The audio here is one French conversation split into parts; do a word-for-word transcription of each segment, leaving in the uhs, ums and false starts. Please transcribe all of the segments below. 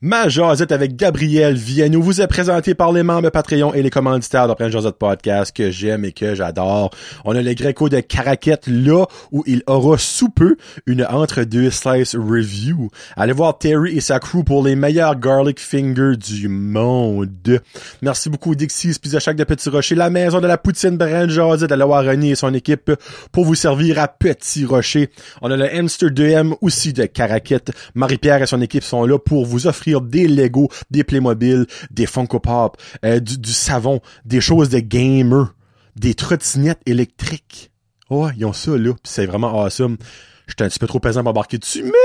Ma jasette avec Gabriel Viano vous est présentée par les membres Patreon et les commanditaires de Brand Jasette Podcast que j'aime et que j'adore. On a le Greco de Caraquette là où il aura sous peu une entre-deux slice review. Allez voir Terry et sa crew pour les meilleurs garlic fingers du monde. Merci beaucoup Dixie's Pizza Shack de Petit Rocher, la maison de la poutine Brand Jasette à Loire René et son équipe pour vous servir à Petit Rocher. On a le Hamster deux M aussi de Caraquette. Marie-Pierre et son équipe sont là pour vous offrir des Lego, des Playmobil, des Funko Pop, euh, du, du savon, des choses de gamer, des trottinettes électriques. Oh, ils ont ça là, pis c'est vraiment awesome. J'étais un petit peu trop pesant pour embarquer dessus, mais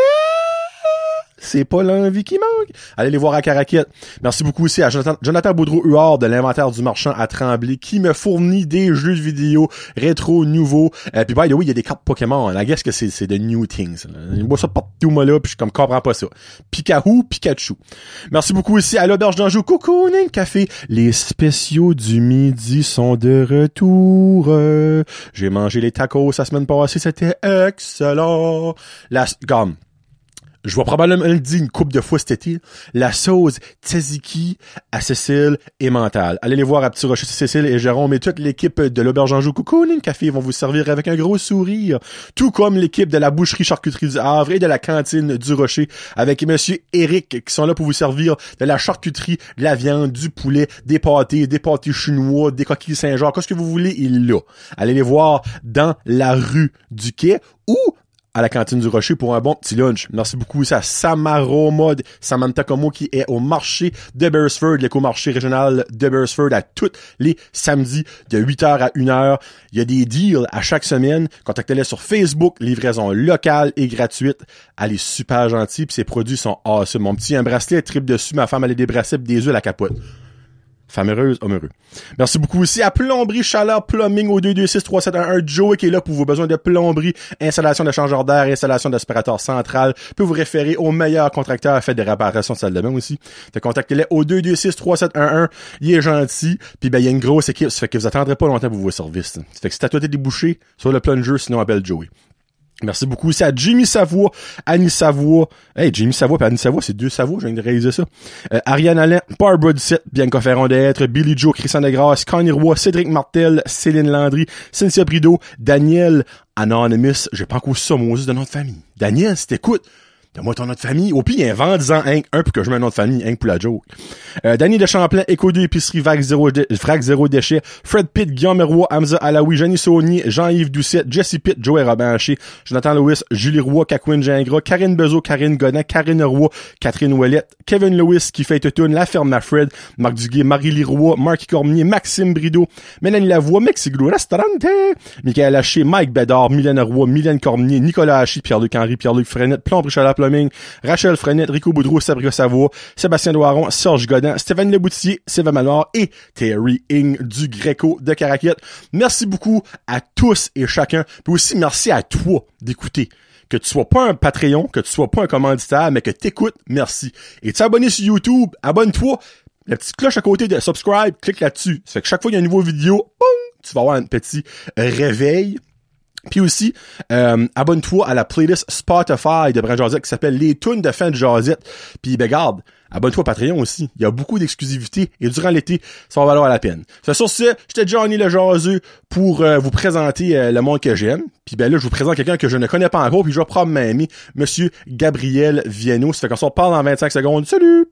c'est pas l'envie qui manque. Allez les voir à Caraquette. Merci beaucoup aussi à Jonathan, Jonathan Boudreau-Huard de l'Inventaire du Marchand à Tremblay qui me fournit des jeux de vidéo rétro nouveaux. Euh, puis by the way, il y a des cartes Pokémon. I guess que c'est, c'est de new things. Je vois ça partout, moi, là, puis je comme comprends pas ça. Pikachu, Pikachu. Merci beaucoup aussi à l'Auberge d'Anjou. Cocooning Café. Les spéciaux du midi sont de retour. Euh, j'ai mangé les tacos la semaine passée. C'était excellent. La gomme. Je vais probablement le dire une couple de fois cet été. La sauce tzatziki à Cécile et Mental. Allez les voir à Petit Rocher, Cécile et Jérôme et toute l'équipe de l'Auberge Anjou Cocooning Café vont vous servir avec un gros sourire. Tout comme l'équipe de la boucherie charcuterie du Havre et de la cantine du Rocher avec monsieur Eric qui sont là pour vous servir de la charcuterie, de la viande, du poulet, des pâtés, des pâtés chinois, des coquilles Saint-Jean. Qu'est-ce que vous voulez, il est là. Allez les voir dans la rue du Quai ou à la cantine du Rocher pour un bon petit lunch. Merci beaucoup aussi à Samaroma, Samantha Como qui est au marché de Beresford, l'éco-marché régional de Beresford à tous les samedis de huit heures à une heure. Il y a des deals à chaque semaine. Contactez-les sur Facebook, livraison locale et gratuite. Elle est super gentille puis ses produits sont awesome. Mon petit, un bracelet, trip dessus, ma femme elle a des bracelets pis des œufs à la capote. Femme heureuse, homme heureux. Merci beaucoup aussi à Plomberie Chaleur Plumbing au deux deux six trois sept un un. Joey qui est là pour vos besoins de plomberie, installation de changeur d'air, installation d'aspirateur central. Peut vous référer au meilleur contracteur fait des réparations de salle de bain aussi. Fait contactez-les au deux deux six trois sept un un. Il est gentil. Puis ben il y a une grosse équipe. Ça fait que vous attendrez pas longtemps pour vos services. Ça fait que si t'as toi des bouchées sur le plunger, sinon appelle Joey. Merci beaucoup aussi à Jimmy Savoie, Annie Savoie. Hey, Jimmy Savoie et Annie Savoie, c'est deux Savoie, je viens de réaliser ça. Euh, Ariane Alain, Barbara Ducette, Bianca Ferron d'être, Billy Joe, Christian Degrasse, Connie Roy, Cédric Martel, Céline Landry, Cynthia Brideau, Daniel, Anonymous, j'ai pas encore ça, Moses de nom de famille. Daniel, si t'écoutes, donne-moi ton nom de famille. Au pire, invente-en un, un pour que je mette un nom de famille, un pour la joke. Euh, Danny de Champlain, Éco deux Épicerie, Vague Zéro, dé, Vrac Zéro Déchet, Fred Pitt, Guillaume Roy, Hamza Alaoui, Jenny Saunier, Jean-Yves Doucette, Jesse Pitt, Joey Robinché, Jonathan Lewis, Julie Roy, Cacouine Gingras, Karine Bezo, Karine Godin, Karine Roy, Catherine Ouellette, Kevin Lewis, qui fait Tutune, La Ferme à Fred, Marc Duguay, Marie-Lie Roy, Marc Cormier, Maxime Brideau, Mélanie Lavoie, Mexiglo Restaurante, Michael Haché, Mike Bédard, Mylène Roy, Mylène Cormier, Nicolas Haché, Pierre-Luc Henry, Pierre-Luc Frenette, Plomberie Chaleur Plumbing, Rachel Frenette, Rico Boudreau, Sabrina Savoie, Sébastien Doiron, Serge Godin, Stéphane Leboutier, Sylvain Manoir et Terry Ing du Greco de Caraquette. Merci beaucoup à tous et chacun. Puis aussi merci à toi d'écouter. Que tu sois pas un Patreon, que tu sois pas un commanditaire, mais que t'écoutes, merci. Et tu es abonné sur YouTube, abonne-toi. La petite cloche à côté de subscribe, clique là-dessus. Ça fait que chaque fois qu'il y a une nouvelle vidéo, boum, tu vas avoir un petit réveil. Puis aussi, euh, abonne-toi à la playlist Spotify de Brand Jasette qui s'appelle Les Tunes de fin de Jasette. Puis ben garde, abonne-toi à Patreon aussi. Il y a beaucoup d'exclusivités et durant l'été, ça va valoir la peine. C'est sur ce, j'étais Johnny le Jaseux pour euh, vous présenter euh, le monde que j'aime. Puis ben là, je vous présente quelqu'un que je ne connais pas encore, puis je vais prendre ma amie, Monsieur Gabriel Viano. Ça fait qu'on se reparle dans vingt-cinq secondes. Salut!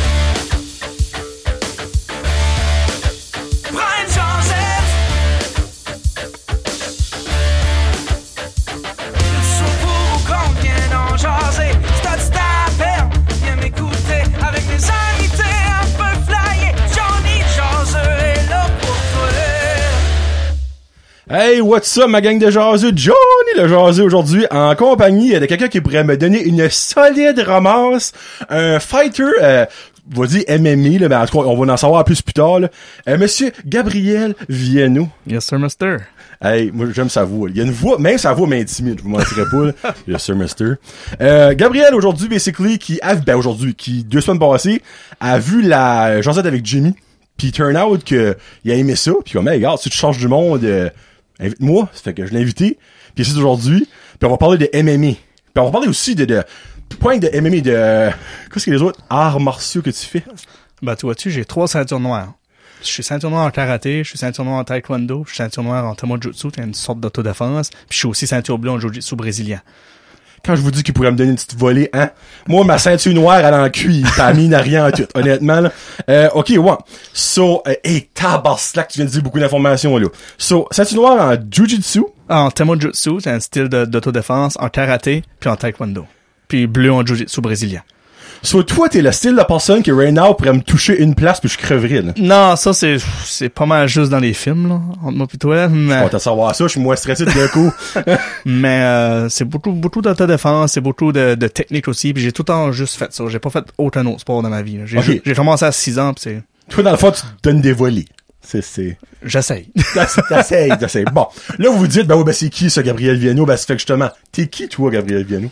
Hey, what's up, ma gang de jaseux? Johnny le jaseux aujourd'hui, en compagnie de quelqu'un qui pourrait me donner une solide ramasse, un fighter, euh, on va dire M M A, là, mais en tout cas, on va en savoir plus plus tard, là. Euh, Monsieur Gabriel Viano. Yes, sir, mister. Hey, moi, j'aime sa voix. Il y a une voix, même sa voix m'intimide, je vous mentirais pas, là. Yes, sir, mister. Euh, Gabriel, aujourd'hui, basically, qui a, ben, aujourd'hui, qui, deux semaines passées, a vu la jasette avec Jimmy, pis turn out que, il a aimé ça, pis comme, hey, regarde, si tu changes du monde, euh, invite-moi, ça fait que je l'ai invité, puis c'est aujourd'hui, puis on va parler de M M A. Puis on va parler aussi de, de point de M M A de... Euh, qu'est-ce que les autres arts martiaux que tu fais? Ben, tu vois-tu, j'ai trois ceintures noires. Je suis ceinture noire en karaté, je suis ceinture noire en taekwondo, je suis ceinture noire en tamojutsu, c'est une sorte d'autodéfense, puis je suis aussi ceinture bleue en jiu-jitsu brésilien. Quand je vous dis qu'il pourrait me donner une petite volée, hein? Moi, ma ceinture noire, elle en cuit. T'as mis n'a rien en tout, honnêtement, là. Euh, ok, ouais. So, euh, hey, tabarnak, tu viens de dire beaucoup d'informations, là. So, ceinture noire en jiu-jitsu. En tamojutsu, c'est un style de, d'autodéfense, en karaté, puis en taekwondo. Puis bleu en jiu-jitsu brésilien. So, toi, t'es le style de personne qui, right now, pourrait me toucher une place puis je creverais, là. Non, ça, c'est, c'est pas mal juste dans les films, là, entre moi pis toi, mais... Je suis content de savoir ça, je suis moins stressé de deux coups. mais, euh, c'est beaucoup, beaucoup d'autodéfense, c'est beaucoup de, de technique aussi, puis j'ai tout le temps juste fait ça. J'ai pas fait aucun autre sport dans ma vie, là. J'ai, okay. j'ai commencé à six ans pis c'est... Toi, dans le fond, tu te donnes des volées. C'est, c'est... J'essaye. T'essayes, t'essayes. Bon. Là, vous vous dites, ben oui, ben c'est qui, ça, Gabriel Viano? Ben, ça fait que justement, t'es qui, toi, Gabriel Viano?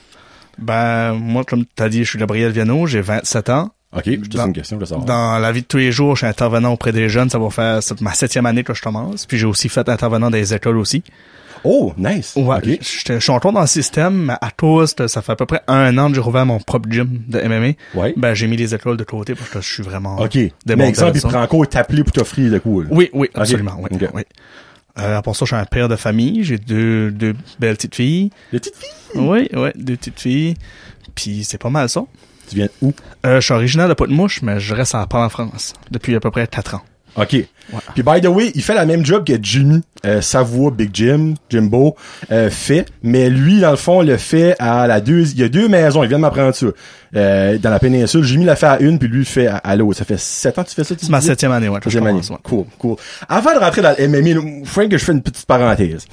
Ben, moi, comme t'as dit, je suis Gabriel Viano, j'ai vingt-sept ans. OK, je te fais une question, je veux savoir. Dans la vie de tous les jours, je suis intervenant auprès des jeunes, ça va faire, c'est ma septième année que je commence. Puis j'ai aussi fait intervenant dans les écoles aussi. Oh, nice. Ouais, okay. je suis encore dans le système, mais à tous, ça fait à peu près un an que j'ai rouvert mon propre gym de M M A. Ouais. Ben, j'ai mis les écoles de côté parce que je suis vraiment... OK. Mais exemple, il prend encore t'appeler pour t'offrir le coup, là. Oui, oui, absolument, okay. oui. Okay. oui. Euh, à part ça, je suis un père de famille, j'ai deux, deux belles petites filles. Des petites filles? Oui, oui, deux petites filles. Puis c'est pas mal ça. Tu viens où? Euh, je suis originaire de Pont-de-Mouche, mais je reste à Port en France depuis à peu près quatre ans. OK. Ouais. Puis by the way, il fait la même job que Jimmy euh, Savoie, Big Jim, Jimbo, euh, fait. Mais lui, dans le fond, le fait à la deux... Il y a deux maisons, il vient de m'apprendre ça. Euh, dans la péninsule, Jimmy l'a fait à une, puis lui le fait à, à l'autre. Ça fait sept ans que tu fais ça? C'est ma septième année, ouais. Septième année. Ouais. Cool, cool. Avant de rentrer dans le M M A, faut que je fais une petite parenthèse.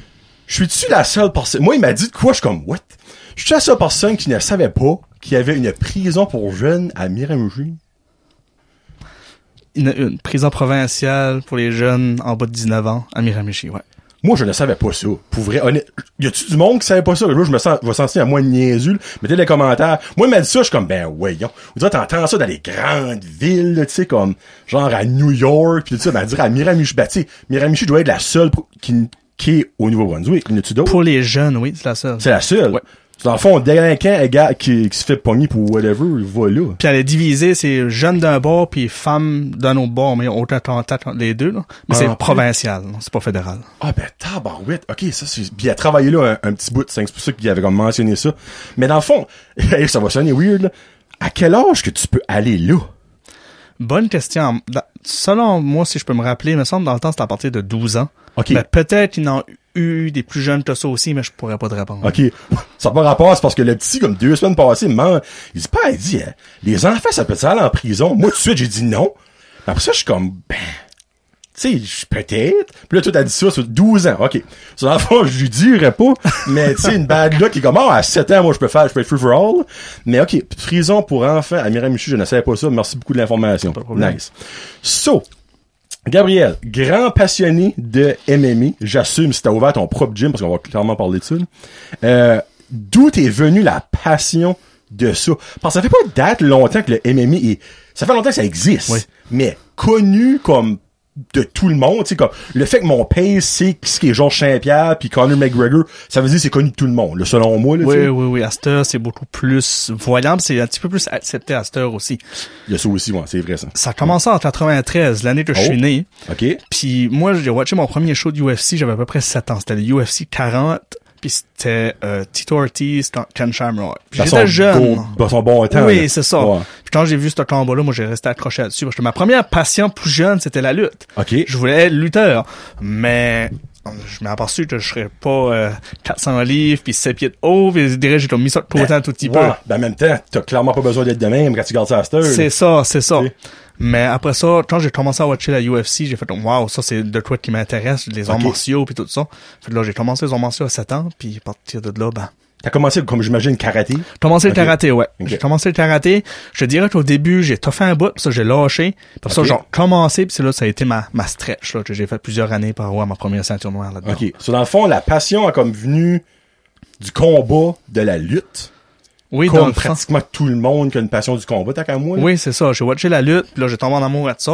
Je suis-tu la seule personne... Moi, il m'a dit de quoi? Je suis comme, what? Je suis la seule personne qui ne savait pas qu'il y avait une prison pour jeunes à Miramichi. Une, une prison provinciale pour les jeunes en bas de dix-neuf ans à Miramichi, ouais. Moi, je ne savais pas ça. Pour vrai, honnête, y a-tu du monde qui savait pas ça? Là, je me sens, je vais sentir à moins de niaiseux, mettez des commentaires. Moi, il m'a dit ça, je suis comme, ben, voyons. Vous dites, t'entends ça dans les grandes villes, tu sais, comme, genre à New York, pis tout ça, ben, dire à Miramichi, ben, tu sais, Miramichi doit être la seule qui, qui est au Nouveau-Brunswick. Y en a-tu d'autres? Pour les jeunes, oui, c'est la seule. C'est la seule? Ouais. Dans le fond, délinquant, gars, qui, qui se fait pogner pour whatever, il va là. Puis elle est divisée, c'est jeunes d'un bord puis femmes d'un autre bord, mais autant contact entre les deux, là. Mais ah, c'est provincial, non, c'est pas fédéral. Ah, ben, tabarouette. OK, ça, c'est, puis il a travaillé là un, un petit bout, c'est pour ça qu'il avait comme mentionné ça. Mais dans le fond, ça va sonner weird, là. À quel âge que tu peux aller là? Bonne question. Selon moi, si je peux me rappeler, il me semble, dans le temps, c'était à partir de douze ans. OK. Mais peut-être qu'ils n'ont eu des plus jeunes que ça aussi, mais je pourrais pas te répondre. OK. Ça n'a pas rapport, c'est parce que le petit, comme deux semaines passées, il me il dit pas, il dit, hein, les enfants, ça peut aller en prison? Moi, tout de suite, j'ai dit non. Après ça, je suis comme, ben, tu sais, peut-être. Puis là, toi, t'as dit ça sur douze ans. OK. Sur l'enfant, je lui dirais pas, mais tu sais, une bad là qui est comme, oh, à sept ans, moi, je peux faire, je peux être free for all. Mais OK, prison pour enfants à Miramichi, je ne savais pas ça. Merci beaucoup de l'information. Nice. So, Gabriel, grand passionné de M M A, j'assume si t'as ouvert ton propre gym, parce qu'on va clairement parler de ça. Euh, d'où t'es venu la passion de ça? Parce que ça fait pas date longtemps que le M M A est... Ça fait longtemps que ça existe, oui. Mais connu comme de tout le monde, tu sais, comme le fait que mon père sait ce qui est Georges Saint-Pierre puis Conor McGregor, ça veut dire que c'est connu de tout le monde, là, selon moi. Là, oui, t'sais. oui, oui, à cette heure, c'est beaucoup plus voyant, c'est un petit peu plus accepté à cette heure aussi. Il y a ça aussi, ouais, c'est vrai ça. Ça a commencé en quatre-vingt-treize, l'année que je oh. suis né. OK. Puis moi, j'ai watché mon premier show de U F C, j'avais à peu près sept ans, c'était le U F C quarante. Puis c'était euh, Tito Ortiz, Ken Shamrock. Puis j'étais jeune. Dans son bon temps. Oui, là. c'est ça. Ouais. Puis quand j'ai vu ce combat-là, moi j'ai resté accroché là-dessus. Parce que ma première passion plus jeune, c'était la lutte. OK. Je voulais être lutteur. Mais je m'ai aperçu que je serais pas euh, quatre cents livres puis sept pieds de haut. Puis je dirais j'ai mis ça de côté ben, un tout petit ouais. peu. Ben en même temps, t'as clairement pas besoin d'être de même quand tu gardes ça à cette heure. C'est là. ça, c'est ça. T'sais. Mais après ça, quand j'ai commencé à watcher la U F C, j'ai fait wow, ça c'est de quoi qui m'intéresse, les arts okay. martiaux puis tout ça. Fait que là, j'ai commencé les arts martiaux à sept ans, puis à partir de là, ben... T'as commencé, comme j'imagine, karaté? J'ai commencé okay. le karaté, ouais. Okay. J'ai commencé le karaté. Je te dirais qu'au début, j'ai toffé un bout, puis ça, j'ai lâché. Puis okay. ça, j'ai commencé, puis c'est là, ça a été ma, ma stretch, là, que j'ai fait plusieurs années pour avoir ma première ceinture noire là-dedans. OK. So, dans le fond, la passion a comme venu du combat, de la lutte. Oui, comme dans pratiquement tout le monde qui a une passion du combat, t'as qu'à moi. Là. Oui, c'est ça. J'ai watché la lutte, puis là, j'ai tombé en amour avec ça.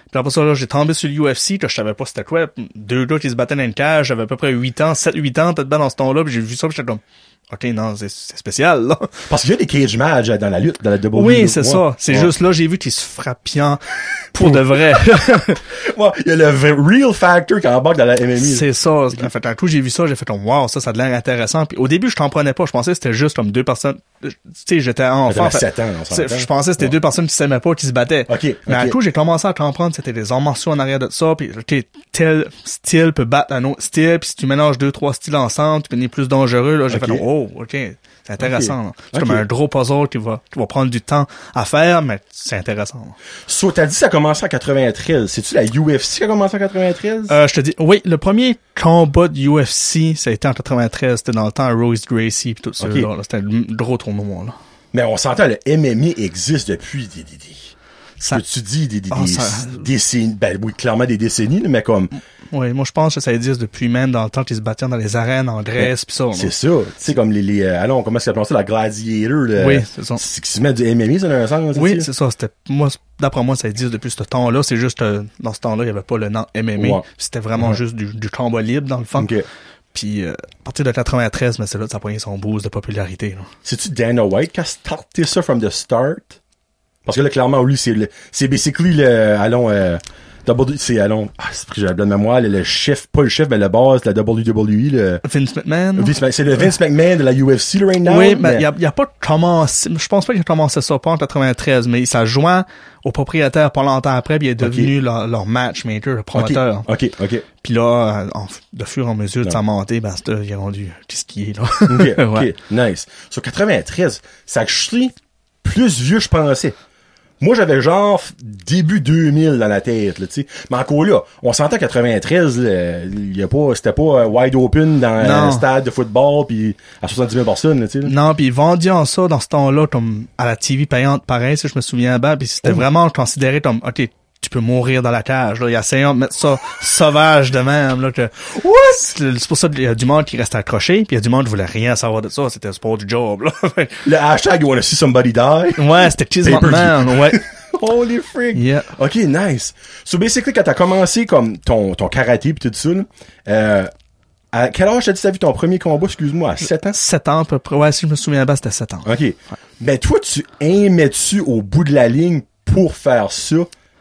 Puis après ça, là, j'ai tombé sur l'U F C, là, je savais pas c'était quoi. Deux gars qui se battaient dans une cage, j'avais à peu près huit ans, sept huit ans, peut-être bien dans ce temps-là, puis j'ai vu ça, puis j'étais comme, OK, non, c'est, c'est spécial, là. Parce qu'il y a des cage matchs dans la lutte, dans la W W E. Oui, c'est ouais. ça. C'est ouais. juste là, j'ai vu qu'ils se frappiant pour de vrai. Ouais, il y a le real factor qui embarque dans la M M A. C'est ça. En fait, un coup, j'ai vu ça, j'ai fait comme, wow, ça, ça a l'air intéressant. Puis au début, je t'en prenais pas. Je pensais que c'était juste comme deux personnes. Tu sais, j'étais enfant. T'avais sept ans, on s'entend. Je pensais que c'était ouais. deux personnes qui s'aimaient pas, qui se battaient. OK. Mais okay. un coup, j'ai commencé à comprendre, c'était des arts martiaux en arrière de ça. Puis, tu tel style peut battre un autre style. Puis si tu mélanges deux, trois styles ensemble, tu deviens plus dangereux. Là, j'ai okay. fait, oh, OK. C'est intéressant. Okay. C'est okay. comme un gros puzzle qui va, qui va prendre du temps à faire, mais c'est intéressant. So, t'as dit que ça a commencé en quatre-vingt-treize. C'est-tu la U F C qui a commencé en quatre-vingt-treize? Euh, je te dis, oui, le premier combat de U F C, ça a été en quatre-vingt-treize. C'était dans le temps à Royce Gracie pis tout ça. Okay. Là, là, c'était un gros tournoi, là. Mais on s'entend, le M M A existe depuis des, des, des... Ça... que tu dis des, des, oh, des ça... décennies, ben oui, clairement des décennies, mais comme... Oui, moi je pense que ça existe depuis même dans le temps qu'ils se battaient dans les arènes en Grèce pis ça. C'est là. Ça, tu sais, comme les, les, euh, allons, comment est-ce qu'on appelle ça, la Gladiator, le, oui, c'est ça. C'est qui se met du M M A, ça, dans un sens, oui, c'est ça, c'était, moi, d'après moi, ça existe depuis ce temps-là, c'est juste, euh, dans ce temps-là, il y avait pas le nom M M A, ouais. C'était vraiment ouais. juste du, du combat libre, dans le fond. Okay. Puis euh, à partir de quatre-vingt-treize, mais c'est là que ça a pris son boost de popularité. Là. C'est-tu Dana White qui a starté ça from the start? Parce que là, clairement, lui, c'est le, c'est basically le, allons, euh, W, c'est, allons, ah, c'est pris, j'ai la bonne mémoire, le, le chef, pas le chef, mais le boss de la W W E, le... Vince McMahon. Vince, c'est le Vince McMahon de la U F C, le right now. Oui, mais il y a, y a pas commencé, je pense pas qu'il a commencé ça, pas en quatre-vingt-treize, mais ça joint au propriétaire pas longtemps après, puis il est devenu okay. leur, leur matchmaker, le promoteur. OK, OK. okay. Puis là, en, de fur et à mesure de sa montée, ben, c'est, il est rendu ce qui est, là. OK, OK, ouais. Nice. Sur quatre-vingt-treize, ça a actually plus vieux, je pensais. Moi, j'avais genre début deux mille dans la tête, là, tu sais. Mais encore là, on s'entend quatre-vingt-treize, il y a pas, c'était pas wide open dans un stade de football puis à soixante-dix mille personnes, tu sais. Non, puis ils vendaient ça dans ce temps-là comme à la T V payante, pareil, si je me souviens bien, puis c'était oh. vraiment considéré comme, ok, tu peux mourir dans la cage, là. Il y a essayant de mettre ça sauvage de même, là, que, what? C'est pour ça qu'il y a du monde qui reste accroché, puis il y a du monde qui voulait rien savoir de ça. C'était sport du job, là. Le hashtag, you wanna see somebody die? Ouais, c'était Cheese Man, ouais. Holy freak! Yeah. OK, nice. So, basically, quand t'as commencé, comme, ton, ton karaté pis tout ça, là, euh, à quel âge t'as dit t'as vu ton premier combat, excuse-moi, à sept ans? sept ans, à peu près. Ouais, si je me souviens bien, c'était sept ans. OK. Ouais. Ben, toi, tu aimais-tu au bout de la ligne pour faire ça?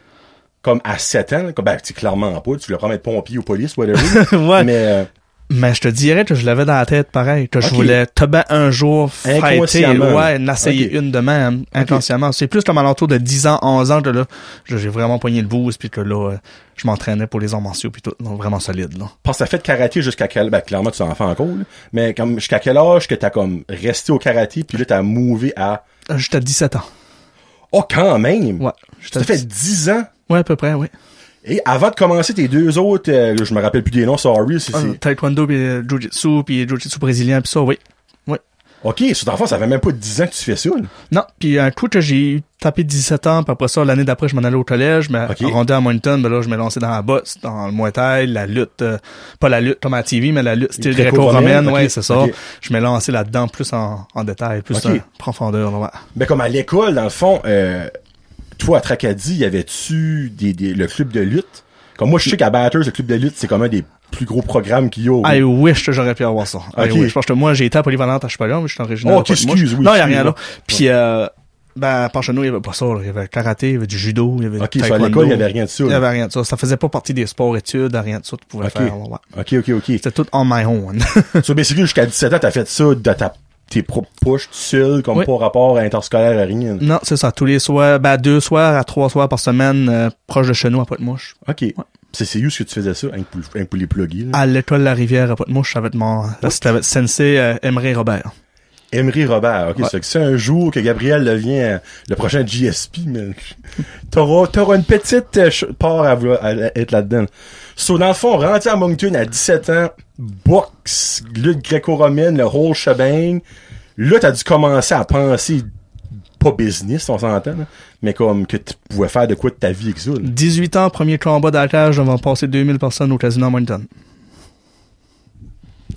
Comme à sept ans, comme, ben, tu clairement pas, tu voulais pas être pompier ou police, whatever. Ouais. Mais, euh, mais je te dirais que je l'avais dans la tête pareil, que okay. je voulais te battre un jour, fighter, ouais, n'essayer okay. une de même, inconsciemment. Okay. C'est plus comme à l'entour de dix ans, onze ans que là, j'ai vraiment pogné le boost puis que là, je m'entraînais pour les arts martiaux puis tout, donc vraiment solide, là. Parce que t'as fait de karaté jusqu'à quel, ben, clairement, tu en fais encore, là. Mais comme, jusqu'à quel âge que t'as comme resté au karaté puis là, t'as mouvé à... J'étais à dix-sept ans. Oh, quand même! Ouais. Ça fait dix ans? Ouais, à peu près, oui. Et avant de commencer tes deux autres, euh, je me rappelle plus des noms, sorry, c'est... Ah, taekwondo pis euh, jiu-jitsu pis jiu-jitsu brésilien pis ça, oui. Oui. OK, sur ton enfant, ça fait même pas dix ans que tu fais ça, là. Non, pis un coup que j'ai tapé dix-sept ans, pis après ça, l'année d'après, je m'en allais au collège, mais okay. rendu à Moncton, ben là, je me lançais dans la boxe, dans le Muay Thai, la lutte, euh, pas la lutte comme à la T V, mais la lutte style gréco-romaine, okay. ouais, c'est ça. Okay. Je me lançais là-dedans plus en, en détail, plus okay. en profondeur, là, ouais. Ben, comme à l'école, dans le fond, euh, toi, à Tracadie, y avait-tu des, des, le club de lutte? Comme moi, je sais qu'à Batters, le club de lutte, c'est comme un des plus gros programmes qu'il y a. I wish que j'aurais pu avoir ça. Okay. I wish. Parce que moi, j'ai été à Polyvalente à Chevalon, mais je suis originaire. Oh, excuse, oui. Non, il y a rien là. Puis, euh, ben, par chez nous, il y avait pas ça, là. Il y avait le karaté, il y avait du judo, il y avait okay, du taekwondo. À l'école, il y avait rien de ça. Il y avait rien de ça. Ça faisait pas partie des sports-études, rien de ça, tu pouvais okay. faire, ouais. OK, OK, OK. C'était tout on my own. So, basically, jusqu'à dix-sept ans, t'as fait ça de ta tes propres push tout seul, comme oui. pas rapport à interscolaire à rien. Non, c'est ça. Tous les soirs, ben, deux soirs à trois soirs par semaine, euh, proche de chez nous, à Pointe-Mouche. OK. Ouais. C'est, c'est où ce que tu faisais ça, un pour, un pour les plugger, là? À l'école La Rivière, à Pointe-Mouche, avec mon, là, c'était avec Sensei, euh, Emery Robert. Emery Robert, OK. Ouais. C'est que c'est un jour que Gabriel devient euh, le prochain G S P, mais t'auras, t'auras une petite euh, part à, à, à être là-dedans. So, dans le fond, rentré à Moncton à dix-sept ans, boxe, lutte gréco-romaine, le whole shebang. Là, t'as dû commencer à penser, pas business, on s'entend, là, mais comme que tu pouvais faire de quoi de ta vie avec ça. Là. dix-huit ans, premier combat dans la cage, devant passer deux mille personnes au casino à Moncton.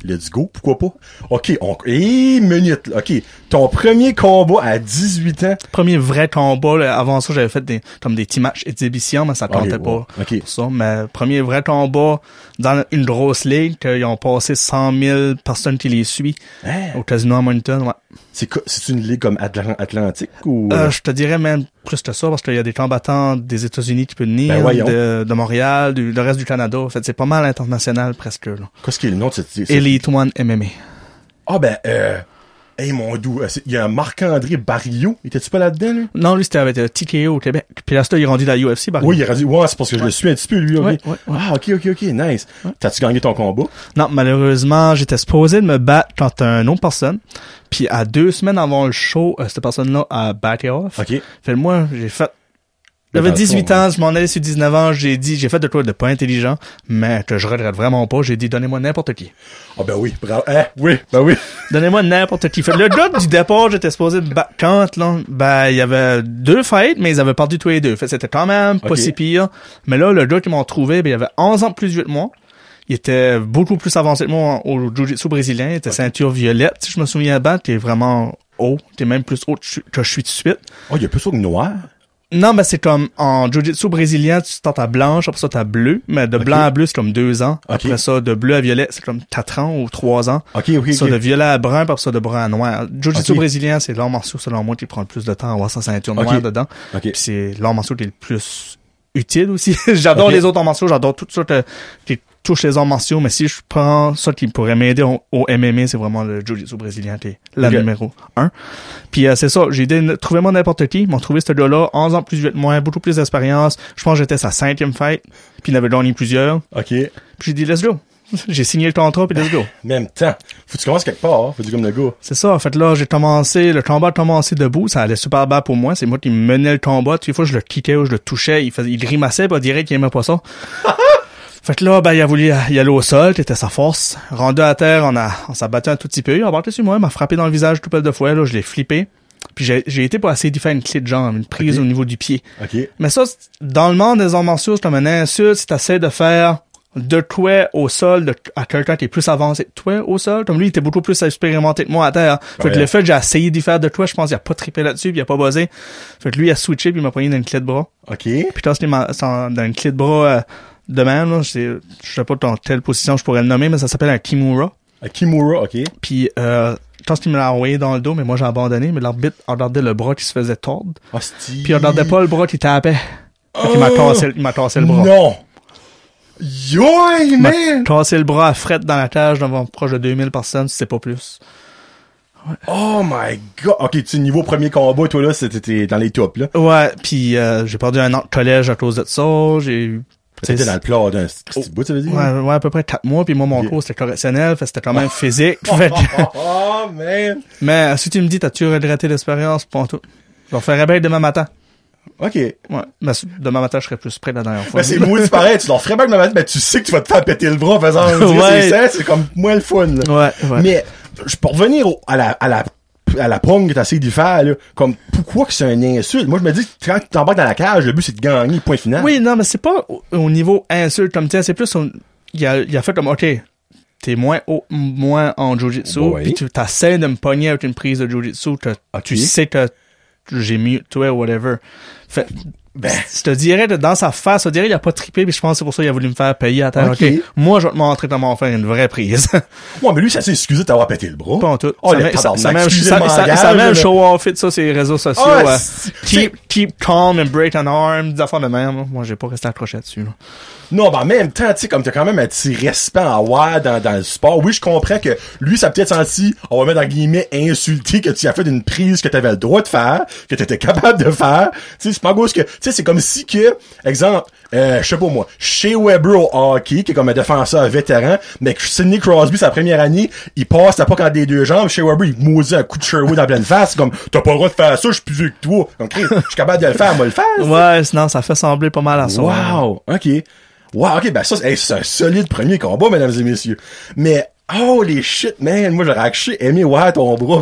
let's go, pourquoi pas? OK, on... Et minute, là. OK, ton premier combat à dix-huit ans. Premier vrai combat, là, avant ça, j'avais fait des, comme des petits matchs exhibitions, mais ça comptait okay, pas wow. okay. pour ça. Mais premier vrai combat dans une grosse ligue, qu'ils ont passé cent mille personnes qui les suivent hein? Au Casino à Moncton, ouais. C'est quoi, c'est une ligue comme Atl- Atlantique ou? Euh, je te dirais même plus que ça, parce qu'il y a des combattants des États-Unis qui peuvent venir, ben de, de Montréal, du le reste du Canada. En fait, c'est pas mal international presque, là. Qu'est-ce qui est le nom de cette ligue? Elite One M M A. Ah ben, euh, hey mon doux, il y a un Marc-André Barillot. Était-tu pas là-dedans, lui? Non, lui, c'était avec euh, T K O au Québec. Puis là, il est rendu dans la U F C, Barillot. Oui, il est rendu, ouais, c'est parce que je ouais. le suis un petit peu, lui, ok. Ouais, ouais, ouais. Ah, ok, ok, ok, nice. Ouais. T'as-tu gagné ton combat? Non, malheureusement, j'étais supposé de me battre contre une autre personne. Puis à deux semaines avant le show, euh, cette personne-là a batté off. Ok. Fait moi, j'ai fait... J'avais dix-huit ans, je m'en allais sur dix-neuf ans, j'ai dit, j'ai fait de quoi de pas intelligent, mais que je regrette vraiment pas, j'ai dit, donnez-moi n'importe qui. Ah oh ben oui, bravo, hein, oui, ben oui. Donnez-moi n'importe qui. Fait le gars du départ, j'étais supposé de battre contre, là, ben, il y avait deux fights, mais ils avaient perdu tous les deux. Fait c'était quand même pas okay. si pire. Mais là, le gars qui m'ont trouvé, ben, il avait onze ans de plus vieux que moi. Il était beaucoup plus avancé que moi au jiu-jitsu brésilien. Il était okay. ceinture violette, si je me souviens bien. T'es vraiment haut. T'es même plus haut que je suis tout de suite. Oh, il y a plus haut que noir? Non, ben c'est comme en jiu-jitsu brésilien, tu startes à blanche, après ça t'as bleu, mais de okay. blanc à bleu c'est comme deux ans. Okay. Après ça, de bleu à violet c'est comme quatre ans ou trois ans. Ok, ok, ça okay. de violet à brun, après ça de brun à noir. Jiu-jitsu okay. brésilien, c'est l'art martial selon moi qui prend le plus de temps à avoir sa ceinture noire okay. dedans. Okay. Puis c'est l'art martial qui est le plus utile aussi. J'adore okay. les autres arts martiaux, j'adore tout ça qui touche les arts martiaux, mais si je prends ça qui pourrait m'aider au, au M M A, c'est vraiment le jiu-jitsu brésilien qui est la okay. numéro un. Puis euh, c'est ça, j'ai dit, trouvez-moi n'importe qui, ils m'ont trouvé ce gars-là, onze ans plus vieux que moi, beaucoup plus d'expérience. Je pense que j'étais sa cinquième fight, puis il avait gagné plusieurs. OK. Puis j'ai dit, let's go. J'ai signé le contrat, puis let's go. Même temps. Faut que tu commences quelque part, hein? Faut dire comme le gars. C'est ça. En fait, là, j'ai commencé, le combat a commencé debout, ça allait super bien pour moi. C'est moi qui menais le combat. Des fois, je le kickais ou je le touchais, il faisait, il grimaçait, puis on dirait qu'il aimait pas ça. Fait que là, ben, il a voulu y aller au sol, c'était sa force. Rendu à terre, on a, on s'est battu un tout petit peu. Il a battu sur moi, il m'a frappé dans le visage tout de fois, là, je l'ai flippé. Puis j'ai, j'ai été pour essayer d'y faire une clé de jambe, une prise okay. au niveau du pied. Okay. Mais ça, dans le monde des arts martiaux, c'est comme un insulte si t'essaies de faire de toi au sol de, à quelqu'un qui est plus avancé que toi au sol. Comme lui, il était beaucoup plus expérimenté que moi à terre. Fait ouais. que le fait que j'ai essayé d'y faire de toi, je pense qu'il a pas trippé là-dessus, puis il a pas buzzé. Fait que lui, il a switché, puis il m'a pris dans une clé de bras. OK. Puis toi, c'était dans une clé de bras euh, de même, là. Je sais pas dans quelle position je pourrais le nommer, mais ça s'appelle un Kimura. Un Kimura, OK. Puis, euh, je pense qu'il me l'a envoyé dans le dos, mais moi, j'ai abandonné. Mais l'arbitre regardait le bras qui se faisait tordre. Hostie. Puis il regardait pas le bras qui tapait. Oh! Il m'a cassé, il m'a cassé le bras. Non! Yoï, man! Il m'a cassé le bras à fret dans la cage devant proche de deux mille personnes, si c'est pas plus. Ouais. Oh my god! Ok, tu niveau premier combat, toi là, c'était dans les tops, là. Ouais, puis euh, j'ai perdu un an de collège à cause de ça. J'ai eu... C'était dans le plat d'un petit bout, ça veut dire? Ouais, ouais, à peu près quatre mois, puis moi, mon yeah. cours, c'était correctionnel, fait c'était quand même physique. Fait que... oh, man! Mais si tu me dis, t'as-tu regretté l'expérience? Pas tout. Je vais faire réveil demain matin. OK. Ouais. Mais demain matin, je serais plus prêt la dernière fois. Ben, c'est maudit pareil. Tu leur ferais bien demain matin, mais tu sais que tu vas te faire péter le bras en faisant ouais. c'est ça, c'est comme moins le fun, là. Ouais, ouais. Mais, je peux revenir au, à la, à la, à la prong que t'essayes d'y faire, là. Comme, pourquoi que c'est un insulte? Moi, je me dis que quand tu t'embarques dans la cage, le but, c'est de gagner, point final. Oui, non, mais c'est pas au, au niveau insulte comme tel, c'est plus, au, il a, il a fait comme, OK, t'es moins haut, moins en jiu-jitsu, oh, oui. pis tu t'essaies de me pogner avec une prise de jiu-jitsu, que okay. tu sais que j'ai mieux que toi, whatever. Fait, ben, je te dirais, dans sa face, je te dirais, il a pas trippé, puis je pense que c'est pour ça qu'il a voulu me faire payer à terre. Okay. OK, moi, je vais te montrer comment faire une vraie prise. Ouais, mais lui, ça s'est excusé de t'avoir pété le bras. Pas en tout. Oh, ça le ça, ça, même, ça, ça, ça même show-off it, ça, c'est les réseaux sociaux. Oh, euh, keep, keep calm and break an arm, des affaires de même. Moi, j'ai pas resté accroché là-dessus, là. Non, ben en même temps, tu sais, comme t'as quand même un petit respect à avoir dans, dans le sport. Oui, je comprends que lui, ça a peut-être senti, on va mettre en guillemets, insulté que tu as fait d'une prise que t'avais le droit de faire, que t'étais capable de faire. Tu sais, c'est pas en gros que, tu sais, c'est comme si que, exemple, euh, je sais pas moi, Shea Weber au hockey, qui est comme un défenseur vétéran, mais que Sidney Crosby, sa première année, il passe à pas quand des deux jambes, Shea Weber, il maudit un coup de Sherwood dans pleine face, c'est comme, t'as pas le droit de faire ça, je suis plus vieux que toi. Donc, je suis capable de le faire, moi le faire. Ouais, sinon, ça fait sembler pas mal à ça. Wow, ok. Wow, ok, ben ça, hey, c'est un solide premier combat, mesdames et messieurs. Mais, holy shit, man, moi, j'aurais actually aimé voir ton bras faisant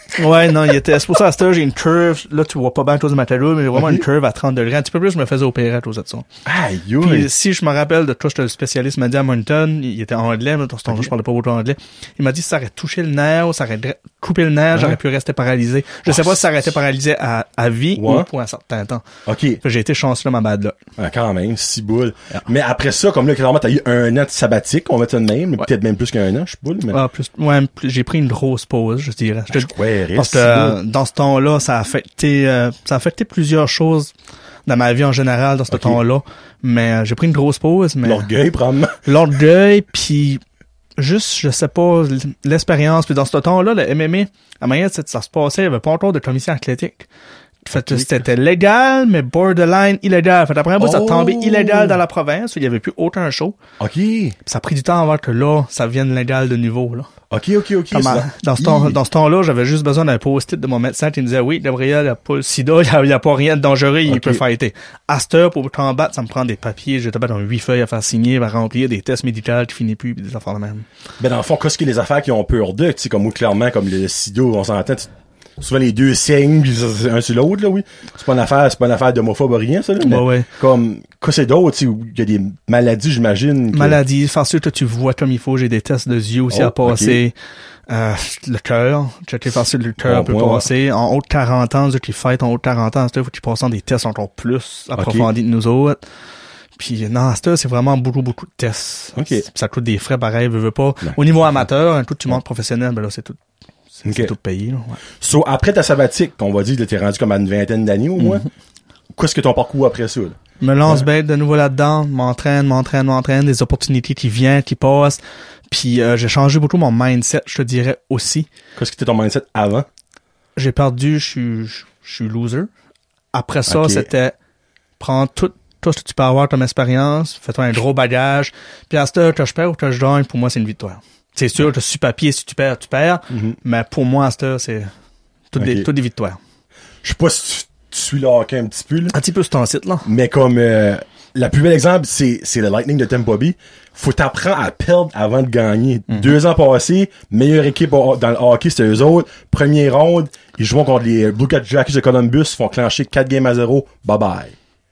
Ouais, non, il était, c'est pour ça, à cette heure, j'ai une curve, là, tu vois pas bien à cause du matériau, mais j'ai vraiment okay. une curve à trente degrés. Un petit peu plus, je me faisais opérer à cause de ça. Aïe, Puis, si je me rappelle de toi, j'étais le spécialiste m'a dit à Moncton, il était anglais, mais dans ce temps-là, okay. je parlais pas beaucoup anglais. Il m'a dit si ça aurait touché le nerf, ça aurait coupé le nerf, ouais. j'aurais pu rester paralysé. Je oh, sais pas si ça aurait été paralysé à, à vie ouais. ou pour un certain temps. OK. Fait que j'ai été chanceux, ma bad là. Ah, quand même, six boules. Yeah. Mais après ça, comme là, clairement, t'as eu un an de sabbatique, on va dire de même, ouais. peut-être même plus qu'un an, je sais pas. Mais... Ah, plus, ouais, plus, j'ai pris une grosse pause, je dirais. Je te... ouais, Parce que, euh, dans ce temps-là, ça a affecté, euh, ça a affecté plusieurs choses dans ma vie en général, dans ce okay. temps-là. Mais, euh, j'ai pris une grosse pause, mais. L'orgueil, probablement. L'orgueil, puis juste, je sais pas, l'expérience. Puis dans ce temps-là, le M M A, à manière, ça se passait, il y avait pas encore de commission athlétique. Fait okay. c'était légal, mais borderline illégal. Fait après un bout, oh. ça tombait illégal dans la province, où il y avait plus aucun show. OK. Puis ça a pris du temps avant que là, ça vienne légal de nouveau, là. OK, OK, OK. Comme à, dans ce temps, dans ce temps-là, j'avais juste besoin d'un post-it de mon médecin qui me disait, oui, Gabriel, il n'y a pas le sida, il n'y a, a pas rien de dangereux, okay. il peut fighter. À cette heure, pour t'en battre, ça me prend des papiers, j'ai dans huit feuilles à faire signer, à remplir des tests médicaux qui finissent plus, pis des affaires de même. Ben, dans le fond, qu'est-ce que les affaires qui ont peur d'eux, tu sais, comme moi, clairement, comme le sida, on s'entend, souvent les deux saignent un sur l'autre, là, oui. C'est pas une affaire, c'est pas une affaire d'homophobe ou rien, ça, là. Mais ouais, ouais. Comme, quoi c'est d'autres, tu sais, il y a des maladies, j'imagine. Que... Maladies, faire sûr que tu vois comme il faut, j'ai des tests de yeux aussi oh, à passer. Okay. Euh, le cœur, j'ai été faire sûr le cœur bon, peut ouais, passer. Ouais. En haut de quarante ans, ceux qui fêtent en haut de quarante ans, c'est faut qu'ils passent des tests encore plus approfondis okay. que nous autres. Puis, non, c'est, c'est vraiment beaucoup, beaucoup de tests. Okay. Ça coûte des frais pareil, veux, veux pas. Ouais. Au niveau amateur, un coup tu montes professionnel, ben là, c'est tout. C'est, okay. c'est tout payé, là. Ouais. So, après ta sabbatique, on va dire que t'es rendu comme à une vingtaine d'années au moins. Mm-hmm. Qu'est-ce que ton parcours après ça, là? Me lance ouais. bête de nouveau là-dedans, m'entraîne, m'entraîne, m'entraîne, des opportunités qui viennent, qui passent. Puis euh, j'ai changé beaucoup mon mindset, je te dirais aussi. Qu'est-ce que était ton mindset avant? J'ai perdu, je suis je suis loser. Après ça, okay. c'était prends tout, tout ce que tu peux avoir comme expérience, fais-toi un gros bagage. Puis à ce que je perds ou que je gagne, pour moi, c'est une victoire. C'est sûr que sur papier, si tu perds, tu perds. Mm-hmm. Mais pour moi, à ce que c'est toutes okay. des, toutes des victoires. Je sais pas si tu, tu suis le hockey un petit peu, là. Un petit peu sur ton site, là. Mais comme, euh, la plus belle exemple, c'est, c'est le Lightning de Tampa Bay. Faut t'apprendre à perdre avant de gagner. Mm-hmm. Deux ans passés, meilleure équipe dans le hockey, c'était eux autres. Première ronde, ils jouent contre les Blue Jackets de Columbus, ils font clencher quatre games à zéro. Bye bye.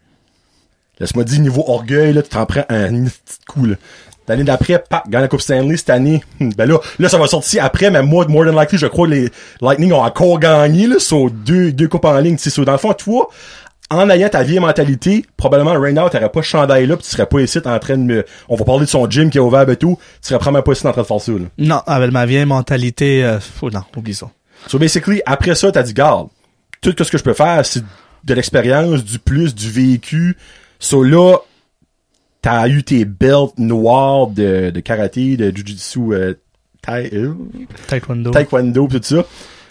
Laisse-moi dire, niveau orgueil, là, tu t'en prends un petit coup, là. L'année d'après, pap, gagne la Coupe Stanley cette année. Ben là, là, ça va sortir après, mais moi, more than likely, je crois que les Lightning ont encore gagné, là, sur deux, deux coupes en ligne. Tu sais, dans le fond, toi, en ayant ta vieille mentalité, probablement, right now, t'aurais pas ce chandail là, pis tu serais pas ici en train de me, on va parler de son gym qui est ouvert et tout, tu serais probablement pas ici en train de faire ça, là. Non, avec ma vieille mentalité, euh, oh non, oublie ça. So, basically, après ça, t'as dit, garde, tout ce que je peux faire, c'est de l'expérience, du plus, du vécu. So, là, t'as eu tes belts noirs de, de karaté, de jujitsu, euh, tai, euh, taekwondo, taekwondo pis tout ça.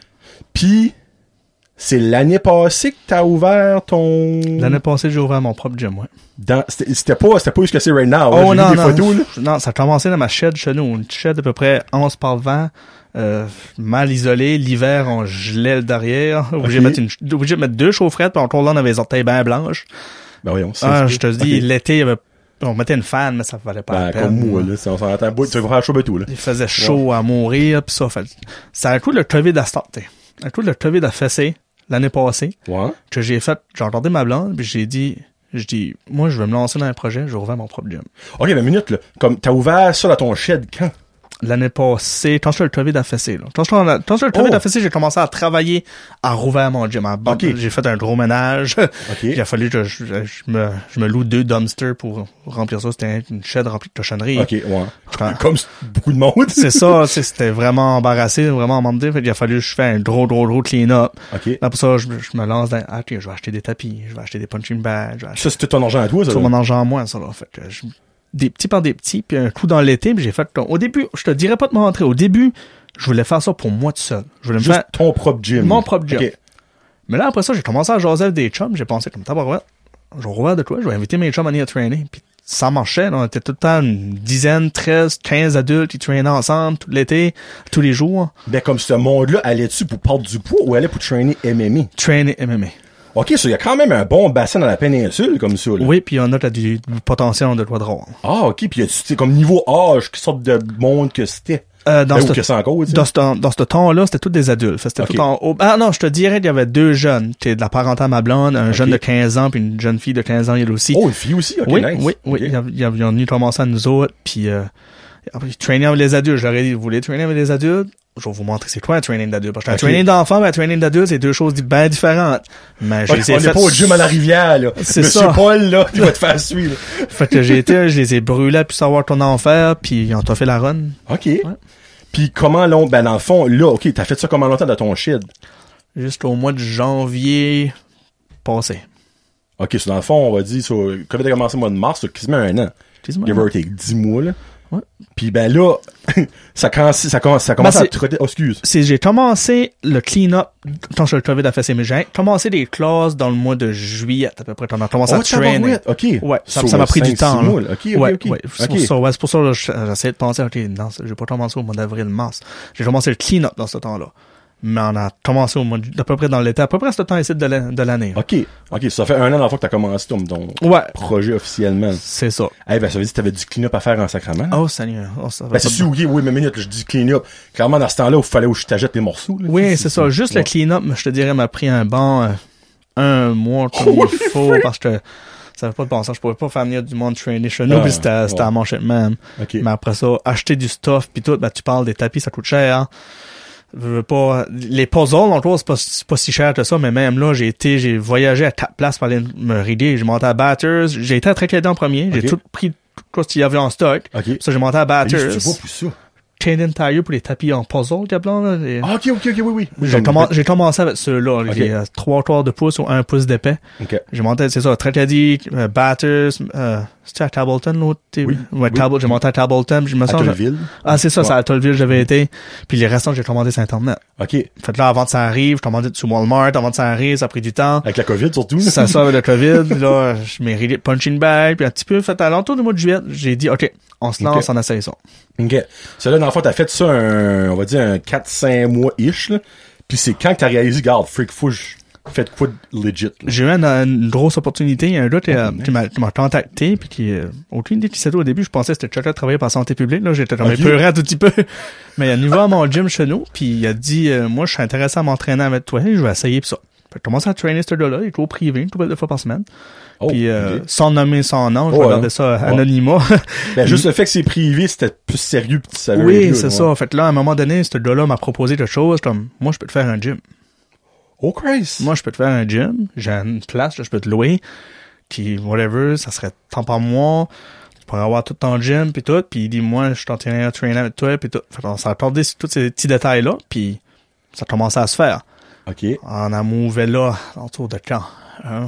Puis c'est l'année passée que t'as ouvert ton... L'année passée, j'ai ouvert mon propre gym, ouais. Dans, c'était, c'était pas, c'était pas où ce que c'est right now. Oh, j'ai non, vu des non. photos, là. Non, ça a commencé dans ma shed chez nous. Une shed d'à peu près onze par vingt, euh, mal isolée. L'hiver, on gelait le derrière. Obligé, okay. de mettre une, obligé de mettre deux chaufferettes, puis en tournant, on avait les orteils bien blanches. Ben voyons, c'est Ah, je te dis, okay. L'été, il y avait on mettait une fan, mais ça valait pas ben, la peine. Comme moi, là. Si on s'en entend bout, tu vas faire chaud et tout, là. Il faisait chaud ouais. à mourir, pis ça fait, ça a un coup le COVID à starter. Un coup le COVID a fessé l'année passée. Ouais. Que j'ai fait, j'ai regardé ma blonde, puis j'ai dit, je dis, moi, je vais me lancer dans un projet, je vais ouvrir mon propre gym. Ok, mais minute, là. Comme, t'as ouvert ça dans ton shed quand? L'année passée, tant que le COVID a fessé, là. Tant que le COVID oh. a fessé, j'ai commencé à travailler, à rouvrir mon gym. À okay. J'ai fait un gros ménage. Okay. Il a fallu que je, je, je, me, je me loue deux dumpsters pour remplir ça. C'était une shed remplie de cochonneries. Ok, ouais. Quand... Comme beaucoup de monde. C'est ça, c'était vraiment embarrassé, vraiment emmerdé. Il a fallu que je fasse un gros, gros, gros clean-up. Okay. Là, pour ça, je, je me lance dans, ah, okay, je vais acheter des tapis, je vais acheter des punching bags. Je vais acheter... Ça, c'était ton argent à toi, ça? C'est mon argent à moi, ça, là. Fait que je... des petits par des petits, puis un coup dans l'été, puis j'ai fait... Au début, je te dirais pas de me rentrer. Au début, je voulais faire ça pour moi tout seul. Je voulais me Juste faire... ton propre gym. Mon propre gym. Okay. Mais là, après ça, j'ai commencé à jaser avec des chums. J'ai pensé comme tabarouette. Je vais rouvrir de quoi? Je vais inviter mes chums à venir traîner. Puis ça marchait. Là. On était tout le temps une dizaine, treize, quinze adultes qui traînaient ensemble tout l'été, tous les jours. Ben comme ce monde-là, allais-tu pour perdre du poids ou allais pour traîner M M A? Traîner M M A. OK, ça, il y a quand même un bon bassin dans la péninsule, comme ça, là. Oui, puis on a du, du potentiel de droit de rôle. Ah, OK, puis y a-tu, comme niveau âge, quelle sorte de monde que c'était? Euh, dans Ben, ce, ou que c'est encore, tu sais. dans ce, dans ce temps-là, c'était tous des adultes. Fait, c'était Okay. tout en haut. Ah non, je te dirais, il y avait deux jeunes. T'es de la parenté à ma blonde, un Okay. jeune de quinze ans, puis une jeune fille de quinze ans, elle aussi. Oh, une fille aussi? Ok, oui, nice. oui, oui, Okay. Ils, avaient- ils, avaient- ils ont venu commencer à nous autres, puis euh, ils traînaient avec les adultes. Je leur ai dit, vous voulez traîner avec les adultes? Je vais vous montrer c'est quoi un training d'adulte. Parce que un Okay. training d'enfant et un training d'adulte, c'est deux choses bien différentes. Mais je Ok, les ai on n'est fait... pas au gym à la rivière, là. C'est Monsieur ça. Paul, là, il va te faire suivre. Fait que j'ai été, je les ai brûlés puis savoir ton enfer, puis ils ont fait la run. OK. Puis comment long, ben dans le fond, là, OK, t'as fait ça comment longtemps de ton shit? Jusqu'au mois de janvier passé. OK, so dans le fond, on va dire, so, quand tu as commencé au mois de mars, c'est quasiment un an. Dis-moi. Give or take, dix mois, là. Ouais. Puis ben là, ça commence, ça commence, ça commence Ben, à c'est- trotter. Oh, excuse. C'est, j'ai commencé le clean-up quand le COVID a fait ses méchants. J'ai commencé des classes dans le mois de juillet, à peu près. On a commencé Oh, à trainer. tabarouette, OK. Ouais, ça, So, ça m'a pris cinq, du temps, six là. mois, là. OK, OK, ouais, OK. ouais. C'est OK. pour ça, ouais, c'est pour ça, là, j'essayais de penser, OK, non, j'ai pas commencé au mois d'avril, mars. J'ai commencé le clean-up dans ce temps-là. Mais on a commencé au mois de, à peu près dans l'été, à peu près à ce temps ici de, la- de l'année. OK. OK, ça fait un an dans le fond que t'as commencé ton, ton Ouais. projet officiellement. C'est ça. Eh ben, ça veut dire que t'avais du clean-up à faire en sacrament. Oh, Seigneur. Oh, ça va Ben, c'est pas sûr, oui, oui, mais minute, je dis clean-up. Clairement, dans ce temps-là, il fallait où je t'achète les morceaux, là. Oui, c'est ça. Juste le Ouais. clean-up, je te dirais, m'a pris un bon euh, un mois comme Oh, il faut parce que ça avait pas de bon sens. Je pouvais pas faire venir du monde trainer chez nous, Ah, puis c'était, c'était ouais. à manger de même. OK. Mais après ça, acheter du stuff, puis tout, ben, tu parles des tapis, ça coûte cher. Hein. Je veux pas, les puzzles, en tout cas, c'est pas, c'est pas si cher que ça, mais même là, j'ai été, j'ai voyagé à quatre places pour aller me rider. J'ai monté à Batters. J'ai été à Tracadie en premier. J'ai OK. tout pris, tout ce qu'il y avait en stock. OK. Ça, j'ai monté à Batters. Tu vois pour ça. Chain Tire pour les tapis en puzzle, diablant, là. les- Ah, OK, OK, OK, oui, oui. J'ai, Comme- commen- j'ai commencé avec ceux-là. Ok. J'ai euh, trois quarts de pouce ou un pouce d'épais. OK. J'ai monté, c'est ça, Tracadie, euh, Batters, euh, c'était à Tableton, l'autre? t'es- Oui, Ouais, oui. Tableton, j'ai monté à Tableton, puis je me À sens... Tolleville. Ah, c'est ça, Ouais. c'est à Tolleville, j'avais été. Puis les restants, j'ai commandé sur Internet. OK. Fait que là, avant que ça arrive, j'ai commandé sur Walmart, avant que ça arrive, ça a pris du temps. Avec la COVID, surtout. Ça sort avec le COVID, là, je m'ai ridé de punching bag, puis un petit peu, fait à l'entour du mois de juillet, j'ai dit, OK, on se lance, Ok. on essaye ça. OK. Ça, là, dans le fond, t'as fait ça un, on va dire, un quatre cinq mois-ish, là. Puis c'est quand que t'as réalisé, garde, freak, faut que je fais de quoi de legit, là. J'ai eu une, une grosse opportunité. Il y a un gars qui, Oh, euh, nice. qui m'a, qui m'a contacté, puis qui, euh, aucune idée qui c'était au début. Je pensais que c'était quelqu'un qui travaillait pour la santé publique. Là, j'étais comme Ok. épeuré un tout petit peu. Mais il a venu voir mon gym chez nous, puis il a dit, euh, moi, je suis intéressé à m'entraîner avec toi, et je vais essayer pis ça. Fait que j'ai commencé à traîner ce gars-là. Il est au privé, une couple de fois par semaine. Oh, Puis euh, ok. sans nommer son nom, je Oh, vais garder hein. ça Ouais. anonymat. Ben, juste le fait que c'est privé, c'était plus sérieux pis tu savais. Oui, là, c'est ouais. ça. Fait que là, à un moment donné, ce gars-là m'a proposé quelque chose comme, moi, je peux te faire un gym. Oh, Christ. Moi, je peux te faire un gym. J'ai une place, là, je peux te louer. Puis, whatever, ça serait tant par mois. Tu pourrais avoir tout ton gym, puis tout. Puis, il dit, moi, je t'entraîne à traîner avec toi, puis tout. Fait qu'on s'est accordé sur tous ces petits détails-là, puis ça commençait à se faire. OK. On a mouvé là, autour de quand? Hein?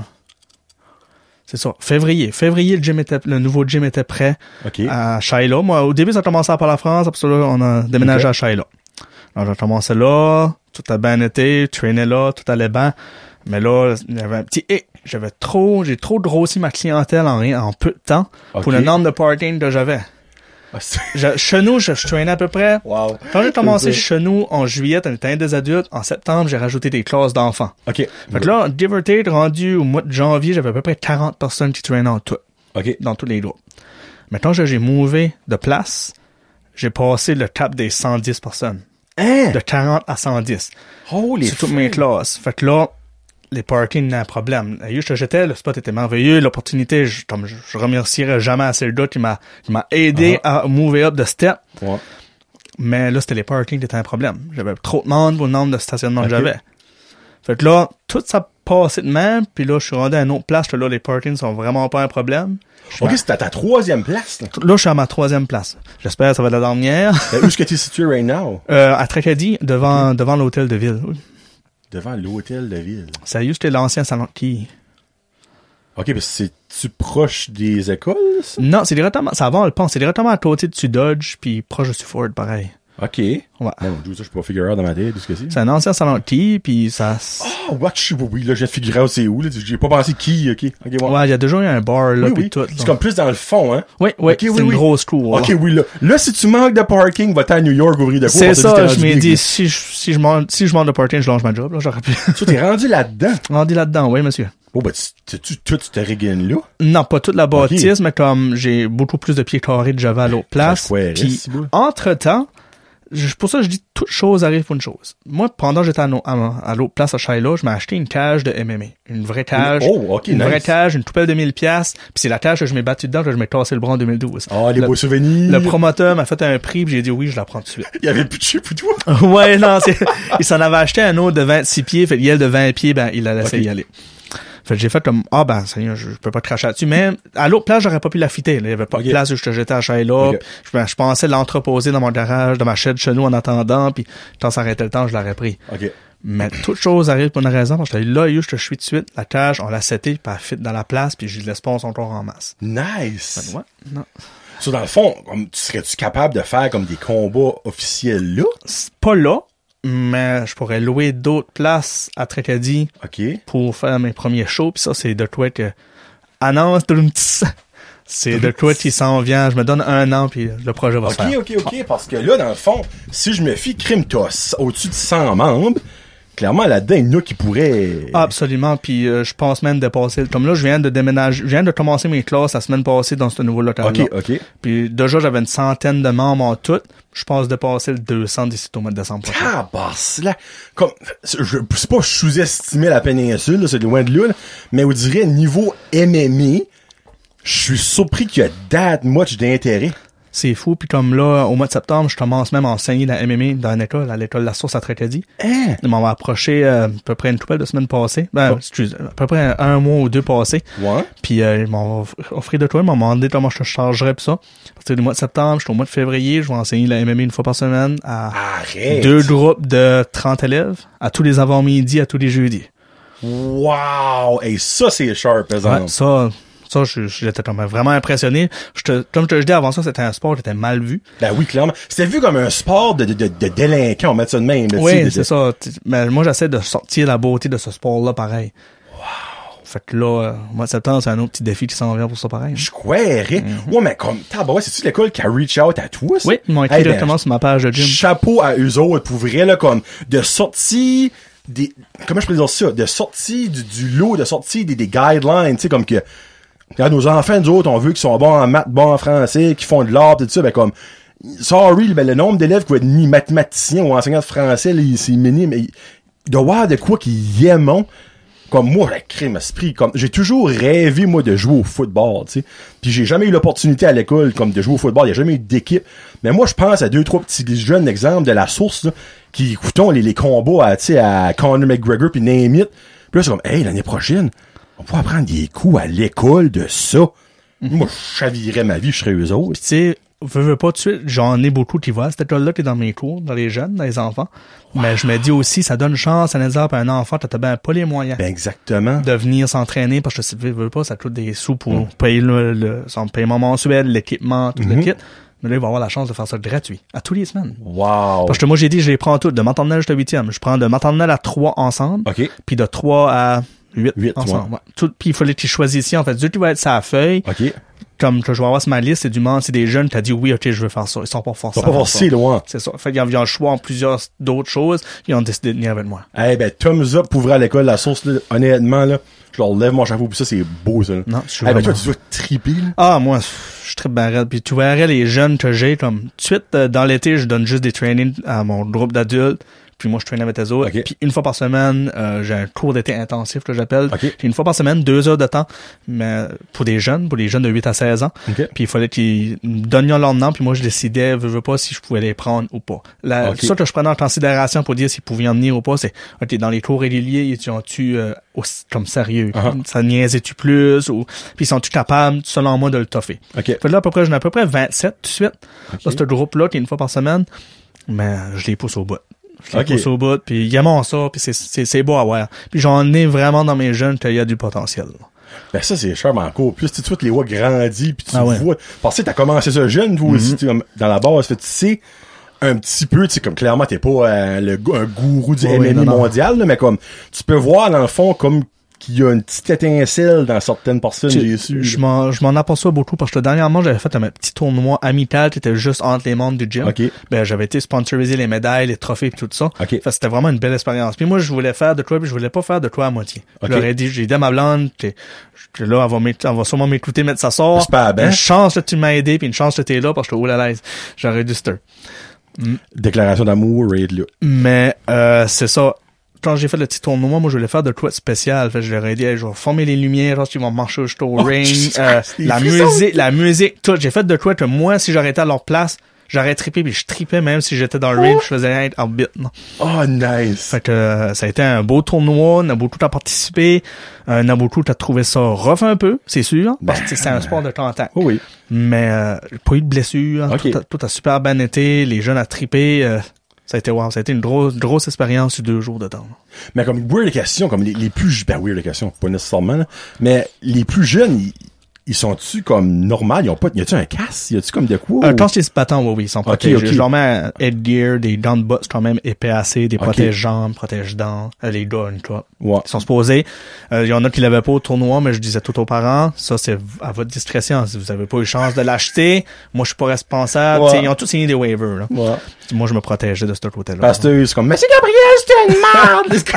C'est ça. Février. Février, le gym était, le nouveau gym était prêt OK. à Shaila. Moi, au début, ça commençait par la France, après ça, là, on a déménagé Ok. à Shaila. Alors, j'ai commencé là, tout a bien été, traîné là, tout allait bien. Mais là, il y avait un petit hic. J'avais trop, j'ai trop grossi ma clientèle en rien, en peu de temps, pour Ok. le nombre de parking que j'avais. Ah, c'est- Je- chez nous, je, je traînais à peu près. Wow. Quand j'ai commencé C'est chez nous, en juillet, on était un des adultes. En septembre, j'ai rajouté des classes d'enfants. OK. Fait que là, give or take, rendu au mois de janvier, j'avais à peu près quarante personnes qui traînaient en tout, OK. dans tous les groupes. Maintenant que j'ai mouvé de place, j'ai passé le cap des cent dix personnes. Hein? De quarante à cent dix. Holy C'est toutes mes classes. Fait que là, les parkings, n'a un problème. Là, je j'étais, le spot était merveilleux, l'opportunité, je, comme je, je remercierai jamais assez le gars qui m'a, qui m'a aidé Uh-huh. à move up de step. Ouais. Mais là, c'était les parkings qui étaient un problème. J'avais trop de monde pour le nombre de stationnements Ok. que j'avais. Fait que là, tout ça passait de même, puis là, je suis rendu à une autre place, que là, les parkings sont vraiment pas un problème. Je suis OK, à- c'était à ta troisième place, là. Là, je suis à ma troisième place. J'espère que ça va être la dernière. Ben, où est-ce que t'es situé right now? Euh, à Tracadie, devant, devant l'hôtel de ville. Oui. Devant l'hôtel de ville. Ça y est, c'était l'ancien salon de quilles. OK, ben, c'est-tu proche des écoles, ça? Non, c'est directement, ça va, on le pense, c'est directement à côté de Sudodge, puis proche de Suford, pareil. OK. Ouais. Bon, je ça, je peux pas figure out dans ma tête, ce que c'est. C'est un ancien salon de quilles, puis ça... Oh, watch, oui, oui, là, j'ai figuré out c'est où, là. J'ai pas pensé qui, OK. OK, ouais. Ouais, il y a déjà eu un bar, là, Oui, puis oui. tout. C'est là. comme plus dans le fond, hein. Oui, oui, Ok, c'est oui, une oui. grosse cour. OK, oui, là. Là, si tu manques de parking, va-t'en à New York ouvrir de quoi? C'est pour te dire ça, que t'es je rendu m'ai big, dit, là. si je, si je manque, si je manque de parking, je lâche ma job, là, j'aurais pu. Ça, t'es rendu là-dedans. Rendu là-dedans, oui, monsieur. Oh, ben, tu, tu, tout, tu te régales là. Non, pas toute la bâtisse, mais comme j'ai beaucoup plus de pieds carrés que j'avais à l'autre place. se croirait, Puis, si beau. entre-temps, je, pour ça, je dis toute chose arrive pour une chose. Moi, pendant que j'étais à, no, à, à l'autre place à Shiloh, je m'ai acheté une cage de M M A. Une vraie cage. Oh, ok, Une nice. vraie cage, une toupelle de mille piastres. Puis c'est la cage que je m'ai battu dedans, que je m'ai tassé le bras en deux mille douze. Oh, les le, beaux souvenirs. Le promoteur m'a fait un prix, puis j'ai dit oui, je la prends tout de suite. Il y avait plus de chip pour toi. Ouais, non, c'est, il s'en avait acheté un autre de vingt-six pieds, fait l'hiel de vingt pieds, ben, il a laissé okay. y aller. Fait que j'ai fait comme, ah ben, ça y est, je, je peux pas te cracher là-dessus, mais à l'autre place, j'aurais pas pu la fitter, là. Il y avait pas okay. de place où je te jetais à Shiloh. Okay. Je, je pensais l'entreposer dans mon garage, dans ma chaîne chez nous en attendant, puis quand ça arrêtait le temps, je l'aurais pris. Okay. Mais toute chose arrive pour une raison, parce que là, je te suis tout de suite, la cage, on l'a seté, puis elle fit dans la place, puis je laisse pas son tour en masse. Nice! Ouais, non. So, dans le fond, comme, serais-tu capable de faire comme des combats officiels là? C'est pas là. Mais je pourrais louer d'autres places à Tracadie okay. pour faire mes premiers shows. Puis ça, c'est de quoi que... Annonce, c'est de quoi qui s'en vient. Je me donne un an, puis le projet va okay, se faire. OK, OK, OK. Parce que là, dans le fond, si je me fie crime tos au-dessus de cent membres, clairement, là-dedans, il y en a qui pourraient... Ah, absolument. Puis euh, je pense même dépasser. Comme là, je viens de déménager... Je viens de commencer mes classes la semaine passée dans ce nouveau local-là. OK, OK. Puis déjà, j'avais une centaine de membres en tout. Je pense dépasser le deux cents d'ici au mois de décembre prochain. Ah, bah, c'est là. Comme, je, c'est pas sous-estimer la péninsule, là, c'est loin de là, là, mais on dirait niveau M M A, je suis surpris qu'il y a that much d'intérêt. C'est fou, puis comme là, au mois de septembre, je commence même à enseigner la M M A dans une école, à l'école La Source à Tracadie. Hein? Ils m'ont approché euh, à peu près une toupelle de semaine passée. Ben, oh. excuse, à peu près un, un mois ou deux passés. Ouais. Puis euh, ils m'ont offert de toi, ils m'ont demandé comment je te chargerais pis ça. À partir du mois de septembre, jusqu'au mois de février, je vais enseigner la M M A une fois par semaine à Arrête. deux groupes de trente élèves, à tous les avant-midi, à tous les jeudis. Wow! Et ça, c'est sharp, par exemple. Ouais, ça... Ça, j'étais vraiment impressionné. Je te, comme je te dis avant ça, c'était un sport qui était mal vu. Ben oui, clairement. C'était vu comme un sport de, de, de, de délinquant, on met ça de même. Là, oui, c'est de... ça. Mais moi, j'essaie de sortir la beauté de ce sport-là, pareil. Wow! Fait que là, euh, au mois de septembre, c'est un autre petit défi qui s'en vient pour ça, pareil. Je croirais. Mm-hmm. Ouais, mais comme, t'as, bah ouais, c'est-tu l'école qui a reach out à toi, ça? Oui, ils m'ont écrit hey, directement ben, sur ma page de gym. Chapeau à eux autres, pour vrai, là, comme, de sortir des, comment je peux dire ça? De sortir du, du lot, de sortir des, des guidelines, tu sais, comme que, quand nos enfants, nous autres, on veut qu'ils sont bons en maths, bons en français, qu'ils font de l'art, tout ça, ben comme, sorry, ben le nombre d'élèves qui vont être ni mathématiciens ou enseignants de français, là, c'est minime, mais il doit y avoir de quoi qu'ils aiment, comme moi, la crème esprit, comme, j'ai toujours rêvé, moi, de jouer au football, tu sais, puis j'ai jamais eu l'opportunité à l'école, comme, de jouer au football, il y a jamais eu d'équipe, mais moi, je pense à deux, trois petits jeunes exemples de la source, là, qui écoutons les, les combats, à, tu sais, à Conor McGregor puis name it, puis là, c'est comme, hey, l'année prochaine, on pourrait apprendre des coups à l'école de ça. Mm-hmm. Moi, je chavirais ma vie, je serais eux autres. Puis tu sais, veux, veux pas tout de suite, j'en ai beaucoup qui voient à cette école-là qui est dans mes cours, dans les jeunes, dans les enfants. Wow. Mais je me dis aussi, ça donne chance à un exemple à un enfant, t'as ben pas les moyens. Ben exactement. De venir s'entraîner, parce que je veux, veux pas, ça coûte des sous pour mm. payer le, le, son paiement mensuel, l'équipement, tout mm-hmm. le kit. Mais là, il va avoir la chance de faire ça gratuit, à tous les semaines. Wow. Parce que moi, j'ai dit, je les prends toutes, de maternelle jusqu'à huitième. Je prends de maternelle à trois ensemble. OK. Puis de trois à huit, huit ensemble. Ouais. Tout, puis il fallait que tu choisisses, en fait. Dieu, tu vas être sa feuille. OK. Comme que je vais avoir sur ma liste, c'est du monde, c'est des jeunes, t'as dit oui, ok, je veux faire ça. Ils sont pas forcés. Ils sont pas forcés, loin. C'est ça. Fait qu'ils ont le choix en plusieurs d'autres choses. Ils ont décidé de venir avec moi. Eh hey, ben, thumbs up pour ouvrir à l'école La Source, là. Honnêtement, là. Je leur lève mon chapeau, puis ça, c'est beau, ça. Là. Non, je suis hey, vraiment... ben, toi, tu dois triper, là. Ah, moi, je tripe bien raide. Puis tu verrais les jeunes que j'ai, comme, tout de suite, euh, dans l'été, je donne juste des trainings à mon groupe d'adultes. Puis moi, je traîne avec tes autres. Okay. Puis une fois par semaine, euh, j'ai un cours d'été intensif que j'appelle. Okay. Puis une fois par semaine, deux heures de temps, mais pour des jeunes, pour les jeunes de huit à seize ans. Okay. Puis il fallait qu'ils me donnent leur nom, puis moi, je décidais, veux, veux pas, si je pouvais les prendre ou pas. La, okay. Ça que je prenais en considération pour dire s'ils pouvaient en venir ou pas, c'est, ok, dans les cours réguliers, ils ont-tu euh, aussi, comme sérieux? Uh-huh. Ça niaisait-tu plus? Ou puis ils sont-tu capables, selon moi, de le toffer? Okay. Fait là, à peu près, j'en ai à peu près vingt-sept tout de suite. Okay. Là, ce groupe-là, qui est une fois par semaine, mais je les pousse au bout. Je les okay. pousse au bout, puis ils aiment ça, puis c'est, c'est, c'est beau à voir. Puis j'en ai vraiment dans mes jeunes qu'il y a du potentiel. Ben ça, c'est cher, mais encore plus, tu sais, tu les vois grandir, puis tu ah ouais. vois... Parce que t'as commencé ça jeune, toi mm-hmm. aussi, tu, dans la base, fait, tu sais, un petit peu, tu sais, comme clairement, t'es pas euh, le, un gourou du oh, M M A oui, mondial, là, mais comme, tu peux voir, dans le fond, comme qu'il y a une petite étincelle dans certaines personnes, tu, j'ai su. Je m'en, je m'en aperçois beaucoup parce que dernièrement, j'avais fait un petit tournoi amical qui était juste entre les membres du gym. Okay. Ben, j'avais été sponsorisé les médailles, les trophées et tout ça. Okay. Fait, c'était vraiment une belle expérience. Puis moi, je voulais faire de toi, puis je voulais pas faire de toi à moitié. Okay. Je leur ai dit, j'ai dit à ma blonde, que là, elle va, elle va sûrement m'écouter, mettre sa sort. C'est pas bien. Une chance que tu m'as aidé, puis une chance que t'es là parce que oh là là, j'aurais dû stir. Mm. Déclaration d'amour, raid là. Mais euh, c'est ça. Quand j'ai fait le petit tournoi, moi je voulais faire de quoi de spécial. Fait que je leur ai dit, hey, je vais former les lumières, genre, ils vont marcher jusqu'au Oh, ring, Jesus euh, Christ, la il fait musique, la musique, tout. J'ai fait de quoi que moi, si j'aurais été à leur place, j'aurais trippé, puis je trippais même si j'étais dans le ring, je faisais rien en bit. Non. Oh, nice. Fait que euh, ça a été un beau tournoi, Nabucco a participé, euh, Nabucco a trouvé ça rough un peu, c'est sûr, parce que c'est un sport de contact. Oh oui. Mais euh, pas eu de blessure, Okay. tout, a, tout a super bien été, les jeunes a trippé, euh, ça a été wow, ça a été une grosse grosse expérience sur deux jours de temps. Mais comme weird question, comme les, les plus, ben weird question, pas nécessairement, là, mais les plus jeunes, ils, ils sont-tu comme normal? Ils ont pas, y a-tu un casque? Y a-tu comme de quoi? Euh, ou... quand c'est battant, oui, oui, ils sont protégés. okay. Je leur mets un headgear, des dents de bottes quand même épais, des Okay. protège-jambes, protège-dents, euh, les guns, quoi. Ouais. Ils sont supposés. Il euh, y en a qui l'avaient pas au tournoi, mais je disais tout aux parents, ça c'est à votre discrétion. Si vous avez pas eu chance de l'acheter, moi je suis pas responsable. Ouais. Ils ont tous signé des waivers. Là. Ouais. Moi je me protégeais de ce côté-là. Parce que c'est comme, mais c'est Gabriel, c'est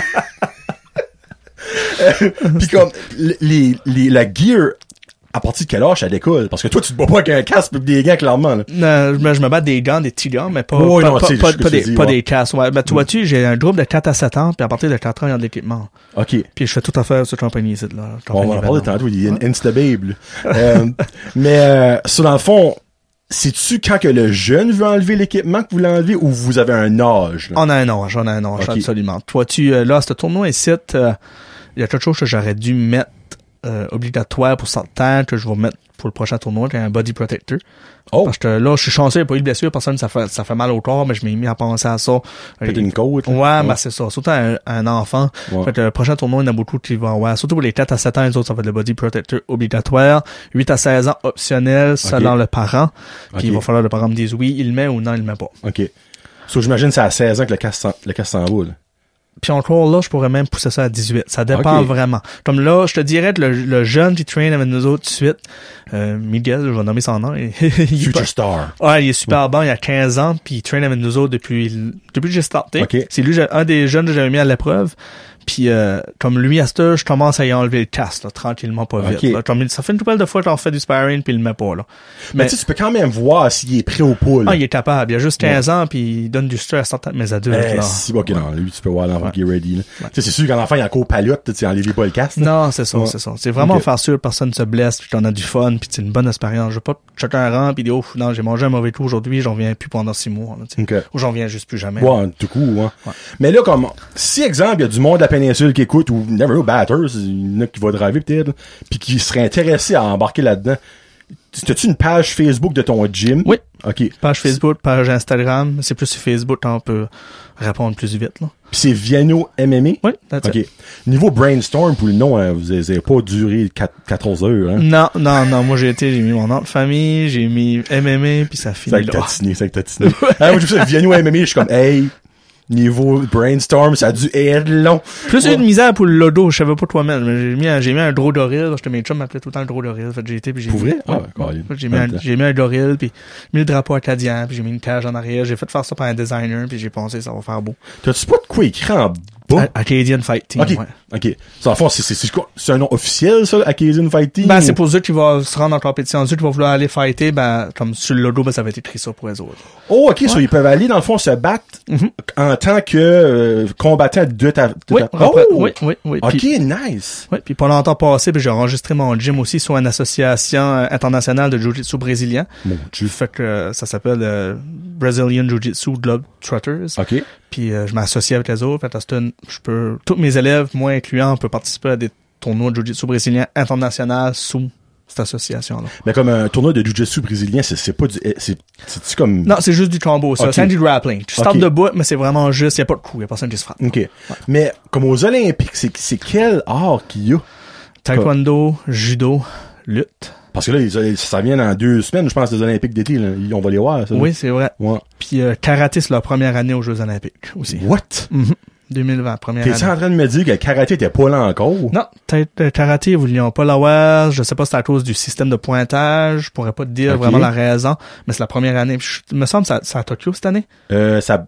une merde! Pis comme, les, les, la gear, à partir de quel âge ça décolle? Parce que toi, tu te bats pas avec un casque pis des gants, clairement, là. Non, je me, je me bats des gants, des petits gants, mais pas, Oh, pas, non, pas, c'est pas, ce que pas tu des, dis, pas ouais. des casques. Ouais. Ben, tu vois-tu, j'ai un groupe de quatre à sept ans, puis à partir de quatre ans, il y a de l'équipement. OK. Puis je fais tout à faire sur compagnie ici, là. On va en parler Compagnie tantôt, il y a une Instababe, euh, mais, euh, ça, dans le fond, c'est-tu quand que le jeune veut enlever l'équipement que vous l'enlevez ou vous avez un âge, là? On a un âge, on a un âge, Okay. absolument. Toi, tu, euh, là, ce tournoi ici, euh, il y a quelque chose que j'aurais dû mettre euh, obligatoire pour certains, que je vais mettre pour le prochain tournoi, c'est un body protector. Oh! Parce que là, je suis chanceux, il n'y a pas eu de blessure, personne, ça fait, ça fait mal au corps, mais je m'ai mis à penser à ça. Peut-être une côte, là. Ouais, ben c'est ça. Surtout un, un enfant. Ouais. Fait que le prochain tournoi, il y en a beaucoup qui vont avoir. Surtout pour les quatre à sept ans, les autres, ça va être le body protector obligatoire. huit à seize ans, optionnel, selon le parent. Puis Ok. il va falloir que le parent me dise oui, il le met ou non, il le met pas. OK. So, j'imagine que c'est à seize ans que le casque s'en, le casque s'en va, là. Puis encore là, je pourrais même pousser ça à dix-huit. Ça dépend Ok. vraiment. Comme là, je te dirais que le, le jeune qui traîne avec nous autres tout de suite, euh, Miguel, je vais nommer son nom. il est Future pas- Star. Ouais, il est super bon, il a quinze ans, puis il traîne avec nous autres depuis depuis que j'ai starté. Ok. C'est lui, j'ai- un des jeunes que j'avais mis à l'épreuve. Puis euh, comme lui, à cette heure, je commence à y enlever le casque, là, tranquillement, pas vite. Ok. Là. Comme, ça fait une couple de fois qu'on fait du sparring, puis il le met pas. Là. Mais, Mais tu sais, tu peux quand même voir s'il est prêt au pool. ah, il est capable. Il a juste quinze ans, puis il donne du stress à certains de mes adultes. Eh, là. si, ok, non, lui, tu peux voir l'enfant Ouais. qui est ready, là. Ouais. Tu sais, c'est sûr qu'un enfant, il a encore palotte, tu sais, enlève pas le casque, là. Non, c'est ça, Ouais. c'est ça. C'est vraiment Ok. faire sûr que personne se blesse, puis qu'on a du fun, puis c'est une bonne expérience. Je veux pas chacun rentre, puis dire, oh, non, j'ai mangé un mauvais coup aujourd'hui, j'en viens plus pendant six mois. Là, tu sais. Ok. Ou j'en viens juste plus jamais. Ouais, tout coup, ouais. Ouais. Mais là, comme, si, exemple, il y a du monde de la péninsule qui écoute, ou never know, batters, il y en a qui va driver peut-être, là, pis qui serait intéressé à embarquer là-dedans. T'as-tu une page Facebook de ton gym? Oui. OK. Page Facebook, page Instagram. C'est plus sur Facebook qu'on peut répondre plus vite. Là. Pis c'est Viano M M A? Oui, that's OK. it. Niveau brainstorm, pour le nom, hein, vous avez pas duré quatorze heures, hein? Non, non, non. Moi, j'ai été, j'ai mis mon nom de famille, j'ai mis M M A, puis ça C'est finit avec là. tatiné, c'est avec tatiné. Ah, moi, je sais, Viano M M A, je suis comme, hey, niveau brainstorm, ça a dû être long. Plus Ouais. une misère pour le lodo, je savais pas toi même. J'ai mis un, j'ai mis un gros doril, parce que mes chums m'appelaient tout le temps le gros doril. Fait que j'ai été, puis j'ai Pour mis, vrai? Ah, ouais, ouais, ouais. Colin. Fait que j'ai mis un, j'ai mis un doril, puis mis le drapeau acadien, puis j'ai mis une cage en arrière. J'ai fait faire ça par un designer, puis j'ai pensé ça va faire beau. T'as-tu pas de quoi écrire en bas? A- Acadian Fight Team, OK. ouais. OK. Ça, en fond, c'est, c'est, c'est quoi? C'est un nom officiel, ça, Acadian Fight Team? Ben, ou- c'est pour ceux qui vont se rendre en compétition. Ceux qui vont vouloir aller fighter, ben, comme sur le logo, ben, ça va être écrit ça pour les autres. Oh, OK, so, ils peuvent aller, dans le fond, se battre Mhm. en tant que euh, combattant de ta... de Oui, ta- repre- Oh! oui, oui, oui. OK, Puis, nice. oui, puis pendant longtemps passé, puis j'ai enregistré mon gym aussi sur une association euh, internationale de Jiu-Jitsu brésilien. Mon Dieu. Fait que euh, ça s'appelle euh, Brazilian Jiu-Jitsu Globetrotters. OK. Puis euh, je m'associe avec les autres. Fait que c'est une- je peux, tous mes élèves, moi incluant, peuvent participer à des tournois de Jiu-Jitsu brésilien international sous cette association-là. Mais comme un tournoi de Jiu-Jitsu brésilien, c'est, c'est pas du... C'est, c'est-tu comme... Non, c'est juste du combo, ça. Ok. C'est du grappling. Tu startes Ok. debout, mais c'est vraiment juste, il n'y a pas de coup, il n'y a personne qui se frappe. OK. Mais, comme aux Olympiques, c'est, c'est quel art qu'il y a? Taekwondo, judo, lutte. Parce que là, les- ça vient dans deux semaines, je pense, des Olympiques d'été, là. On va les voir, ça. là. Oui, c'est vrai. Ouais. Puis euh, karaté, c'est leur première année aux Jeux Olympiques aussi. What? Mhm. deux mille vingt, première T'es-tu année. en train de me dire que le karaté était pas là encore? Non, peut-être le karaté, ils voulions pas l'avoir. Je sais pas si c'est à cause du système de pointage. Je pourrais pas te dire Ok. vraiment la raison. Mais c'est la première année. Je- Il me semble que c'est à- c'est à Tokyo cette année. Euh, ça...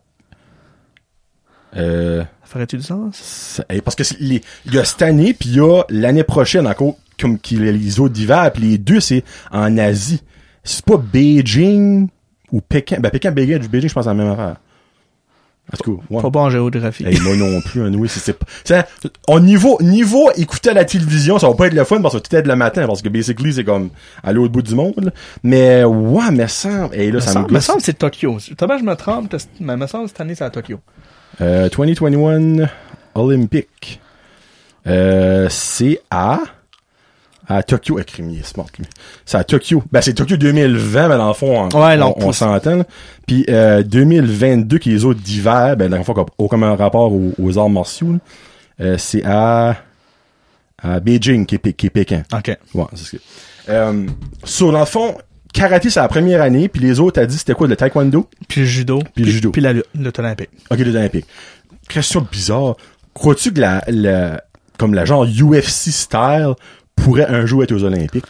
Euh... Ça ferait-tu du sens? ça- eh, parce que c'est les- il y a cette année, puis il y a l'année prochaine encore, comme qu'il y a les autres d'hiver, puis les deux, c'est en Asie. C'est pas Beijing ou Pékin. Ben, Pékin, Beijing, Beijing, je pense à la même affaire. En tout cas, ouais. Pas bon en géographie. Hey, moi non plus, hein, oui, c'est, c'est, c'est, au niveau, niveau écouter à la télévision, ça va pas être le fun parce que tout est le matin, parce que basically, c'est comme à l'autre bout du monde, là. Mais, ouais, mais ça, et là, me ça semble, me me semble que c'est Tokyo. Thomas, je me trompe, mais me semble que cette année, c'est à Tokyo. Euh, vingt vingt et un Olympique. Euh, c'est à, à Tokyo. Eh, crime, il est smart, lui. C'est à Tokyo. Ben, c'est Tokyo deux mille vingt, mais dans le fond, on, ouais, on, on s'entend, là. Puis, euh, deux mille vingt-deux, qui est les autres d'hiver, ben, dans le fond, aucun rapport aux, aux arts martiaux, là. Euh, c'est à, à Beijing, qui est, qui est Pékin. OK. Ouais, c'est ce que, euh, sur, dans le fond, karaté, c'est la première année, puis les autres, t'as dit, c'était quoi, le taekwondo? Puis le judo. Puis le judo. Puis la lutte, lutte olympique. OK, lutte olympique. Question bizarre. Crois-tu que la, la, comme la genre U F C style pourrait un jour être aux Olympiques?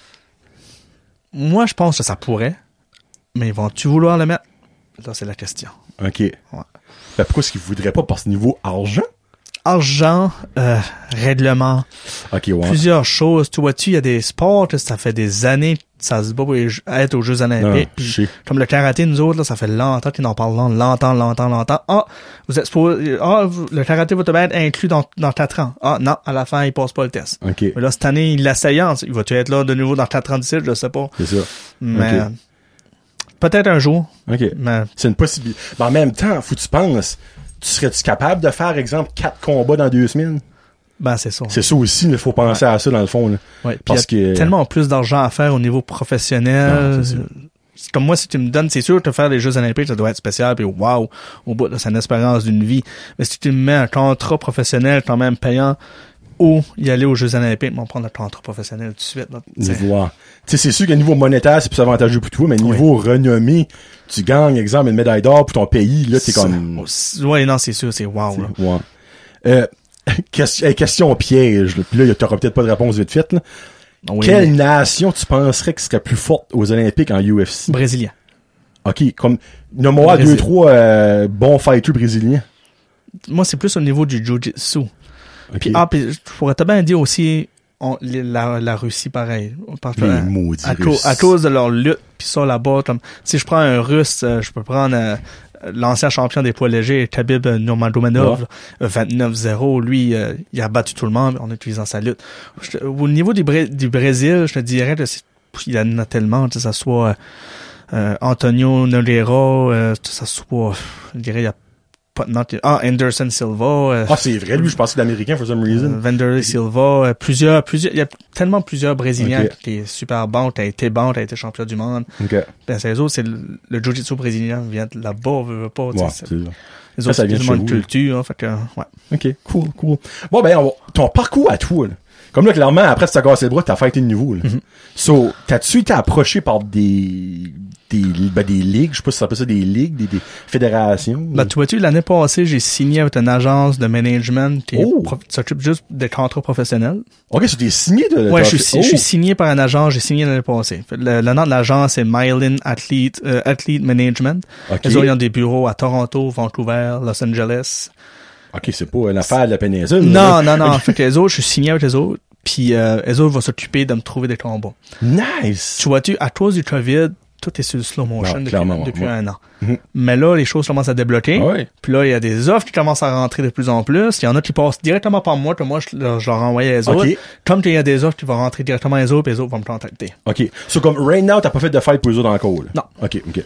Moi, je pense que ça pourrait. Mais vont-tu vouloir le mettre? Là, c'est la question. OK. Ouais. Ben, pourquoi est-ce qu'ils voudraient pas? Parce que niveau argent? Argent, euh, règlement, OK, ouais. plusieurs choses. Tu vois-tu, il y a des sports, ça fait des années ça se bat pour être aux Jeux olympiques. Non, je sais. Comme le karaté, nous autres, là, ça fait longtemps qu'ils en parlent longtemps, longtemps, longtemps. Ah, vous êtes supposé, ah, vous, le karaté va te être inclus dans, dans quatre ans. Ah, non, à la fin, il passe pas le test. OK. Mais là, cette année, il l'essaye. Il va-tu être là de nouveau dans quatre ans d'ici? Je sais pas. C'est ça. Mais, okay. peut-être un jour. OK. Mais, c'est une possibilité. Mais en même temps, faut que tu penses, tu serais-tu capable de faire, exemple, quatre combats dans deux semaines? Ben, c'est ça. C'est ça aussi, il faut penser ouais. à ça, dans le fond, là. Ouais. Parce qu'il y a que... tellement plus d'argent à faire au niveau professionnel. Non, c'est comme moi, si tu me donnes, c'est sûr, te faire les Jeux olympiques, ça doit être spécial, puis wow, au bout de c'est une espérance d'une vie. Mais si tu me mets un contrat professionnel quand même payant, ou y aller aux Jeux olympiques, on va prendre le contrat professionnel tout de suite. Tu sais, c'est sûr qu'à niveau monétaire, c'est plus avantageux pour toi, mais niveau oui. renommée, tu gagnes, exemple, une médaille d'or pour ton pays, là, t'es comme... Ouais, non, c'est sûr, c'est wow, là. Ouais. Euh, question, question piège, là. Puis là, t'auras peut-être pas de réponse vite faite, là. Oui, Quelle oui. nation tu penserais qui serait plus forte aux Olympiques en U F C? Brésilien. OK, comme, nomme-moi deux, trois euh, bons fighters brésiliens. Moi, c'est plus au niveau du jiu-jitsu. Okay. Puis, ah, puis, je pourrais te bien dire aussi, on, la, la Russie, pareil. Parce que, à, à, cause, à cause de leur lutte, puis ça, là-bas, comme, si je prends un Russe, euh, je peux prendre euh, l'ancien champion des poids légers, Khabib Nurmagomedov, ouais. vingt-neuf zéro, lui, euh, il a battu tout le monde en utilisant sa lutte. Je, au niveau du, Bré, du Brésil, je te dirais, là, il y en a tellement, que ça soit euh, Antonio Nogueira, euh, que ça soit, je dirais, il y a Not, ah, Anderson Silva. Euh, ah, c'est vrai, lui, je pensais que l'Américain, for some reason. Euh, Vanderlei Silva, euh, plusieurs, plusieurs, il y a tellement plusieurs Brésiliens okay. qui est super bon, qui a été bon, qui a été champion du monde. Okay. Ben, c'est les autres, c'est le, le jiu-jitsu brésilien vient de là-bas, veut, veut pas, ouais, c'est, c'est les autres, ça, ça c'est une culture, hein, fait que, ouais. OK, cool, cool. Bon, ben, on va, ton parcours à toi, là. Comme là, clairement, après, tu t'as cassé le bras, t'as fighté de nouveau, là. Mm-hmm. So, t'as-tu été approché par des, des, ben, des ligues, je sais pas si ça s'appelle ça, des ligues, des, des fédérations? Ben, tu vois-tu, l'année passée, j'ai signé avec une agence de management qui oh. prof- s'occupe juste des contrats professionnels. OK, tu t'es signé de... Ouais, je suis, oh. je suis signé par une agence, j'ai signé l'année passée. Le, le nom de l'agence, c'est Myelin Athlete, euh, Athlete Management. Okay. Ils ont, ils ont des bureaux à Toronto, Vancouver, Los Angeles. OK, c'est pas une affaire de la péninsule. Non, non, non. Fait que les autres, je suis signé avec les autres. Puis euh, les autres vont s'occuper de me trouver des combats. Nice! Tu vois-tu, à cause du COVID, tout est sur le slow motion non, depuis, ouais, depuis ouais. un an. Mm-hmm. Mais là, les choses commencent à débloquer. Ah ouais. Puis là, il y a des offres qui commencent à rentrer de plus en plus. Il y en a qui passent directement par moi, que moi, je, je leur envoie les autres. Okay. Comme il y a des offres qui vont rentrer directement les autres, puis les autres vont me contacter. OK. So, comme right now, t'as pas fait de fight pour les autres encore, là? Non. OK, OK.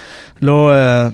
Là, euh,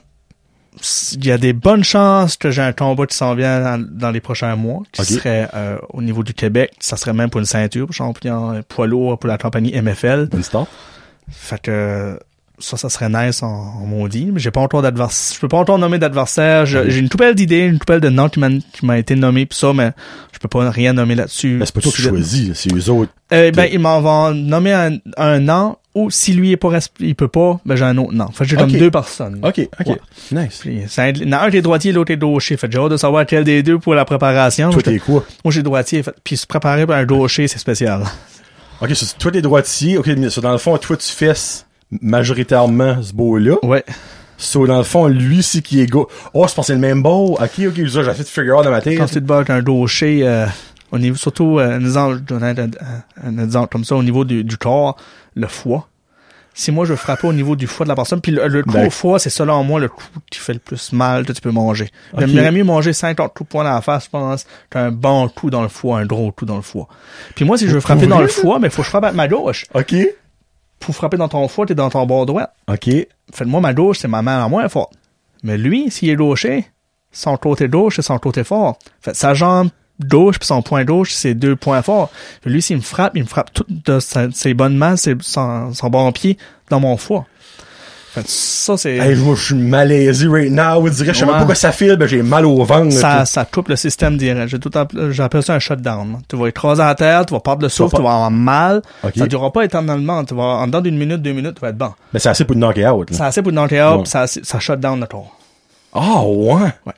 il y a des bonnes chances que j'ai un combat qui s'en vient dans, dans les prochains mois, qui okay. serait euh, au niveau du Québec. Ça serait même pour une ceinture, pour champion poids lourd pour la compagnie M F L. Une star. Fait que ça, ça serait nice en, en maudit. Mais j'ai pas encore d'adversaire. Je peux pas encore nommer d'adversaire. Je, okay. J'ai une toupelle d'idées, une toupelle de noms qui m'a, qui m'a été nommé pis ça, mais je peux pas rien nommer là-dessus. Mais c'est pas toi qui choisis, c'est eux autres. Euh, ben, ils m'en vont nommer un, un nom. Ou si lui est pas resp- il peut pas, ben j'ai un autre nom. Fait que j'ai comme okay. deux personnes. OK, OK. Ouais. Nice. Puis, c'est un, un est droitier, l'autre est gaucher. Fait que j'ai hâte de savoir quel des deux pour la préparation. Toi, t'es quoi? Moi, j'ai droitier. Fait, puis se préparer pour un gaucher, c'est spécial. OK, so, toi, t'es droitier. OK, mais so, dans le fond, toi, tu fesses majoritairement ce beau-là. Ouais. So, dans le fond, lui, c'est qui est gauche. Oh, c'est pensé le même beau. OK, OK, j'ai fait de figure out dans ma tête. Quand tu te bats avec un gaucher, euh, au niveau, surtout, euh, un exemple, un, un exemple comme ça, au niveau du, du corps, le foie. si moi je veux frapper au niveau du foie de la personne, puis le, le coup ben, au foie, c'est selon moi le coup qui fait le plus mal que tu peux manger. Okay. J'aimerais mieux manger cinquante coups de poing dans la face, je pense, qu'un bon coup dans le foie, un gros coup dans le foie. Puis moi, si je veux frapper dans le foie, mais faut que je frappe avec ma gauche. OK. Pour frapper dans ton foie, t'es dans ton bord droit. OK. Faites-moi ma gauche, c'est ma main à moins forte. Mais lui, s'il est gaucher, son côté gauche, c'est son côté fort. Fait sa jambe gauche puis son poing gauche, c'est deux points forts. Puis lui, s'il me frappe, il me frappe tout de sa, ses bonnes mains, ses, son, son bon pied dans mon foie. Fait ça, c'est... Hey, moi, je suis malaisé right now. Je dirais, je sais ouais. même pas quoi ça file, ben j'ai mal au ventre. Ça, ça coupe le système direct. J'ai tout appelé, j'appelle ça un shutdown. Tu vas écraser à terre, tu vas perdre le souffle, tu vas avoir mal. Okay. Ça durera pas éternellement. Tu vas, en dedans d'une minute, deux minutes, tu vas être bon. Mais c'est assez pour te knocker out. C'est assez pour te knocker out, ouais. ça, ça shut down le corps. Ah, oh, ouais? Ouais.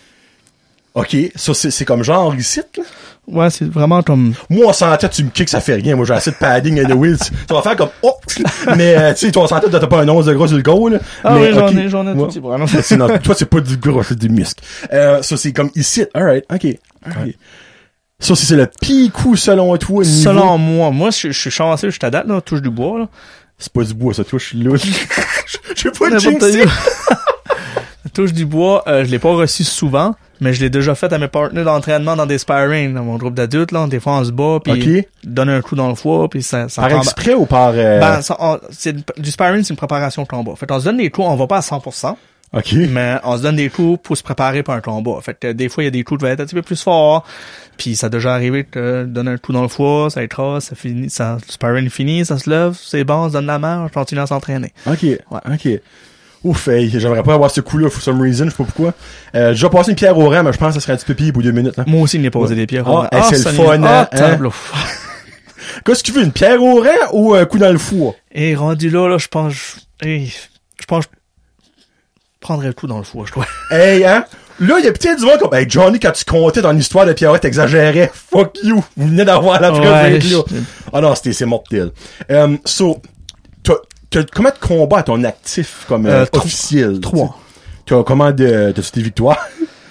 OK. Ça, c'est, c'est comme genre ici, là? Ouais, c'est vraiment comme... Moi, en santé, tu me kicks, ça fait rien. Moi, j'ai assez de padding anyway. tu, tu vas faire comme, oh! Mais, euh, tu sais, toi, en santé, t'as pas un once de gros sur le go, là. Ah mais, oui, j'en okay. ai, j'en ai ouais. tout, vraiment. c'est non, toi, c'est pas du gros, c'est du muscle. Euh, ça, c'est comme ici. Alright, OK. Alright. Ouais. Ça, c'est le pire coup, selon toi, niveau... Selon moi. Moi, je, je suis chanceux, je t'adapte, là, touche du bois, là. C'est pas du bois, ça touche là. Je sais pas de jinxer. Touche du bois, euh, je l'ai pas reçu souvent, mais je l'ai déjà fait à mes partenaires d'entraînement dans des sparring, dans mon groupe d'adultes, là. Des fois, on se bat, puis okay. donne un coup dans le foie, puis ça, ça par prend... exprès ou par... Euh... Ben, ça, on, c'est, du sparring, c'est une préparation de combat. Fait on se donne des coups, on va pas à cent pour cent. OK. Mais on se donne des coups pour se préparer pour un combat. Fait que des fois, il y a des coups qui vont être un petit peu plus forts. Puis ça a déjà arrivé que tu donnes un coup dans le foie, ça écrase, ça finit, ça, le sparring est fini, ça se lève, c'est bon, on se donne la main, on continue à s'entraîner. OK. Ouais. OK. Ouf, hey, j'aimerais pas avoir ce coup-là for some reason, je sais pas pourquoi. Euh, j'ai déjà passé une pierre au rang, mais je pense que ça serait un petit peu pire pour deux minutes. Hein. Moi aussi, il m'est posé ouais. des pierres au rang. Ah, hey, c'est le fun, hein? hein? Qu'est-ce que tu veux, une pierre au rang ou un coup dans le foie? Et rendu là, là, je pense, je, hey, je pense, je prendrais le coup dans le foie, je crois. Hey, hein? Là, il y a peut-être du monde comme, hey, Johnny, quand tu comptais dans l'histoire de Pierrot, t'exagérais. Fuck you. Vous venez d'avoir la preuve, ouais, je... là. Ah non, c'était, c'est mortel. Um, so, t'as, t'as combien de combats à ton actif comme euh, euh, officiel? Trois. T'as combien de, t'as-tu des victoires?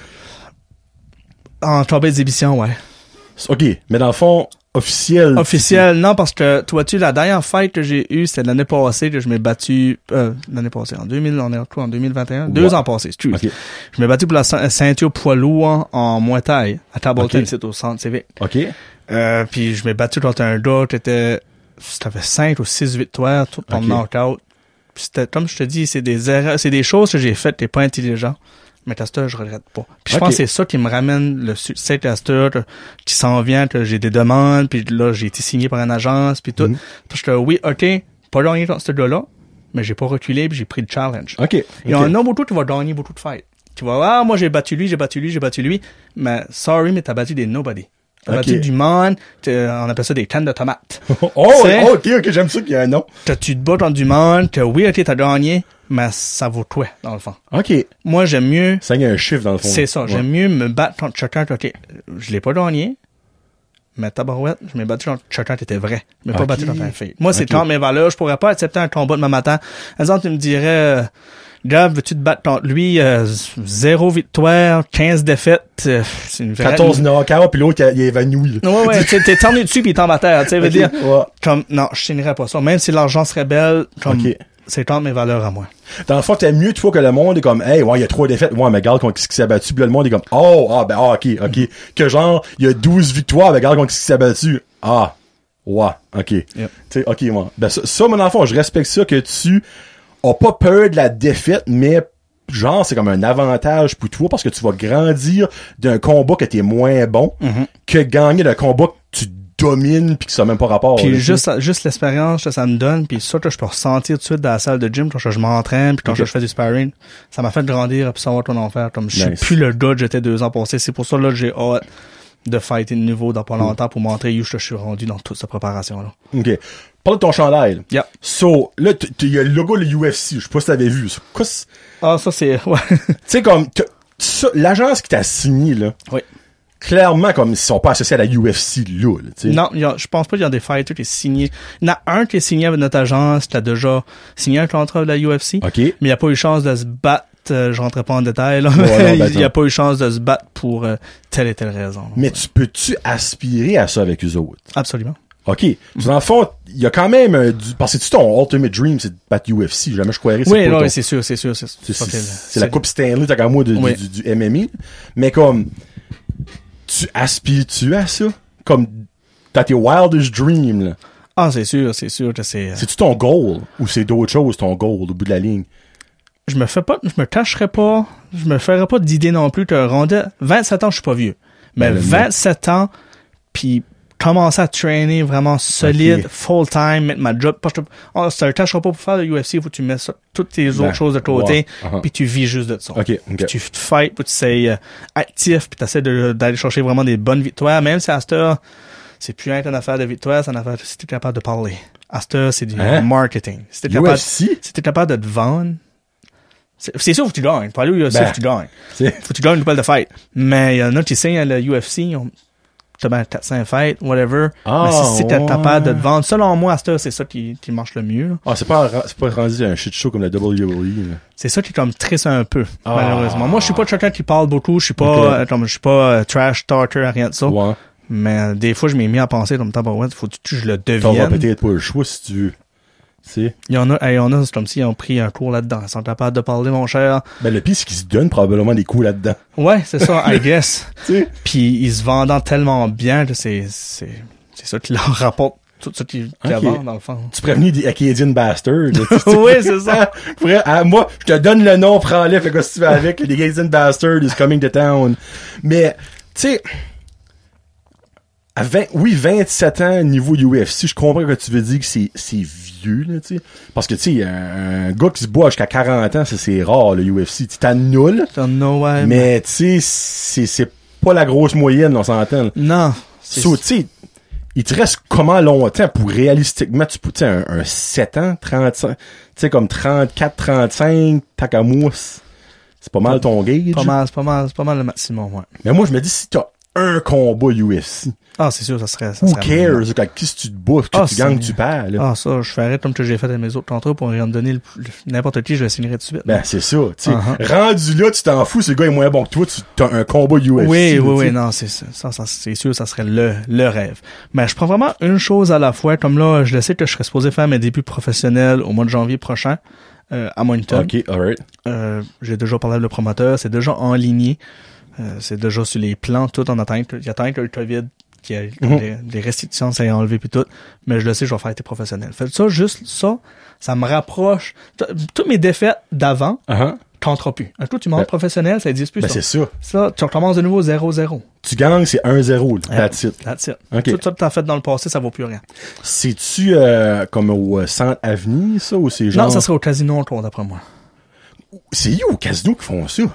En combat d'exhibition, ouais. OK. Mais dans le fond, officiel. Officiel, non, parce que, tu vois-tu, la dernière fight que j'ai eue, c'était l'année passée que je m'ai battu, euh, l'année passée, en deux mille, on est quoi, en deux mille vingt et un? Ouais. Deux ans passés, excuse. Okay. Je m'ai battu pour la ceinture poids lourd en Muay Thai, à Tableton, okay. C'est au centre civique. OK. Euh, puis je m'ai battu contre un gars qui était, c'était cinq ou six victoires, tout en okay. knockout. Puis c'était, comme je te dis, c'est des erreurs, c'est des choses que j'ai faites, t'es pas intelligent. Mais Castor, je regrette pas. Puis je okay. pense que c'est ça qui me ramène le succès Castor, qui s'en vient, que j'ai des demandes, puis là, j'ai été signé par une agence, puis tout. Mm-hmm. Puis je te oui, OK, pas gagné dans ce gars-là, mais j'ai pas reculé, puis j'ai pris le challenge. OK. Il y en a beaucoup qui vont gagner beaucoup de fights. Tu vas ah, moi, j'ai battu lui, j'ai battu lui, j'ai battu lui, mais sorry, mais t'as battu des nobody. T'as okay. battu du monde, on appelle ça des cannes de tomates. oh, oh, OK, OK, j'aime ça qu'il y a un nom. Que tu te bats contre du monde, que oui, OK, t'as gagné, mais ça vaut toi, dans le fond. OK. Moi, j'aime mieux... Ça y a un chiffre, dans le fond. C'est ça. Ouais. J'aime mieux me battre contre chacun. OK, je l'ai pas gagné, mais tabarouette, je m'ai battu contre chacun qui était vrai. Je m'ai okay. pas battu contre un fake. Moi, c'est okay. Contre mes valeurs. Je pourrais pas accepter un combat demain matin. Par exemple, tu me dirais... Euh, Gab, veux-tu te battre contre lui? Euh, zéro victoire, quinze défaites. Euh, c'est une vraie... quatorze knockouts, puis l'autre, il est évanoui. Ouais, ouais, t'es, t'es tourné dessus, puis il tombe à terre. Tu sais, okay. veut dire... Ouais. Comme, non, je signerais pas ça. Même si l'argent serait belle, comme... Okay. C'est contre mes valeurs à moi. Dans le fond, t'aimes mieux, tu vois, que le monde est comme, hey, ouais, il y a trois défaites. Ouais, mais regarde contre qui s'est battu. Puis là, le monde est comme, oh, ah, ben, ah, ok, ok. Mm-hmm. Que genre, il y a douze victoires, mais regarde contre qui s'est battu. Ah, ouais, ok. Yep. Tu sais, ok, moi. Ben, ça, ça, mon enfant, je respecte ça que tu as pas peur de la défaite, mais genre, c'est comme un avantage pour toi parce que tu vas grandir d'un combat que t'es moins bon mm-hmm. que gagner d'un combat que tu domine puis que ça n'a même pas rapport. Puis là, juste, juste l'expérience que ça me donne, puis ça que je peux ressentir tout de suite dans la salle de gym quand je m'entraîne puis quand okay. je fais du sparring, ça m'a fait grandir puis savoir ton enfer. Comme je nice. Suis plus le gars que j'étais deux ans passés. C'est pour ça là que j'ai hâte de fighter de nouveau dans pas longtemps mm. pour montrer où je suis rendu dans toute cette préparation-là. OK. Parle de ton chandail. Là. Yeah. So, là, il y a le logo de l'U F C. Je sais pas si t'avais vu. Ça. Quoi, ah, ça, c'est... Ouais. Tu sais, comme... Ça, l'agence qui t'a signé, là... Oui. Clairement, comme, ils sont pas associés à la U F C, là. là non, y a, je pense pas qu'il y a des fighters qui est signé. Il y en a un qui est signé avec notre agence, qui a déjà signé un contrat avec la U F C. OK. Mais il n'y a pas eu chance de se battre. Euh, je rentrerai pas en détail, là. Ouais, non, il n'y a pas eu chance de se battre pour euh, telle et telle raison. Mais tu peux-tu aspirer à ça avec eux autres? Absolument. OK. Mm-hmm. Dans le fond, il y a quand même euh, du... Parce que tu ton Ultimate Dream, c'est de battre U F C. Jamais je croirais. Oui, non, ton... c'est sûr, c'est sûr. C'est, c'est, c'est, c'est, c'est la Coupe Stanley, t'as comme moi, de, oui. du, du, du M M A. Mais comme, tu aspires-tu à ça? Comme, t'as tes wildest dreams, là. Ah, c'est sûr, c'est sûr que c'est... C'est-tu ton goal? Ou c'est d'autres choses, ton goal, au bout de la ligne? Je me fais pas, je me tâcherais pas, je me ferais pas d'idée non plus que rendu vingt-sept ans, je suis pas vieux. Mais ben, vingt-sept ans, puis commencer à traîner vraiment solide, okay. full-time, mettre ma job. Parce que oh, ça ne tâchera pas pour faire le U F C, il faut que tu mettes ça, toutes tes ben, autres choses de côté, wow. uh-huh. puis tu vis juste de ça. Okay, okay. Puis tu te fights, puis tu sais euh, actif, puis tu essaies de, d'aller chercher vraiment des bonnes victoires, même si à cette heure, c'est plus une affaire de victoire, c'est une affaire si tu es capable de parler. À cette heure, c'est du hein? marketing. Si tu es capable, si capable de te vendre, c'est, c'est sûr, faut que tu gagnes. Pour aller au U F C, ben, faut que tu gagnes. C'est... Faut que tu gagnes une balle de fight. Mais il y en a qui signent à la U F C, on, t'as ben quatre cents fights, whatever. Oh, mais si, si t'es ouais. capable de te vendre, selon moi, à cette heure, c'est ça qui, qui marche le mieux. Là. Ah, c'est pas, c'est pas rendu un shit show comme la W W E, là. C'est ça qui est comme triste un peu, ah. malheureusement. Moi, je suis pas quelqu'un qui parle beaucoup, je suis pas, okay. comme, je suis pas uh, trash talker, rien de ça. Ouais. Mais euh, des fois, je m'ai mis à penser comme tabarouette, faut que je le devienne. T'auras peut-être pas le choix si tu veux. Il y en a, il y en a, c'est comme s'ils ont pris un cours là-dedans. Ils sont capables de parler, mon cher. Ben, le pire, c'est qu'ils se donnent probablement des coups là-dedans. Ouais, c'est ça, I guess. Puis, ils se vendant tellement bien que c'est, c'est, c'est ça qui leur rapporte tout ce qu'ils okay. vendent, dans le fond. Tu prévenais des Acadian Bastards. Oui, c'est ça. Ah, moi, je te donne le nom, prends-le, fais quoi si tu veux avec. Les Acadian Bastards is coming to town. Mais, tu sais, à vingt, oui, vingt-sept ans, niveau U F C, je comprends que tu veux dire que c'est, c'est vieux, là, tu sais. Parce que, tu sais, un, un gars qui se boit jusqu'à quarante ans, c'est, c'est rare, le U F C. Tu t'annules. No way, mais, tu sais, c'est, c'est pas la grosse moyenne, on s'entend. Là. Non. So, tu sais, il te reste comment longtemps pour réalistiquement, tu peux, tu sais, un, un sept ans, trente-cinq, tu sais, comme trente-quatre, trente-cinq, Takamous, c'est pas mal ton gauge. Pas mal, c'est pas mal, c'est pas mal le maximum, ouais. Mais moi, je me dis, si t'as un combat U F C, ah, c'est sûr, ça serait, ça who serait cares? Quand, qui tu te bouffes, que ah, tu gagnes, tu perds, là. Ah, ça, je ferais comme que j'ai fait à mes autres contrats pour me donner le, le, n'importe qui, je le signerais tout de suite. Ben, c'est ça, tu sais. Uh-huh. Rendu là, tu t'en fous, ce gars est moins bon que toi, tu as un combat U F C. Oui, là, oui, oui, non, c'est ça, ça, ça, c'est sûr, ça serait le, le rêve. Mais je prends vraiment une chose à la fois, comme là, je le sais que je serais supposé faire mes débuts professionnels au mois de janvier prochain, euh, à Moncton. OK, alright. Euh, j'ai déjà parlé avec le promoteur, c'est déjà enligné. Euh, c'est déjà sur les plans, tout en attente. Il y a tant que le COVID, qui a mm-hmm. les, les restrictions, ça a enlevé puis tout. Mais je le sais, je vais faire été professionnel. Fait ça, juste ça, ça me rapproche. T- toutes mes défaites d'avant, uh-huh. t'entras plus. Un coup, tu montes ben, professionnel, ça existe plus. Ben ça. c'est ça. Ça, tu recommences de nouveau zéro zéro. Tu gagnes, c'est un zéro. That's it. That's it. Okay. Tout ça que t'as fait dans le passé, ça vaut plus rien. C'est-tu euh, comme au Centre Avenue, ça, ou c'est genre... Non, ça serait au casino encore, d'après moi. C'est où au casino qui font ça?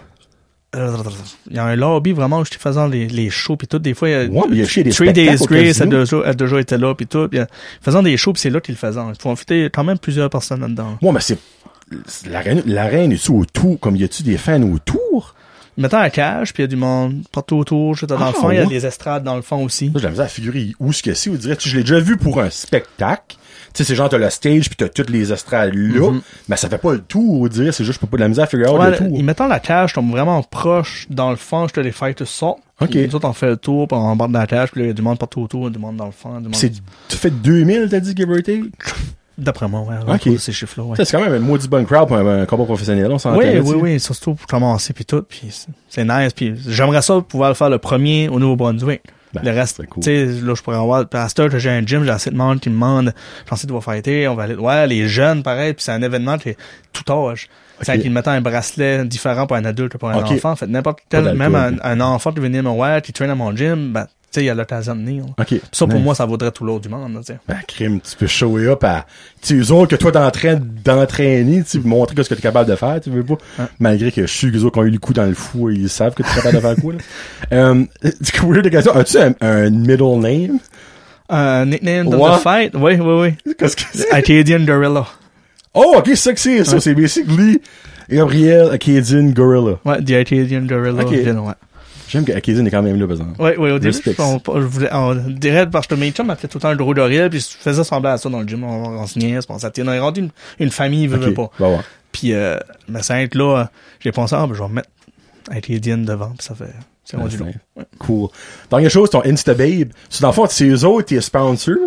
Il y a un lobby vraiment où je te faisant les, les shows pis tout. Des fois, il y a, ouais, il y a chez des Three Days Grace a déjà, a déjà été là pis tout. Il faisant des shows pis c'est là qu'ils le faisaient. Il faut inviter quand même plusieurs personnes là-dedans. Ouais, mais c'est, l'arène, l'arène est-tu autour? Comme y a-tu des fans autour? Mettons un cage, puis il y a du monde partout autour. Dans ah, le fond, il ouais. y a des estrades dans le fond aussi. Là, j'ai la misère à figurer où ce que c'est. On dirait, je l'ai déjà vu pour un spectacle. Tu sais, c'est genre, t'as le stage pis t'as toutes les estrades là, mm-hmm. mais ça fait pas le tour, on dirait, c'est juste, je peux pas de la misère à figurer ouais, le tour. Ils mettent la cage, je tombe vraiment proche dans le fond, je te les fais tous sortent. OK. Nous autres, on fait le tour, pis on embarque dans la cage, pis là, il y a du monde partout autour, du monde dans le fond. Du monde... C'est, tu fais deux mille, t'as dit, give or take? D'après moi, ouais. OK. Ces chiffres-là, ouais. C'est quand même un maudit bon crowd pour un, un combat professionnel, on s'entend. Oui, oui, oui, surtout pour commencer pis tout, pis c'est, c'est nice, pis j'aimerais ça pouvoir le faire le premier au Nouveau-Brunswick. Ben, le reste, cool. Tu sais, là, je pourrais avoir, à cette heure que j'ai un gym, j'ai assez de monde qui me demande, j'en sais, tu vas fighter, on va aller, ouais, les jeunes, pareil, puis c'est un événement qui est tout âge. Okay. C'est qu'ils mettent un bracelet différent pour un adulte que pour un okay. enfant. Fait n'importe quel, même un, un enfant qui venait me voir, qui traîne à mon gym, ben, tu sais, il y a l'occasion de venir. Okay. Ça, pour nice. moi, ça vaudrait tout l'autre du monde, tu sais. Ben, crime, tu peux shower up à, tu sais, eux autres que toi, t'es en train d'entraîner, tu sais, montrer ce que t'es capable de faire, tu veux pas. Hein? Malgré que je suis qu'eux autres qui ont eu le coup dans le fou, ils savent que t'es capable de faire quoi, là. euh, du coup, weird question. As-tu un, un middle name? Un nickname de the fight? Oui, oui, oui. Qu'est-ce que c'est? Acadian Gorilla. Oh, ok, c'est ça que c'est, ça. Ouais. C'est basically Gabriel Acadian Gorilla. Ouais, The Acadian Gorilla. Okay. Bien, ouais. J'aime que Acadian est quand même là, par exemple. Oui, oui, au début, on, on, je voulais, on dirait, parce que mes chums m'appelaient tout le temps le gros d'Oriel, puis je faisais semblant à ça dans le gym, on, on se niaise, on s'attire. On est rendu une, une famille, veut, okay. veut pas. Bah ouais. Puis, euh, mais ça être là, j'ai pensé, ah, ben, je vais mettre Acadian devant, puis ça fait, c'est rendu long. Ouais. Cool. Dernière chose, ton Instababe. C'est dans le fond, c'est eux autres, tes sponsors?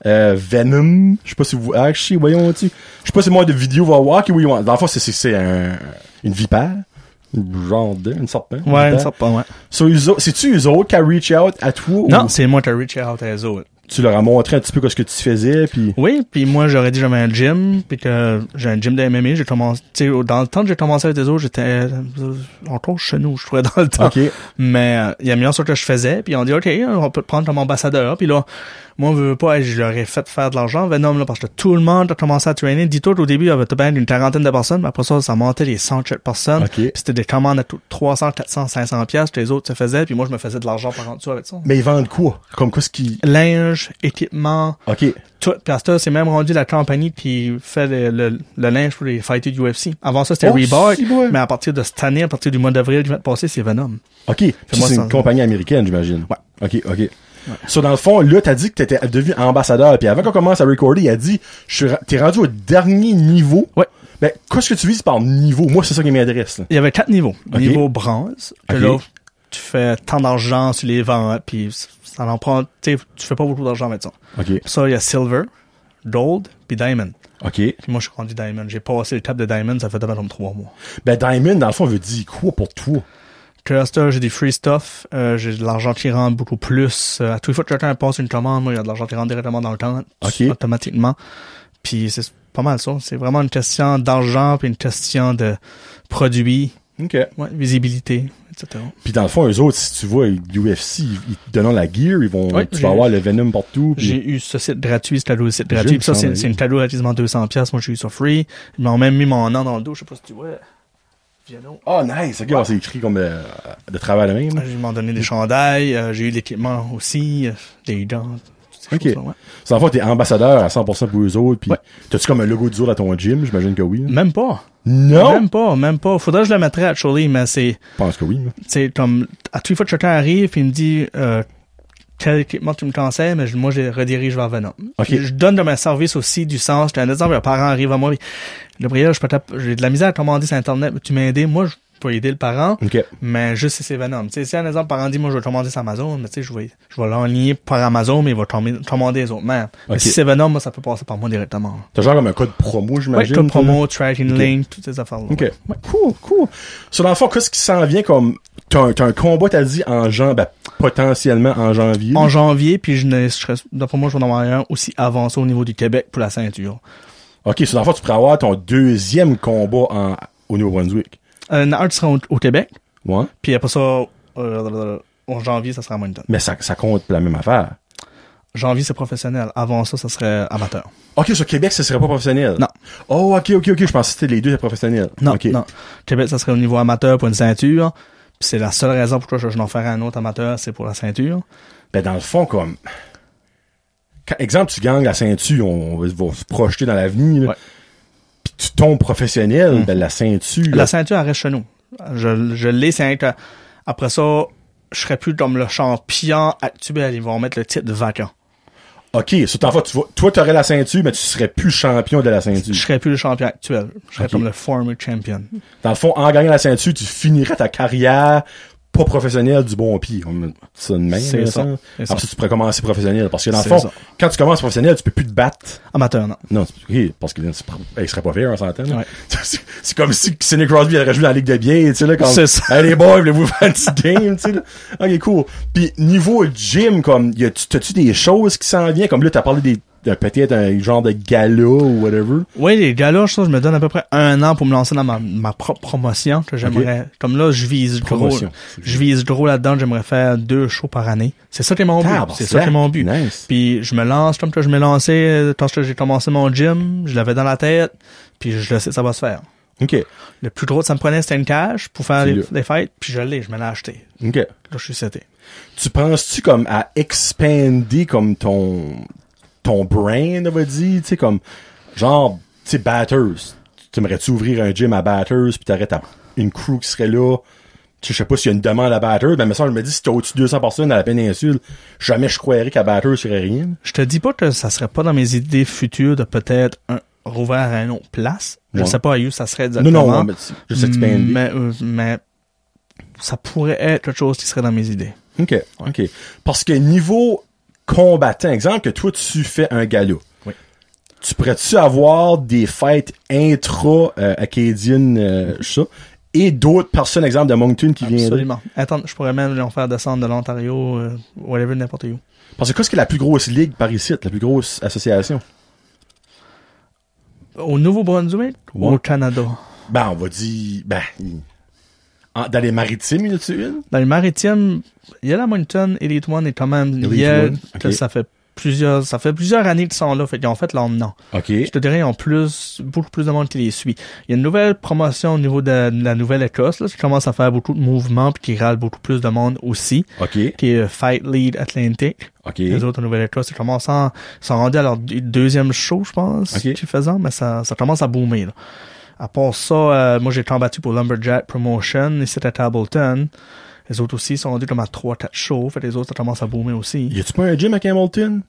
Euh, Venom, je sais pas si vous, actually, voyons, tu, je sais pas si moi de vidéo va voir, qui oui, dans le fond, c'est, c'est, c'est un, une vipère. Genre de, une serpent. Ouais, une serpent, ouais. So, c'est-tu eux autres qui a reach out à toi? Non, ou... c'est moi qui a reach out à eux autres. Tu leur as montré un petit peu ce que tu faisais, puis oui, puis moi j'aurais dit que j'avais un gym, puis que j'ai un gym de M M A, j'ai commencé, tu sais, dans le temps que j'ai commencé avec les autres, j'étais encore chez nous, je trouvais dans le temps. Okay. Mais euh, il y a mis sur ce que je faisais, puis on dit OK, on peut te prendre comme ambassadeur, puis là moi on veut pas, je leur ai fait faire de l'argent Venom là parce que tout le monde a commencé à traîner. Dis-toi au début il y avait bien une quarantaine de personnes, mais après ça ça montait les cent personnes. Okay. Puis c'était des commandes à trois cents, quatre cents, cinq cents pièces, les autres se faisaient, puis moi je me faisais de l'argent par en dessous avec ça. Mais ils vendent quoi? Comme quoi ce qui linge, équipement, OK. tout. Puis à ça, c'est même rendu la compagnie qui fait le, le, le linge pour les fighters du U F C. Avant ça, c'était oh, Reebok, si mais à partir de cette année, à partir du mois d'avril du mois passé, c'est Venom. OK. Puis moi, c'est une compagnie américaine, j'imagine. Ouais. OK, OK. Ouais. So, dans le fond, là, t'as dit que t'étais devenu ambassadeur, puis avant qu'on commence à recorder, il a dit, je suis, t'es rendu au dernier niveau. Ouais. Ben, qu'est-ce que tu vises par niveau? Moi, c'est ça qui m'intéresse, là. Il y avait quatre niveaux. Okay. Niveau bronze, que okay. là, tu fais tant d'argent sur les ventes, puis ça en prend, tu sais, tu fais pas beaucoup d'argent avec ça. OK. Puis ça, il y a silver, gold, puis diamond. OK. Puis moi, je suis rendu diamond. J'ai passé le cap de diamond, ça fait d'abord comme trois mois. Ben, diamond, dans le fond, veut dire quoi pour toi? Que là, j'ai des free stuff, euh, j'ai de l'argent qui rentre beaucoup plus. Euh, à tous les fois que quelqu'un passe une commande, moi, il y a de l'argent qui rentre directement dans le compte, okay. automatiquement. Puis c'est pas mal ça. C'est vraiment une question d'argent puis une question de produits, OK. Ouais, visibilité, et cetera. Puis dans le fond, eux autres, si tu vois U F C, ils te donnent la gear, ils vont, ouais, tu vas avoir le Venom partout. Pis... J'ai eu ce site gratuit, ce cadeau site gratuit. Puis ça, c'est, c'est une cadeau relativement deux cents pièces. Moi, j'ai eu ça free. Ils m'ont même mis mon nom dans le dos. Je sais pas si tu vois. Oh, nice! Ok, ouais. C'est écrit comme euh, de travail de même. Ils m'ont donné des chandails, euh, j'ai eu l'équipement aussi, euh, des dents. Ok. Ouais. C'est en fait, t'es ambassadeur à cent pour cent pour eux autres, pis ouais. T'as-tu comme un logo du jour à ton gym? J'imagine que oui. Hein? Même pas. Non? Même pas, même pas. Faudrait que je le mettrais, actually, mais c'est... Je pense que oui. C'est comme, à toutes les fois que quelqu'un arrive pis il me dit, euh, quel équipement tu me conseilles, mais je, moi, je redirige vers Venom. Okay. Je donne de mes services aussi du sens. J'ai un exemple, un parent arrive à moi, le briège, je peux j'ai de la misère à commander sur Internet, tu m'as aidé, moi, je peux aider le parent, okay. mais juste si c'est Venom. Tu sais, si un exemple, le parent dit, moi, je vais commander sur Amazon, mais tu sais, je vais, je vais l'enligner par Amazon, mais il va commander les autres mêmes. Okay. Mais si c'est Venom, moi, ça peut passer par moi directement. T'as genre comme un code promo, j'imagine? Oui, code promo, tracking okay. link, toutes ces affaires-là. OK. Ouais. Cool, cool. Sur so, l'enfant, qu'est-ce qui s'en vient comme, t'as un, t'as un combat, t'as dit, en janvier, ben, potentiellement en janvier? En janvier, puis je ne, je serais, d'après moi, je vais en avoir un aussi avancé au niveau du Québec pour la ceinture. OK, sur so, l'enfant, tu pourrais avoir ton deuxième combat en, au Nouveau-Brunswick. Euh, un qui sera au, au Québec. Ouais. Puis après ça, euh, en janvier, ça sera à Moncton. Mais ça, ça compte pour la même affaire. Janvier, c'est professionnel. Avant ça, ça serait amateur. OK, sur Québec, ça serait pas professionnel? Non. Oh, OK, OK, OK. Je pensais que c'était les deux professionnels. Non, okay. non. Québec, ça serait au niveau amateur pour une ceinture. Puis c'est la seule raison pourquoi je, je n'en ferais un autre amateur, c'est pour la ceinture. Ben, dans le fond, comme... Quand, exemple, tu gagnes la ceinture, on va, va se projeter dans l'avenir, ouais. Puis tu tombes professionnel, mmh. ben la ceinture... La ceinture, elle reste chez nous. Je, je l'ai, c'est que après ça, je serais plus comme le champion actuel. Ils vont mettre le titre vacant. OK. So, toi, tu toi, t'aurais la ceinture, mais tu serais plus champion de la ceinture. Je serais plus le champion actuel. Je serais okay. comme le former champion. Dans le fond, en gagnant la ceinture, tu finirais ta carrière pas professionnel du bon pied. On met ça de même. C'est ça. Après ça, tu pourrais commencer professionnel. Parce que dans le fond, ça. Quand tu commences professionnel, tu peux plus te battre. Amateur, non. Non, okay, parce que il serait pas fair, on s'entend. Ouais. C'est, c'est comme si Sidney Crosby aurait joué dans la Ligue de biais, tu sais, là, comme, c'est ça. Hey, les boys, voulez-vous faire un petit game, tu sais, là. Ok, cool. Puis, niveau gym, comme, y a, t'as-tu des choses qui s'en viennent? Comme là, t'as parlé des, de, peut-être un genre de gala ou whatever. Oui, les galas, je, je me donne à peu près un an pour me lancer dans ma, ma propre promotion que j'aimerais. Okay. Comme là, je vise Promotion, gros. Je vise gros là-dedans, j'aimerais faire deux shows par année. C'est ça qui est mon but. C'est ça qui est mon but. Nice. Puis je me lance comme que je me lancé quand j'ai commencé mon gym, je l'avais dans la tête, puis je le sais, ça va se faire. OK. Le plus gros que ça me prenait, c'était une cage pour faire les, les fêtes, puis je l'ai, je me l'ai acheté. OK. Là, je suis seté. Tu penses-tu comme à expander comme ton ton brain, on va dire, tu sais, comme, genre, tu sais, Batters. Tu aimerais-tu ouvrir un gym à Batters, puis t'aurais ta, une crew qui serait là, tu sais, je sais pas s'il y a une demande à Batters, mais ça, je me dis, si t'as au-dessus de deux cents personnes à la péninsule, jamais je croirais qu'à Batters, il y aurait rien. Je te dis pas que ça serait pas dans mes idées futures de peut-être un, rouvrir à une autre place. Je ouais. sais pas à où ça serait exactement. Non, non, mais juste expander. Mais, euh, mais, ça pourrait être quelque chose qui serait dans mes idées. OK, OK. Parce que niveau combattants, exemple que toi, tu fais un gala. Oui. Tu pourrais-tu avoir des fêtes intra-acadiennes, euh, ça, et d'autres personnes, exemple de Moncton qui viennent? Absolument. Attends, je pourrais même en faire descendre de l'Ontario, euh, whatever, n'importe où. Parce que qu'est-ce que la plus grosse ligue par ici, la plus grosse association? Au Nouveau-Brunswick ou Ouais. au Canada? Ben, on va dire, ben, en- dans les maritimes, y en a-tu une? Dans les maritimes, il y a la Moncton Elite One et quand même, Elite il y a, One, ok. ça fait plusieurs, ça fait plusieurs années qu'ils sont là, fait qu'ils ont fait leur nom. OK. Je te dirais, ils ont plus, beaucoup plus de monde qui les suit. Il y a une nouvelle promotion au niveau de, de la Nouvelle-Écosse, là, qui commence à faire beaucoup de mouvements puis qui râle beaucoup plus de monde aussi, OK. qui est euh, Fight Lead Atlantic. OK. Les autres en Nouvelle-Écosse, ils commencent à, ils sont rendus à leur deux- deuxième show, je pense, Ok. qu'ils faisaient, mais ça, ça commence à boomer, là. À part ça, euh, moi, j'ai combattu pour Lumberjack Promotion, ici à Tableton. Les autres aussi sont rendus comme à trois quatre shows, fait les autres, ça commence à boomer aussi. Y a-tu pas un gym à Hamilton?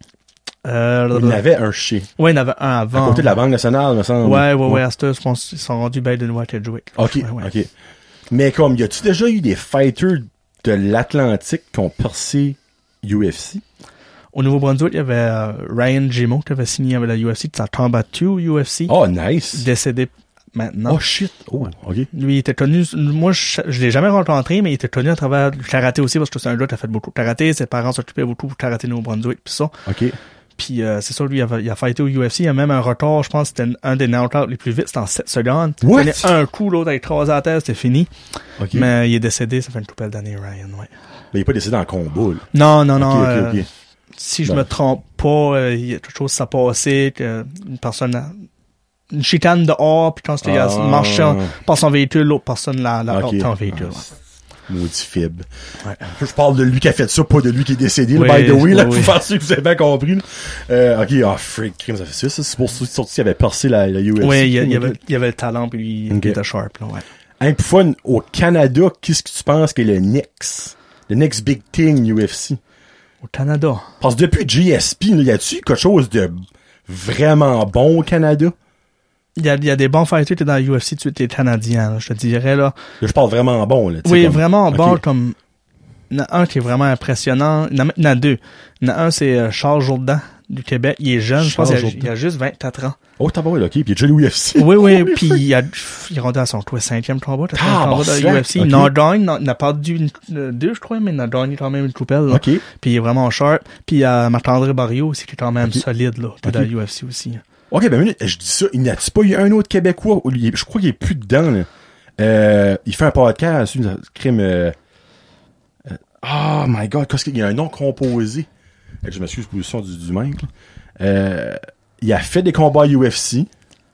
Euh, Il y en avait un chez. ouais, il y en avait un À avant. côté de la Banque nationale, me semble. Ouais, ouais, ouais, à cette heure, je pense qu'ils sont rendus bien de Nouveau-Edgewick. OK, Ouais, ouais. OK. Mais comme, y a-tu déjà eu des fighters de l'Atlantique qui ont percé U F C? Au Nouveau-Brunswick, il y avait euh, Ryan Gimo qui avait signé avec la U F C, qui s'est combattu au U F C. Oh, nice. Décédé maintenant. Oh, shit. Oh, OK. Lui, il était connu, moi, je, je l'ai jamais rencontré, mais il était connu à travers le karaté aussi, parce que c'est un gars qui a fait beaucoup de karaté, ses parents s'occupaient beaucoup du karaté Nouveau-Brunswick, pis ça. OK. Puis euh, c'est ça, lui, il a, il a fighté au U F C, il a même un record, je pense, c'était un des knockouts les plus vite, c'était en sept secondes. What? Il donnait un coup, l'autre a écrasé à la terre, c'était fini. OK. Mais il est décédé, ça fait une couple d'années, Ryan, ouais. Mais il est pas décédé en combat, là. Non, non, non. OK, OK, euh, OK. Si je Bon. me trompe pas, euh, il y a quelque chose qui s'est passé, que une personne, a- une chicane dehors, puis quand il a Ah. marché en- par son véhicule, l'autre personne l'a, l'a OK. porté en véhicule. Ah, ouais. Maudit fib. Ouais. Je parle de lui qui a fait ça, pas de lui qui est décédé, Oui, là, by the way, là, oui, pour oui. faire sûr que vous avez bien compris, là. Euh, ok, ah, freak, crime, ça fait ça, ça, c'est pour ça, surtout qu'il avait percé la, la U F C. Oui, il y, a- il y Ok. avait, il y avait le talent, puis lui, Ok. il était sharp, là, ouais. Hein, pour fun, au Canada, qu'est-ce que tu penses qu'est le next? Le next big thing U F C? Au Canada. Parce que depuis G S P, là, y a-tu quelque chose de vraiment bon au Canada? Il y a, il y a des bons fighters qui étaient dans la U F C, tu es canadien, là, je te dirais, là. Là, je parle vraiment bon, là. tu sais, Oui, comme- vraiment ok. bon, comme, il y en a un qui est vraiment impressionnant. Il y en a, il y en a deux. Il y en a un, c'est euh, Charles Jourdan, du Québec. Il est jeune, je pense Charles qu'il a, Jourdan. il a juste vingt-quatre ans. Oh, t'as pas, ok, puis il y a déjà le U F C. Oui, oui, puis il, a, il est rendu à son toi, cinquième combat, t'as Ah, un combat bah, de ça, U F C. ok. Il en a gagné, il n'a pas dû deux, je crois, mais il en a gagné quand même une coupelle, là. Ok. Puis il est vraiment sharp. Puis il y a Marc-André Barrio aussi, qui est quand même Ok. solide, là, qui est Ok. dans la U F C aussi. Ok, ben, minute, je dis ça, il n'y a-tu pas eu un autre Québécois? où il est- Je crois qu'il est plus dedans, là. Euh, il fait un podcast, une crime, euh, euh, oh my god, qu'est-ce qu'il y a un nom composé? Euh, Je m'excuse pour le son du, du mec, là. Euh, il a fait des combats U F C.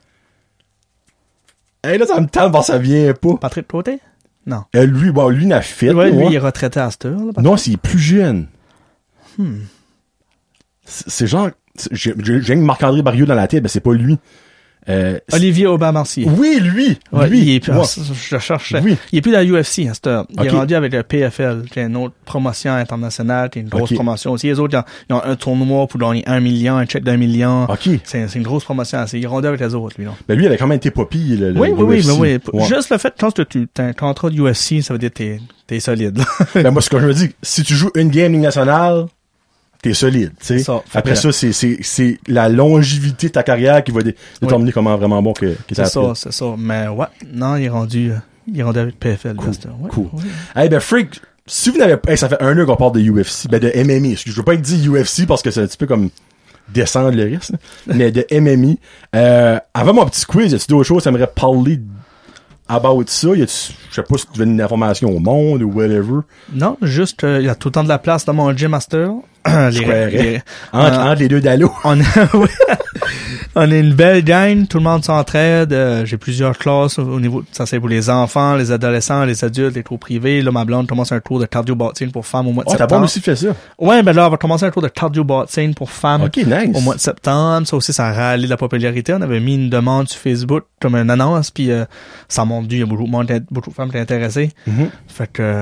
Hey, là, ça me tente parce que ça vient pas. Patrick Côté? Non. Euh, lui, bon, lui, il a fait. Ouais, lui, ouais. il est retraité à cette heure, là, Patrick. Non, c'est plus jeune. Hmm. C'est c'est genre, c'est- j'ai j'ai- j'ai Marc-André Barrio dans la tête, ben c'est pas lui. Euh, c'est- Olivier Aubin-Mercier. oui, lui! Ouais, lui! il est plus, ouais. je le cherchais. Oui. Il est plus dans la U F C à cette heure. Il est Ok. rendu avec le P F L, qui est une autre promotion internationale, qui est une grosse Ok. promotion aussi. Les autres, ils ont, ils ont un tournoi pour gagner un million, un chèque d'un million. Ok. C'est c'est une grosse promotion. C'est- Il est rendu avec les autres, lui, là. Ben lui, il avait quand même été poppy, le, le Oui, oui, oui, U F C. mais oui. Ouais. Juste le fait que quand tu as un contrat de U F C, ça veut dire que t'es, t'es solide, là. Ben moi, ce que je me dis, si tu joues une game Ligue nationale, t'es solide, tu sais. Ça, fait Après que- ça, c'est, c'est, c'est la longévité de ta carrière qui va dé- déterminer comment vraiment bon que, que C'est t'as ça, appris. c'est ça. Mais ouais, non, il est rendu, euh, il est rendu avec P F L, Cool, là, cette heure. Ouais, cool. ouais. Hey, ben, freak, si vous n'avez pas, hey, ça fait un an qu'on parle de U F C, ben, de M M A. Je veux pas être dit U F C parce que c'est un petit peu comme descendre le risque, là. Mais de M M A. Euh, avant mon petit quiz, y a-tu d'autres choses que t'aimerais parler about ça? Y a-tu, je sais pas si tu veux une information au monde ou whatever. Non, juste, euh, il y a tout le temps de la place dans mon gym master. Je croirais. Entre, euh, entre les deux dallos. On a, oui. On est une belle gang, tout le monde s'entraide. euh, j'ai plusieurs classes au au niveau, ça c'est pour les enfants, les adolescents, les adultes, les cours privés. Là, ma blonde commence un cours de cardio-boxing pour femmes au mois de Oh, t'as septembre. pas aussi fait ça? Ouais, ben là, elle va commencer un cours de cardio-boxing pour femmes Ok, nice. au mois de septembre. Ça aussi, ça a râlé de la popularité. On avait mis une demande sur Facebook comme une annonce, puis euh, ça monte du, il y a beaucoup de monde, beaucoup de femmes qui étaient intéressées. Mhm. Fait que, euh,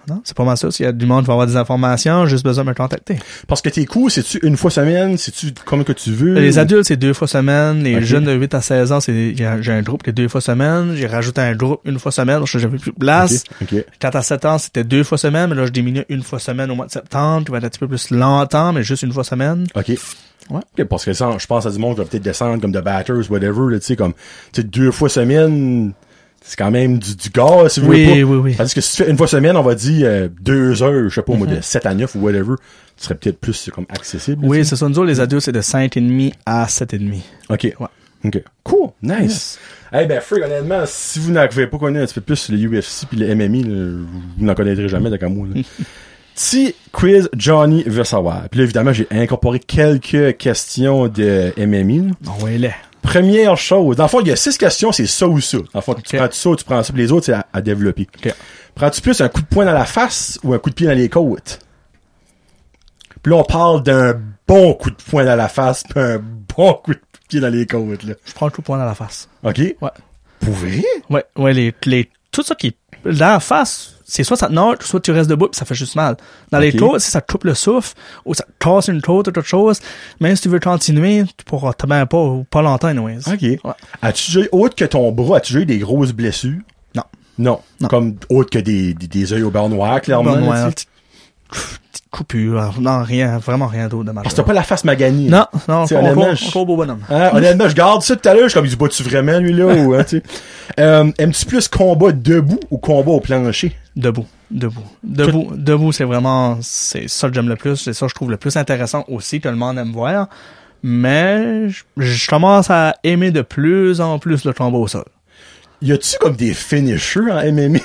Non, c'est pas mal ça. S'il y a du monde qui va avoir des informations, juste besoin de me contacter. Parce que tes cours, c'est-tu une fois semaine? C'est-tu comme que tu veux? Les adultes, c'est deux fois semaine. Les okay. jeunes de huit à seize ans, c'est, j'ai un groupe qui est deux fois semaine. J'ai rajouté un groupe une fois semaine, parce que j'avais plus de place. Okay. Okay. quatre à sept ans, c'était deux fois semaine, mais là, je diminue une fois semaine au mois de septembre, qui va être un petit peu plus longtemps, mais juste une fois semaine. OK. Ouais. Okay, parce que ça, je pense à du monde qui va peut-être descendre comme de batters, whatever, tu sais, comme, tu sais, deux fois semaine, c'est quand même du, du gars, si vous oui, voulez pas. Oui, oui, Tandis que si tu fais une fois semaine, on va dire euh, deux heures, je sais pas, mm-hmm. moi, de sept à neuf ou whatever, tu serais peut-être plus comme accessible. Oui, c'est ça. Nous autres, les adultes, c'est de cinq et demi à sept et demi. OK. Ouais. OK. Cool. Nice. Yes. Eh hey, ben, Freak, honnêtement, si vous n'avez pas connu un petit peu plus le U F C puis le M M A, là, vous n'en connaîtrez jamais, d'accord, moi, là. Petit quiz Johnny veut savoir. Puis là, évidemment, j'ai incorporé quelques questions de M M A. Oh, ouais, là. Première chose. Dans le fond, il y a six questions, c'est ça ou ça. Dans le fond, okay. tu prends ça ou tu prends ça, puis les autres, c'est à, à développer. Okay. Prends-tu plus un coup de poing dans la face ou un coup de pied dans les côtes? Puis là, on parle d'un bon coup de poing dans la face puis un bon coup de pied dans les côtes, là. Je prends le coup de poing dans la face. OK? Ouais. Pour vrai? Ouais, ouais, les, les, tout ça qui est dans la face, c'est soit ça te nage, soit tu restes debout pis ça fait juste mal. Dans okay. les côtes, si ça te coupe le souffle, ou ça te casse une côte ou autre chose, même si tu veux continuer, tu pourras te bien pas, ou pas longtemps, anyways. OK. Ouais. As-tu déjà eu, autre que ton bras, as-tu déjà eu des grosses blessures? Non. Non. non. Comme, autre que des, des, des œils au beurre noir, clairement. Beurre noir, petite coupure. Non, rien, vraiment rien d'autre de majeur. Parce que t'as pas la face maganie. Non, non, t'sais, encore, honnêtement, encore beau bonhomme. Hein, honnêtement, je garde ça tout à l'heure, je suis comme, il dit, bats-tu vraiment, lui, là, ou, hein, tu sais. Euh, aimes-tu plus combat debout ou combat au plancher? Debout. Debout. Debout. Que... Debout, c'est vraiment, c'est ça que j'aime le plus. C'est ça que je trouve le plus intéressant aussi, que le monde aime voir. Mais, je, je commence à aimer de plus en plus le combat au sol. Y a-tu comme des finishers en M M A?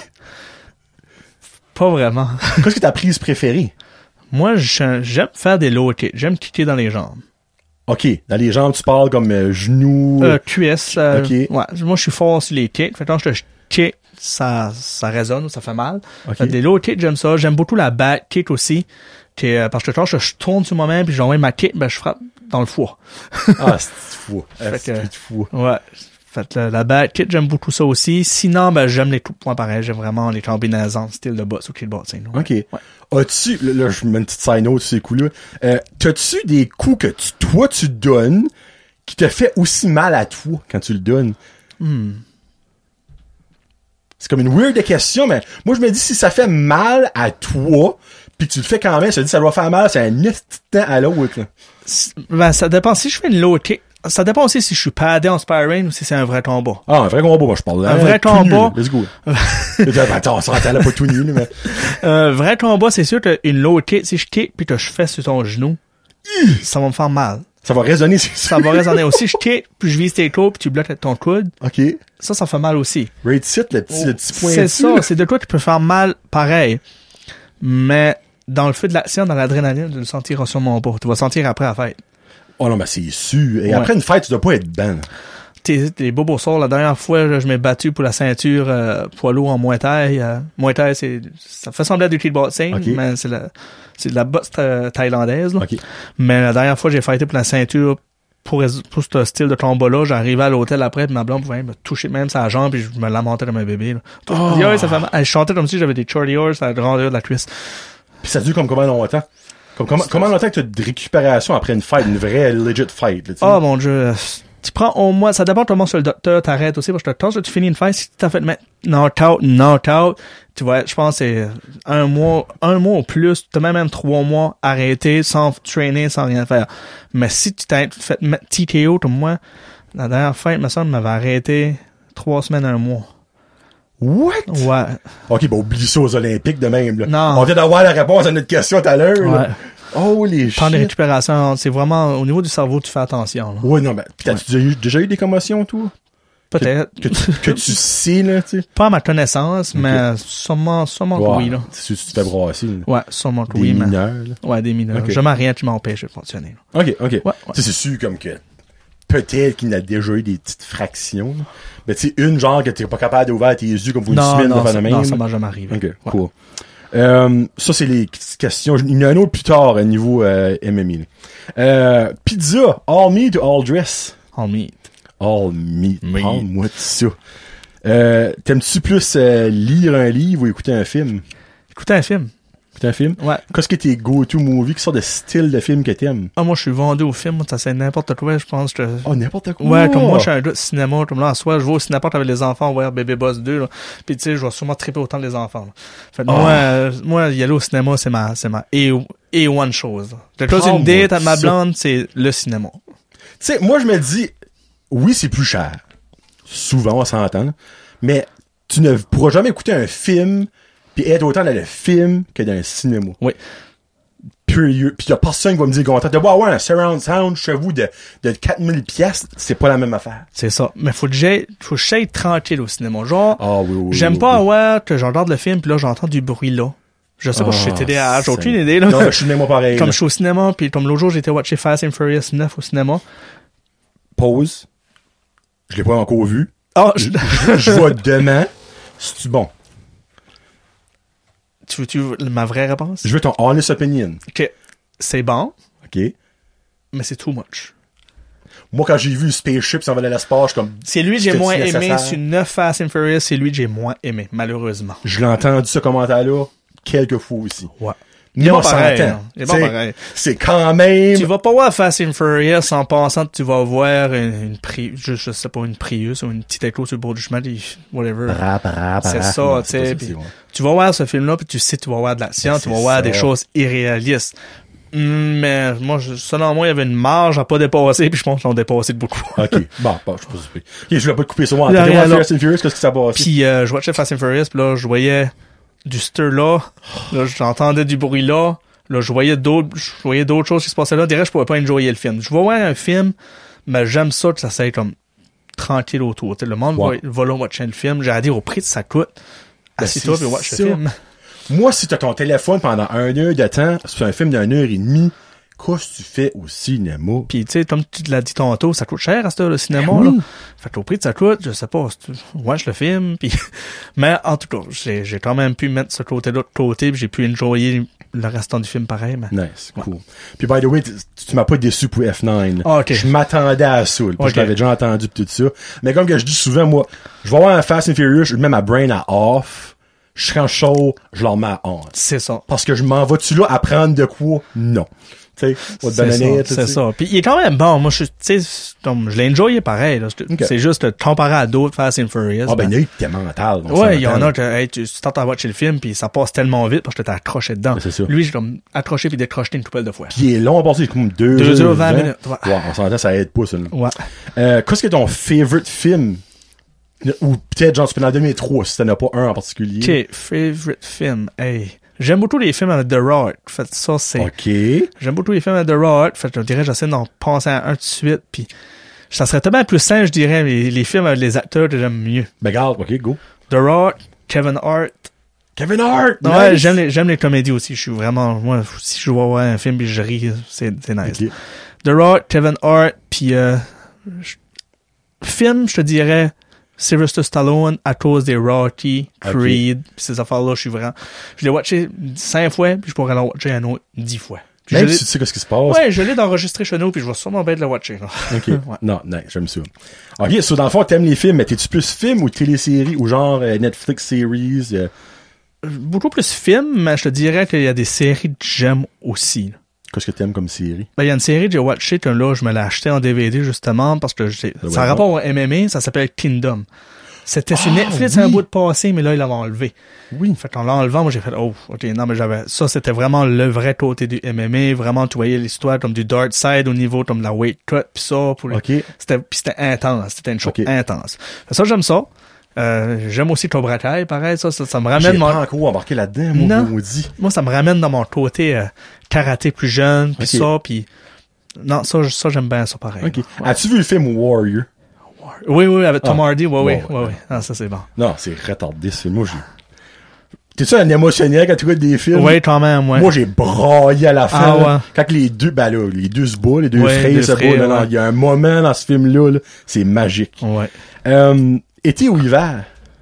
Pas vraiment. Qu'est-ce que ta prise préférée? Moi, j'aime faire des low kicks. J'aime kicker dans les jambes. OK. Dans les jambes, tu parles comme euh, genoux... Euh, cuisses. Euh, OK. Ouais. Moi, je suis fort sur les kicks. Fait que quand je kick, ça, ça résonne ou ça fait mal. Okay. Fait des low kicks, j'aime ça. J'aime beaucoup la back kick aussi. Que, euh, parce que quand je, je tourne sur moi-même puis j'envoie ma kick, ben, je frappe dans le foie. Ah, c'est fou. Ah, c'est fou. Ouais. Fait la, la back kick, j'aime beaucoup ça aussi. Sinon, ben, j'aime les coups de poing pareil. J'aime vraiment les combinaisons, style de boss ou kickboxing. OK. Ouais. As-tu, là, je mets une petite side note sur ces coups-là. Euh, t'as-tu des coups que tu, toi, tu donnes qui te fait aussi mal à toi quand tu le donnes? Hmm. C'est comme une weird question, mais moi, je me dis, si ça fait mal à toi, pis tu le fais quand même, ça dit, ça doit faire mal, c'est un instant à l'autre, là. Ben, ça dépend. Si je fais une low kick, ça dépend aussi si je suis padé en sparring ou si c'est un vrai combat. Ah, un vrai combat, moi, je parle là. Un vrai combat. Let's go. Attends, on s'entend là, pas tout nu, mais. Un vrai combat, c'est sûr qu'une low kick, si je kick pis que je fais sur ton genou, ça va me faire mal. Ça va résonner, c'est sûr. Ça va résonner aussi. Je kick, puis je vise tes côtes, puis tu bloques avec ton coude. OK. Ça, ça fait mal aussi. Right sit, le petit, oh, le petit point. C'est ça, c'est de quoi qui peut faire mal pareil. Mais dans le feu de l'action, dans l'adrénaline, tu le sentiras sûrement pas. Tu vas sentir après la fête. Oh non, ben c'est sûr. Et ouais. Après une fête, tu dois pas être ben. T'es, t'es bobo sort. La dernière fois, là, je m'ai battu pour la ceinture euh, poids lourd en Muay Thai. Euh, Muay Thai, c'est, ça fait sembler à du kickboxing, okay. mais c'est la, c'est de la boxe euh, thaïlandaise. Là. Okay. Mais la dernière fois, j'ai fighté pour la ceinture pour, pour ce style de combat-là. J'arrivais à l'hôtel après, ma blonde pouvait me toucher même sa jambe, puis je me lamentais comme un bébé. Là. Oh. Je dis, ouais, ça fait mal. Elle chantait comme si j'avais des shorty horse à la grandeur de la cuisse. Puis ça dure comme combien longtemps? Comme, comment, comment longtemps que tu as de récupération après une fight, une vraie legit fight? Là, oh mon Dieu, tu prends au moins, ça dépend comment sur le docteur t'arrêtes aussi, parce que quand tu finis une fight, si tu t'as fait mettre knock-out, knock-out, tu vois, je pense que c'est un mois, un mois ou plus, t'as même même trois mois arrêté, sans trainer, sans rien faire. Mais si tu t'as fait mettre T K O comme moi, la dernière fight, me semble, m'avait arrêté trois semaines, un mois. What? Ouais. OK, ben oublie ça aux Olympiques de même, là. Non. On vient d'avoir la réponse à notre question tout à l'heure, là. Ouais. Holy shit. Temps de récupération, c'est vraiment, au niveau du cerveau, tu fais attention, là. Oui, non, ben, pis t'as-tu ouais. déjà, eu, déjà eu des commotions, toi? Peut-être. Que, que, tu, que tu sais, là, tu sais. Pas à ma connaissance, okay. mais sûrement, sûrement wow. que oui, là. C'est sûr que tu te fais brasser, là. Ouais, sûrement que des oui, mais. Des mineurs, là. Ouais, des mineurs. Okay. Jamais rien qui m'empêche de fonctionner, là. OK, OK. Ouais, ouais. Tu sais, c'est sûr, comme que, peut-être qu'il a déjà eu des petites fractions, là. Mais tu sais, une genre que t'es pas capable d'ouvrir tes yeux comme pour une non, semaine non, de ça, même. Non, ça m'a jamais arrivé. OK, ouais. cool. Euh, ça, c'est les questions. Il y en a un autre plus tard à niveau euh, M M A. Euh, pizza, all meat ou all dress? All meat. All meat. meat. Parle-moi de ça. Euh, t'aimes-tu plus euh, lire un livre ou écouter un film? Écouter un film. Écouter un film? Ouais. Qu'est-ce que tes go-to movies? Quelle sorte de style de film que t'aimes? Ah, moi, je suis vendu au film. Moi, ça c'est n'importe quoi, je pense. Je... Oh, n'importe quoi? Ouais, comme moi, je suis un gars de cinéma. Comme là, en soi, je vais au cinéma avec les enfants, voir Baby Boss deux, là. Puis, tu sais, je vais sûrement triper autant les enfants, là. Fait que oh. moi, euh, moi, y aller au cinéma, c'est ma, c'est ma et, et one chose. J'ai chose une date avec ma blonde, c'est le cinéma. Tu sais, moi, je me dis, oui, c'est plus cher. Souvent, on s'entend. Mais tu ne pourras jamais écouter un film puis être autant dans le film que dans le cinéma. Oui. Puis il y a personne qui va me dire content de voir ouais, un surround sound chez vous de, de quatre mille piastres, c'est pas la même affaire. C'est ça. Mais faut que j'aille, faut que j'aille tranquille au cinéma. Genre, ah, oui, oui, j'aime oui, pas oui. avoir que je regarde le film puis là, j'entends du bruit là. Je sais pas si je suis T D A H, j'ai aucune c'est... idée, là. Non, je suis cinéma pareil. Comme là. je suis au cinéma puis comme l'autre jour, j'ai été watcher Fast and Furious neuf au cinéma. Pause. Je l'ai pas encore vu. Ah, je, je, je vois demain. C'est-tu bon? Tu veux-tu ma vraie réponse? Je veux ton honest opinion. OK. C'est bon. OK. Mais c'est too much. Moi, quand j'ai vu Spaceship s'en aller à l'espace, comme... C'est lui que j'ai moins aimé sur neuf Fast and Furious, c'est lui que j'ai moins aimé, malheureusement. Je l'ai entendu, ce commentaire-là, quelques fois aussi. Ouais. Mais on s'entend. C'est quand même... Tu vas pas voir Fast and Furious en pensant que tu vas voir une, une pri... je, je sais pas, une Prius ou une petite écho sur le bord du chemin, whatever. Bra, bra, bra, c'est ça, tu sais. Tu vas voir ce film-là, puis tu sais que tu vas voir de l'action, ben, tu vas voir ça. Des choses irréalistes. Mais moi, je, selon moi, il y avait une marge à pas dépasser, puis je pense qu'ils l'ont dépassé de beaucoup. OK. Bon, bon, je sais pas. OK, je voulais pas te couper sur moi. T'étais voir Fast and Furious, qu'est-ce que ça passe? Puis euh, je watchais Fast and Furious, puis là, je voyais du stir là, là, j'entendais du bruit là, là, je voyais d'autres, je voyais d'autres choses qui se passaient là. Direct, je pouvais pas enjoyer le film. Je vais voir un film, mais j'aime ça que ça soit comme tranquille autour. T'sais, le monde ouais. va, va là watcher le film. J'ai à dire au prix que ça coûte. Ben, assis-toi puis watch le film. Moi, si t'as ton téléphone pendant un heure de temps, c'est un film d'une heure et demie, qu'est-ce que tu fais au cinéma? Pis tu sais, comme tu l'as dit tantôt, ça coûte cher à ce le cinéma, oui. là. Fait qu'au prix que ça coûte, je sais pas, si tu watch le film, pis... mais en tout cas, j'ai, j'ai quand même pu mettre ce côté-là de côté, pis j'ai pu enjoyer le restant du film pareil, mais... Nice, cool. Ouais. Puis by the way, tu, tu m'as pas déçu pour F neuf. Ah, okay. Je m'attendais à ça, puis okay. Je l'avais déjà entendu pis tout ça. Mais comme que je dis souvent, moi, je vais voir un Fast and Furious, je mets ma brain à off, je serai chaud, je leur mets à on. C'est ça. Parce que je m'en vas-tu là apprendre de quoi? Non. Tu sais, c'est ça, c'est ça. Puis il est quand même bon. Moi, je tu sais, je l'ai enjoyé pareil. Là. Okay. C'est juste comparé à d'autres Fast and Furious. Ah ben, il y a eu t'es mental. Ouais, il y en a que hey, tu t'entends à watcher le film puis ça passe tellement vite parce que t'es accroché dedans. Ben, c'est sûr. Lui, j'ai comme accroché puis décroché une couple de fois. Puis il est long à passer, comme deux, deux heures vingt minutes. Ouais. Ouais, on s'entend, ça aide pas ça. Là. Ouais. Euh, qu'est-ce que ton favorite film? Ou peut-être genre tu peux en donner trois si t'en as pas un en particulier. Ok, favorite film. Hey. J'aime beaucoup les films avec The Rock. Fait ça, c'est... OK. J'aime beaucoup les films avec The Rock. Fait je dirais, j'essaie d'en penser à un tout de suite. Puis ça serait tellement plus simple, je dirais, les, les films avec les acteurs que j'aime mieux. Ben, garde, OK, go. The Rock, Kevin Hart. Kevin Hart! Ouais, nice. j'aime les, j'aime les comédies aussi. Je suis vraiment... Moi, si je vois voir un film et je ris, c'est, c'est nice. Okay. The Rock, Kevin Hart, puis... Euh, je, film, je te dirais... Sylvester Stallone à cause des Rocky, Creed, okay. Pis ces affaires-là, je suis vraiment... Je l'ai watché cinq fois, puis je pourrais l'en watcher un autre dix fois. Puis même si tu sais ce qui se passe. Ouais, je l'ai d'enregistrer chez nous, puis je vais sûrement bien de le watcher. Là. OK. Ouais. Non, non, j'aime ça. OK, so dans le fond, t'aimes les films, mais t'es-tu plus film ou télésérie ou genre euh, Netflix series? Euh... Beaucoup plus film, mais je te dirais qu'il y a des séries que j'aime aussi. Là. Qu'est-ce que t'aimes comme série? Ben, il y a une série que j'ai watché que là, je me l'ai acheté en D V D justement parce que j'ai, ça a rapport au M M A, ça s'appelle Kingdom. C'était sur ah, Netflix oui. Un bout de passé, mais là, ils l'avaient enlevé. Oui. Fait qu'en l'enlevant, moi, j'ai fait, oh, ok, non, mais j'avais, ça, c'était vraiment le vrai côté du M M A. Vraiment, tu voyais l'histoire comme du dark side au niveau comme de la weight cut pis ça. Pour OK. C'était, pis c'était intense. C'était une chose okay. intense. Fait ça, j'aime ça. Euh, j'aime aussi Cobra Kai, pareil, ça, ça, ça me ramène... J'ai mon... pas encore embarqué là-dedans, moi, non. maudit. Moi, ça me ramène dans mon côté euh, karaté plus jeune, pis okay. ça, pis... Non, ça, ça, j'aime bien ça, pareil. Okay. Ouais. As-tu vu le film Warrior? Oui, oui, avec Tom ah. Hardy, oui, oui, ouais, oui, ouais. oui. Ah, ça, c'est bon. Non, c'est retardé, ce film. Moi, j'ai... T'es-tu un émotionnel quand tu regardes des films? Oui, quand même, ouais. Moi, j'ai braillé à la fin. Ah, ouais. Quand les deux, ben là, les deux se battent, les deux ouais, frères se battent, ouais. là, il y a un moment dans ce film-là, là, c'est magique. Ouais. Euh, été ou hiver?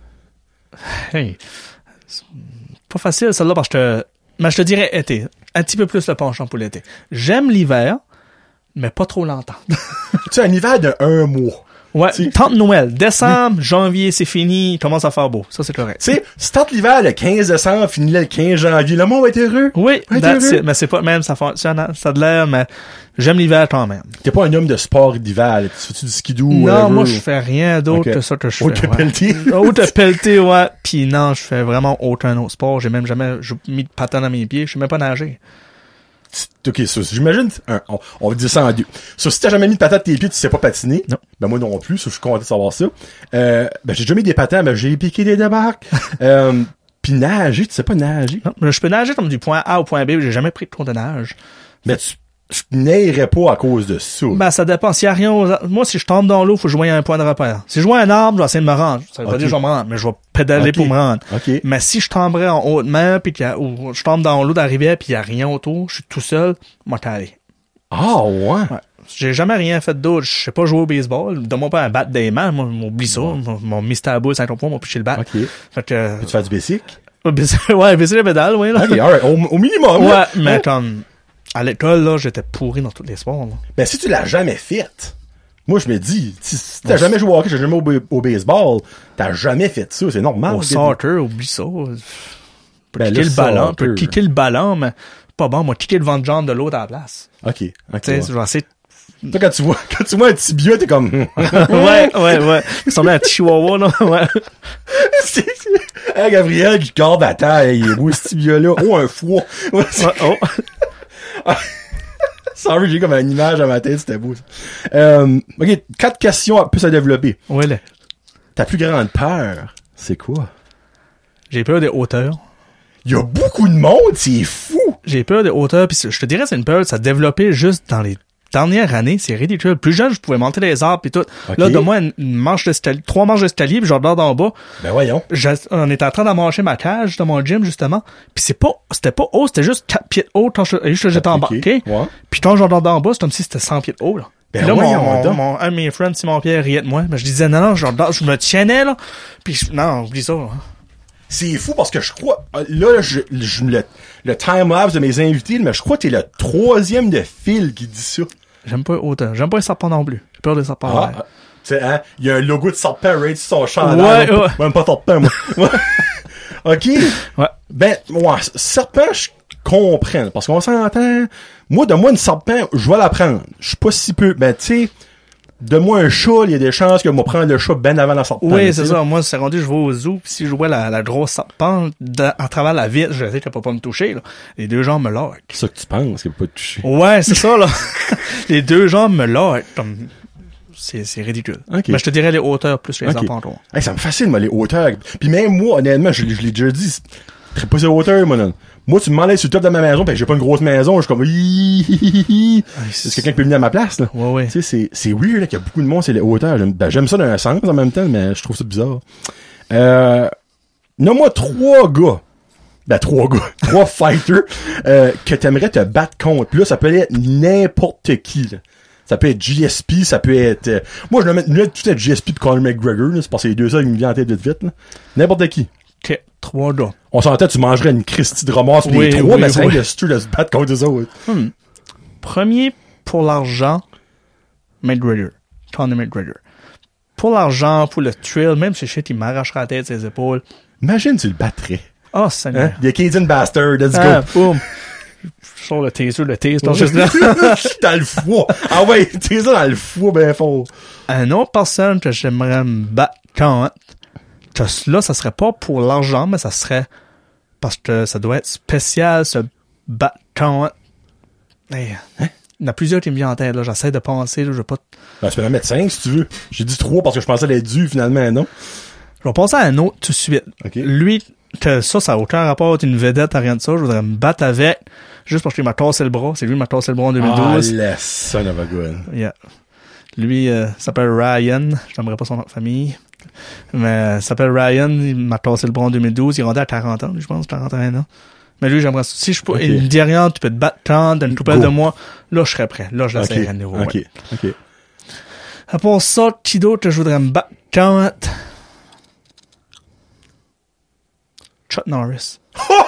Hey. C'est pas facile, celle-là, parce que, mais je te dirais été. Un petit peu plus le penchant pour l'été. J'aime l'hiver, mais pas trop longtemps. Tu sais, un hiver de un mois. Ouais, T'sais, tente Noël. Décembre, janvier, c'est fini, il commence à faire beau. Ça, c'est correct. Tu sais, si tente l'hiver le quinze décembre, finit le quinze janvier, le monde va être heureux. Oui, va être that's heureux. it. Mais c'est pas même, ça fonctionne, ça a de l'air, mais j'aime l'hiver quand même. T'es pas un homme de sport d'hiver, là. Tu fais-tu du skidoo? Non, whatever, moi, ou- je fais rien d'autre Ok. que ça que je Autre fais. que pelleter. Autre pelleter, ouais. Puis non, je fais vraiment aucun autre sport. J'ai même jamais j'ai mis de patin dans mes pieds. Je sais même pas nager. Ok, ça, j'imagine, un, on, on va dire ça en deux. Ça, si t'as jamais mis de patate à tes pieds, tu sais pas patiner. Non. Ben, moi non plus, ça, je suis content de savoir ça. Euh, ben, j'ai déjà mis des patins, ben, j'ai piqué des débarques. euh, pis nager, tu sais pas nager. Non, mais je peux nager comme du point A au point B. J'ai jamais pris de cours de nage. Mais tu, tu n'irais pas à cause de ça. Ben, ça dépend. S'il y a rien aux... Moi, si je tombe dans l'eau, faut que je voie un point de repère. Si je vois un arbre, je vais essayer de me rendre. Ça veut pas Ok. dire que je vais me rendre, mais je vais pédaler Ok. pour me rendre. Ok. Mais si je tomberais en haute mer, puis qu'il y a, ou je tombe dans l'eau de la rivière, puis il y a rien autour, je suis tout seul, moi, t'es allé. Ah, ouais. Ouais. J'ai jamais rien fait d'autre. Je sais pas jouer au baseball. Donne-moi pas un bat des mains. Moi, m'oublie ça. Mon, mon mister Bull, cinq points, m'a piché le bat. Ok. Fait que, euh, Peux-tu faire du basic? ouais, baisser les pédales, oui, là. Ok, alright. Au, au minimum. Ouais, là. mais Hein? comme, à l'école, là, j'étais pourri dans tous les sports, là. Ben, si tu l'as jamais fait, moi, je me dis, si, si t'as jamais joué au hockey, t'as jamais joué au, au baseball, t'as jamais fait ça, c'est normal. Au que- soccer, oublie ça. Peut Ben, kicker le le ballon, soccer. peut kicker le ballon, mais pas bon, moi, kicker le vent de jambe de l'autre à la place. Ok, ok. Tu sais, ouais. je vais essayer de- Toi, quand tu vois, quand tu vois un tibia, t'es comme, ouais, ouais, ouais. Il ressemblait à un petit chihuahua, là. Ouais. c'est, c'est... Hey, Gabriel qui garde à terre, il est beau ce tibia-là. Oh, un foie. Ouais, c'est- Ouais, oh. Sorry, j'ai comme une image à ma tête, c'était beau, ça. Euh, ok, quatre questions à plus à développer. Ouais, là. Ta plus grande peur, c'est quoi? J'ai peur des hauteurs. Il y a beaucoup de monde, c'est fou! J'ai peur des hauteurs, puis je te dirais c'est une peur, ça a développé juste dans les dernières années, c'est ridicule. Plus jeune, je pouvais monter les arbres puis tout. Ok. Là, donne-moi une, une marche d'escalier, trois marches d'escalier, puis je regarde en bas. Ben voyons. Je- on était en train d'emmarcher ma cage dans mon gym, justement. Puis c'est pas, c'était pas haut, c'était juste quatre pieds de haut quand je, juste que j'étais Ok, embarqué. ouais. Puis quand je regarde en bas, c'est comme si c'était cent pieds de haut, là. Ben Puis là, mon, voyons mon, donc. mon- un de mes friends, Simon Pierre, riait de moi. Mais je disais, non, non, je, regarde- je me tienais, là. Puis je- non, oublie ça, là. C'est fou parce que je crois, euh, là, je, je- le, le time-lapse de mes invités, mais je crois que t'es le troisième de fil qui dit ça. J'aime pas les hauteurs. J'aime pas les serpents non plus. J'ai peur des serpents. Ah, ouais. ah. Tu sais, hein, il y a un logo de serpent, right, sur son chandail. Ouais, Même ouais. pas- Même pas serpent, moi. Ouais. OK. Ouais. Ben, ouais, serpent, je comprends. Parce qu'on s'entend. Moi, de moi, une serpent, je vais la prendre. Je suis pas si peu. Ben, tu sais, de moi, un chat, il y a des chances que moi prendre le chat ben avant la serpent. Oui, tu c'est sais. ça. Moi, c'est rendu, je vais au zoo, pis si je vois la, la grosse serpente de- à travers la vitre, je sais qu'elle peut pas me toucher, là. Les deux jambes me loquent. C'est ça que tu penses, qu'il peut pas te toucher. Ouais, c'est ça, là. Les deux jambes me loquent. Comme, c'est, c'est ridicule. Ok. Mais je te dirais les hauteurs plus que les Ok. serpentons. Hey, ça me fascine, moi, les hauteurs. Puis même moi, honnêtement, je, l'ai- je l'ai déjà dit, c'est- je serais pas sur hauteur, moi, non. Moi, tu me m'enlèves sur le top de ma maison, pis que j'ai pas une grosse maison, je suis comme, Hihihihi. Est-ce que quelqu'un qui peut venir à ma place, là? Ouais, ouais. Tu sais, c'est, c'est weird, là, qu'il y a beaucoup de monde, c'est les hauteurs. J'aime, ben, j'aime ça dans un sens, en même temps, mais je trouve ça bizarre. Euh, nomme-moi trois gars. Ben, trois gars. trois fighters, euh, que t'aimerais te battre contre. Puis là, ça peut être n'importe qui, là. Ça peut être G S P, ça peut être... euh, moi, je vais mettre, mettre tout être G S P de Conor McGregor, là. C'est parce que les deux ça, ils me viennent en tête vite vite, là. N'importe qui. Ok, trois gars. On s'entend, tu mangerais une Christie de ramasse Oui, les trois, oui, mais c'est oui. rien de stu de se battre contre eux autres. Hmm. Premier, pour l'argent, McGregor. Conor McGregor. Pour l'argent, pour le thrill, même si shit, il m'arrachera la tête, ses épaules. Imagine, tu le battrais. Oh, Seigneur. Hein? The Cajun Bastard, let's Ah, go. boum. Je sors le taser, le taser, non, juste là. dans le foie. Ah ouais, t'es ça dans le foie ben fort. Un autre personne que j'aimerais me battre contre, que là, ça serait pas pour l'argent, mais ça serait parce que ça doit être spécial, se battre contre. Hey, Hein? il y en a plusieurs qui me viennent en tête, là. J'essaie de penser, là. Je vais pas, Ben, tu peux en mettre cinq si tu veux. J'ai dit trois parce que je pensais l'être dû, finalement, non? je vais passer à un autre tout de suite. Ok. Lui, que ça, ça a aucun rapport avec une vedette, à rien de ça. Je voudrais me battre avec, juste parce qu'il m'a cassé le bras. C'est lui qui m'a cassé le bras en deux mille douze. Ah, le son of a gun. Yeah. Lui, euh, s'appelle Ryan. Je n'aimerais pas son nom de famille. Mais, euh, s'appelle Ryan. Il m'a cassé le bras en deux mille douze. Il est rendu à quarante ans, je pense, quarante et un ans. Mais lui, j'aimerais, si je peux, Ok. il me dit rien, tu peux te battre tant, d'une coupelle Go. de moi. Là, je serais prêt. Là, je Ok, l'essaierais à nouveau. ok, Ouais. ok. À part ça, qui d'autre que je voudrais me battre contre? Chuck Norris.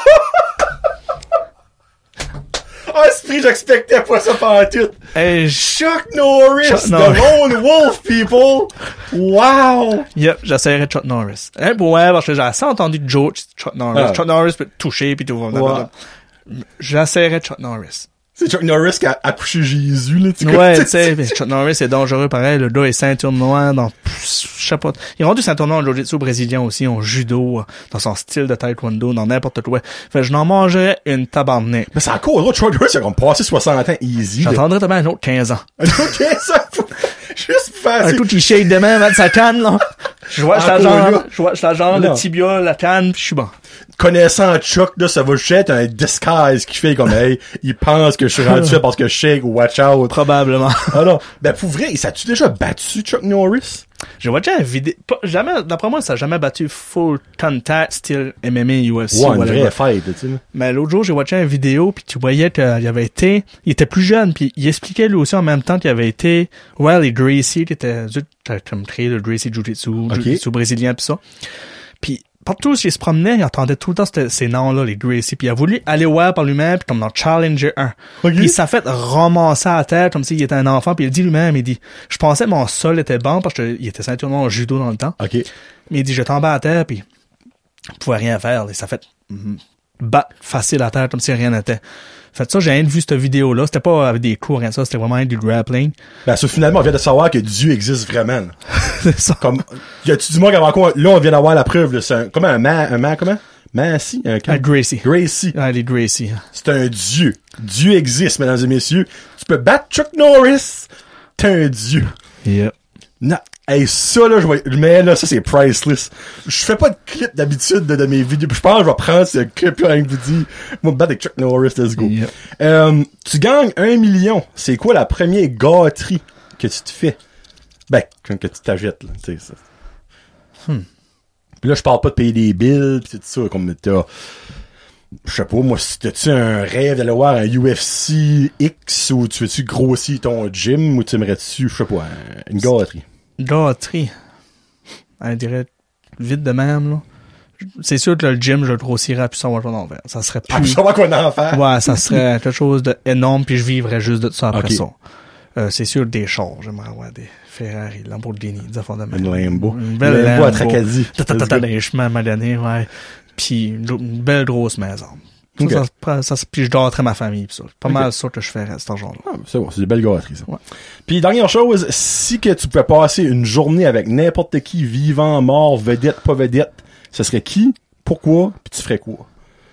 Ah, esprit, j'expectais pas ça pendant tout. Hey, je- Chuck Norris, Chuck the Norris. lone wolf, people. Wow! Yep, j'essaierais Chuck Norris. Hein, ouais, parce que j'ai assez entendu de Joe Chuck Norris. Ah. Chuck Norris peut te toucher pis tout. Ouais. J'essaierais Chuck Norris. C'est Chuck Norris qui a accouché Jésus, là, tu Ouais, tu sais, Chuck Norris est dangereux pareil. Le gars est ceinture noire dans, je sais pas. Il est rendu ceinture noire en jiu-jitsu brésilien aussi, en judo, dans son style de taekwondo, dans n'importe quoi. Fait que je n'en mangerais une tabarnak. Mais c'est encore drôle, Chuck Norris, il a comme passé soixante ans easy. J'attendrais tellement un autre quinze ans. Ok, ça, faut juste faire Un coup qui shake de même, sa canne, là. Je vois, je la Encore jambe, là. je vois, je la jambe, Non. le tibia, la canne, pis je suis bon. Connaissant Chuck, là, ça va juste être un disguise qui fait comme, hey, il pense que je suis rendu fait parce que je shake, watch out. Probablement. Ah non. Ben, pour vrai, ça a-tu déjà battu Chuck Norris? J'ai watché une vidéo, pas- jamais, d'après moi, ça a jamais battu full contact, style M M A, U F C, Ouais, une whatever. vraie fight, tu sais. là. Mais l'autre jour, j'ai watché une vidéo, puis tu voyais qu'il avait été, il était plus jeune, puis il expliquait lui aussi en même temps qu'il avait été, ouais, les Gracie, qui était, comme créé le Gracie Jiu-Jitsu, Jiu-Jitsu brésilien, pis ça. Puis partout où il se promenait, il entendait tout le temps ces, ces noms-là, les Gracie, puis il a voulu aller voir par lui-même, puis comme dans Challenger un. Ok. Puis il s'est fait ramasser à la tête, comme s'il était un enfant, puis il dit lui-même, il dit, je pensais que mon sol était bon, parce qu'il était ceinture noire en judo dans le temps. OK. Mais il dit, je tombais à terre, puis je pouvais rien faire. Et ça fait mm, battre facile à terre, comme si rien n'était. Fait ça, j'ai rien vu cette vidéo-là. C'était pas avec des coups, rien de ça. C'était vraiment du grappling. Ben, ça, finalement, on vient de savoir que Dieu existe vraiment. là. C'est ça. Comme, y a-tu du monde qui avait encore, là, on vient d'avoir la preuve, là. C'est un, comment un man, un man, comment? Mancy? Un, Ah, Gracie. Gracie. Ah, les Gracie. C'est un dieu. Dieu existe, mesdames et messieurs. Tu peux battre Chuck Norris. T'es un dieu. Yep. Non. Hey, ça, là, je vais, mais là, ça, c'est priceless. Je fais pas de clip d'habitude de, de mes vidéos. Je pense que je vais prendre ce clip-là avec vous dire, moi, me battre avec Chuck Norris, let's go. Yep. Euh, tu gagnes un million. C'est quoi la première gâterie que tu te fais? Ben, que tu t'achètes, là, tu sais, ça. Hmm. Puis là, je parle pas de payer des billes, pis tout ça, comme t'as, je sais pas, moi, si t'as-tu un rêve d'aller voir un U F C X, ou tu veux-tu grossir ton gym, ou tu aimerais-tu, je sais pas, un- une gâterie? Gâterie. On dirait vite de même, là. C'est sûr que le gym, je le grossirais plus sans voir en faire. Ça serait Ah, plus... je sais pas quoi en faire. Ouais, ça serait quelque chose d'énorme, puis je vivrais juste de ça après Ok. ça. Euh, c'est sûr des chars. J'aimerais avoir des Ferrari, Lamborghini, des affaires de même. Une Lambo. Une belle Une Lambo à Lambo. Tracadie. Tata, les chemins à Magané, ouais. Puis une une belle grosse maison. Ça, Ok. ça, ça, ça, puis je doterais ma famille, pis ça. Pas Ok. mal ça que je ferais, cet argent-là. Ah, c'est bon, c'est des belles gâteries, ça. Ouais. Puis, dernière chose, si que tu pouvais passer une journée avec n'importe qui, vivant, mort, vedette, pas vedette, ce serait qui, pourquoi, puis tu ferais quoi?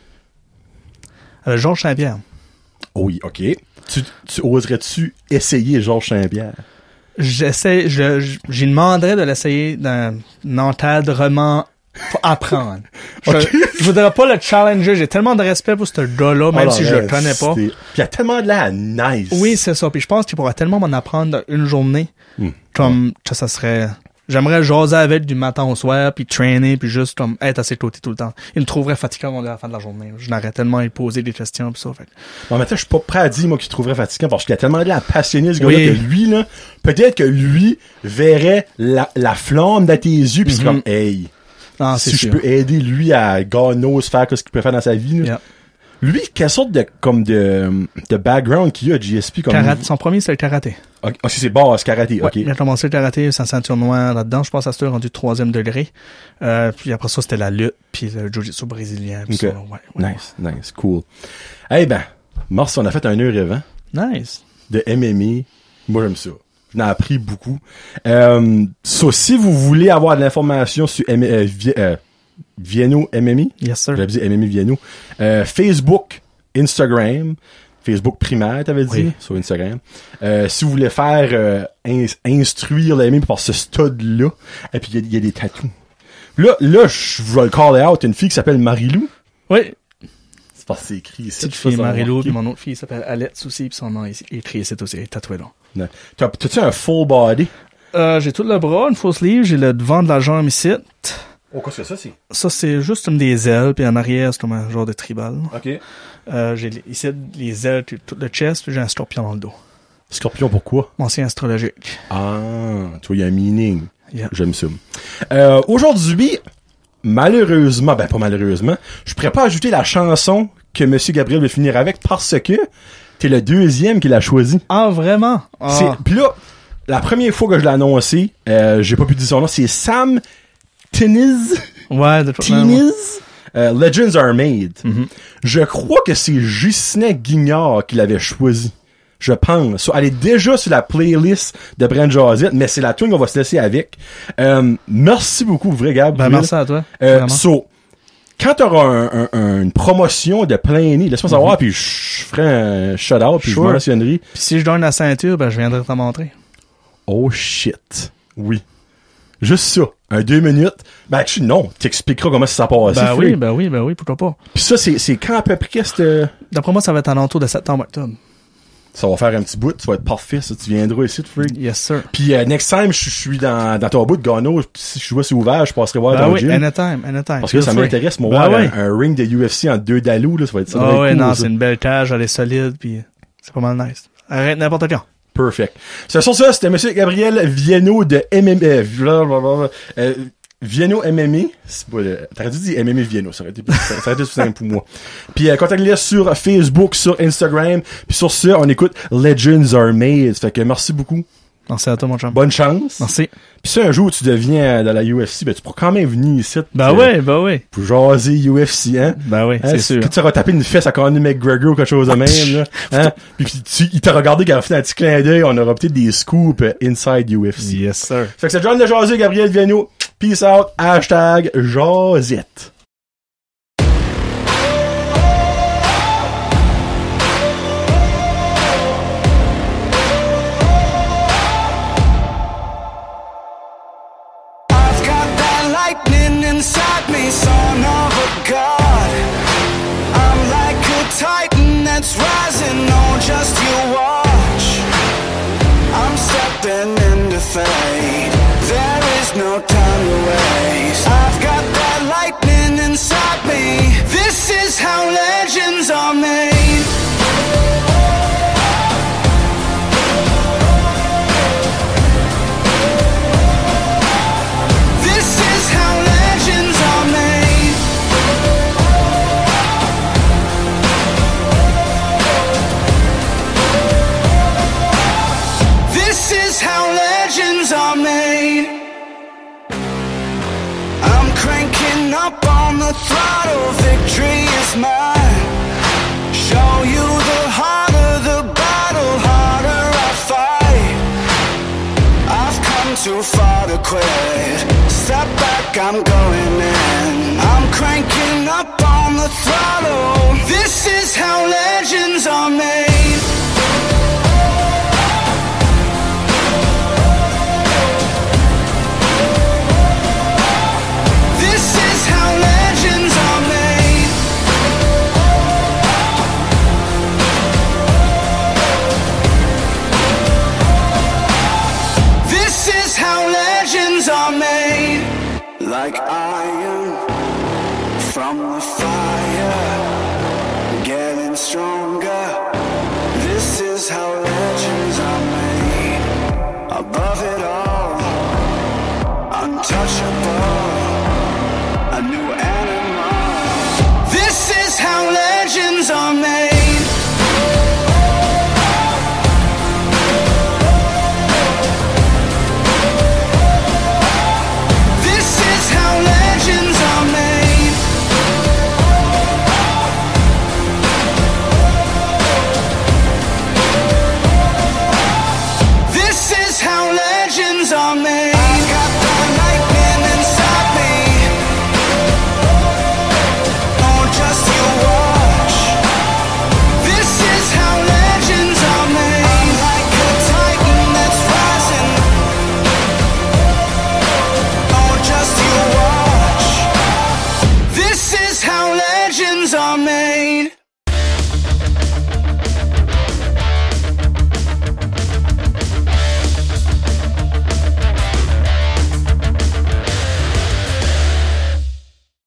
Euh, Georges Saint-Pierre. Oh oui, ok. Tu, tu oserais-tu essayer Georges Saint-Pierre? J'essaie, je, je- j'y demanderais de l'essayer d'un encadrement pour apprendre. Je, Ok. je voudrais pas le challenger. J'ai tellement de respect pour ce gars-là, même Oh, si là, je là, le connais pas. c'était- Puis il y a tellement de l'air nice. Oui, c'est ça. Puis je pense qu'il pourrait tellement m'en apprendre dans une journée. Hmm. Comme, que ça serait... J'aimerais jaser avec du matin au soir, puis traîner, puis juste comme être à ses côtés tout le temps. Il me trouverait fatigant à la fin de la journée. Je n'aurais tellement à lui poser des questions, pis ça. Fait. En même temps, je suis pas prêt à dire, moi, qu'il trouverait fatigant, parce qu'il y a tellement de l'air passionné, ce gars-là, Oui. que lui, là, peut-être que lui verrait la, la flamme dans tes yeux, pis c'est Mhm. comme, hey, Ah, c'est si je sûr. peux aider lui à God knows faire ce qu'il peut faire dans sa vie, là. Yeah. Lui, quelle sorte de, comme de, de background qu'il a, G S P, comme... Karaté. Son premier, c'est le karaté. Ok, ah, si c'est bon, c'est karaté, Ouais, ok. il a commencé le karaté, sa ceinture noire là-dedans. Je pense à c'était rendu troisième degré. Euh, puis après ça, c'était la lutte, puis le jiu-jitsu brésilien. Puis Ok. ça, ouais, ouais. Nice, nice, cool. Eh ben, Mars, on a fait un heure et vingt Nice. de M M A. Moi, j'aime ça. J'en ai appris beaucoup. Euh, so, si vous voulez avoir de l'information sur M- euh, Vi- euh, Vienno M M A, Yes, sir. j'avais dit M M A Vienno, euh, Facebook, Instagram, Facebook primaire, t'avais dit, Oui. sur Instagram. Euh, si vous voulez faire euh, ins- instruire le M M A par ce stud-là, et puis il y a- il y, a des tatous. Là, là, je vais le call out, une fille qui s'appelle Marilou. Oui. C'est parce que c'est écrit ici. Petite je sais fille pas si ça va Marilou, marquer. puis mon autre fille s'appelle Alette aussi, puis son nom est écrit ici aussi, tatoué là. Non. T'as- T'as-tu un full body? Euh, j'ai tout le bras, une fausse sleeve, j'ai le devant de la jambe ici. Oh, qu'est-ce que ça, c'est? Ça, c'est juste comme des ailes, puis en arrière, c'est comme un genre de tribal. OK. Euh, j'ai les- ici les ailes, puis tout le chest, puis j'ai un scorpion dans le dos. Scorpion, pourquoi? Mon signe astrologique. Ah, tu vois, il y a un meaning. Yeah. J'aime ça. Euh, aujourd'hui, malheureusement, ben pas malheureusement, je pourrais pas ajouter la chanson que Monsieur Gabriel veut finir avec parce que t'es le deuxième qui l'a choisi. Ah, vraiment? Ah. C'est- Puis là, la première fois que je l'ai annoncé, euh, j'ai pas pu dire son nom, c'est Sam Tiniz. Ouais, de toute façon. Tiniz. Euh, Legends Are Made. Mm-hmm. Je crois que c'est Justin Guignard qui l'avait choisi. Je pense. So, elle est déjà sur la playlist de Brand Jazette, mais c'est la tune qu'on va se laisser avec. Euh, merci beaucoup, vrai Gab. Ben, merci à toi. Euh, so, quand t'auras un, un, une promotion de plein nez, laisse-moi savoir, mm-hmm. puis je ferai un shout-out, puis sure. je mentionnerai. Puis si je donne la ceinture, ben je viendrai t'en montrer. Oh shit. Oui. Juste ça. Un deux minutes. Ben, tu non, t'expliqueras comment ça s'est passé. Ben oui, ben oui, ben oui, pourquoi pas. Puis ça, c'est, c'est quand à peu près cette... D'après moi, ça va être en entour de septembre-octobre. Ça va faire un petit bout, ça va être parfait, ça. Tu viendras ici, Freak. Yes, sir. Puis, euh, next time, je suis dans, dans ton bout de Gano. Si je vois c'est ouvert, je passerai voir ben dans oui, le gym. anytime, anytime. Parce que là, ça m'intéresse, moi, ben voir oui. un, un ring de U F C en deux dalous, là, ça va être ça. Ah oh, ouais, cool, non, ça. c'est une belle cage, elle est solide, puis c'est pas mal nice. Arrête n'importe quand. Perfect. C'est sur ça, c'était Monsieur Gabriel Viano de M M A. Euh, Viano M M A. C'est pas, euh, t'aurais dû dire M M A Viano, ça aurait été plus, ça aurait été plus simple pour moi. Puis, euh, contactez-les sur Facebook, sur Instagram. Puis sur ça, on écoute Legends Are Made. Fait que merci beaucoup. Merci à toi, mon chum. Bonne chance. Merci. Puis si un jour tu deviens dans la U F C, ben tu pourras quand même venir ici. Ben euh, ouais, ben ouais. Pour jaser U F C, hein. Ben ouais, hein, c'est sûr. Que tu auras tapé une fesse à Conor McGregor ou quelque chose de même, là. Hein. Puis, puis tu, il t'a regardé, qu'il a fait un petit clin d'œil, on aura peut-être des scoops inside U F C. Yes, sir. Fait que c'est John de Jaser, Gabriel Viano. Peace out. Hashtag Jazette. Inside me, son of a god. I'm like a titan that's rising, oh just you watch. I'm stepping into fate, there is no time to waste. I've got that lightning inside me, this is how legends are made. Up on the throttle, victory is mine. Show you the harder the battle, harder I fight. I've come too far to quit. Step back, I'm going in. I'm cranking up on the throttle. This is how legends are made. Like iron from the fire, getting stronger. This is how legends are made. Above it all, untouchable, a new animal. This is how legends are made. Are made.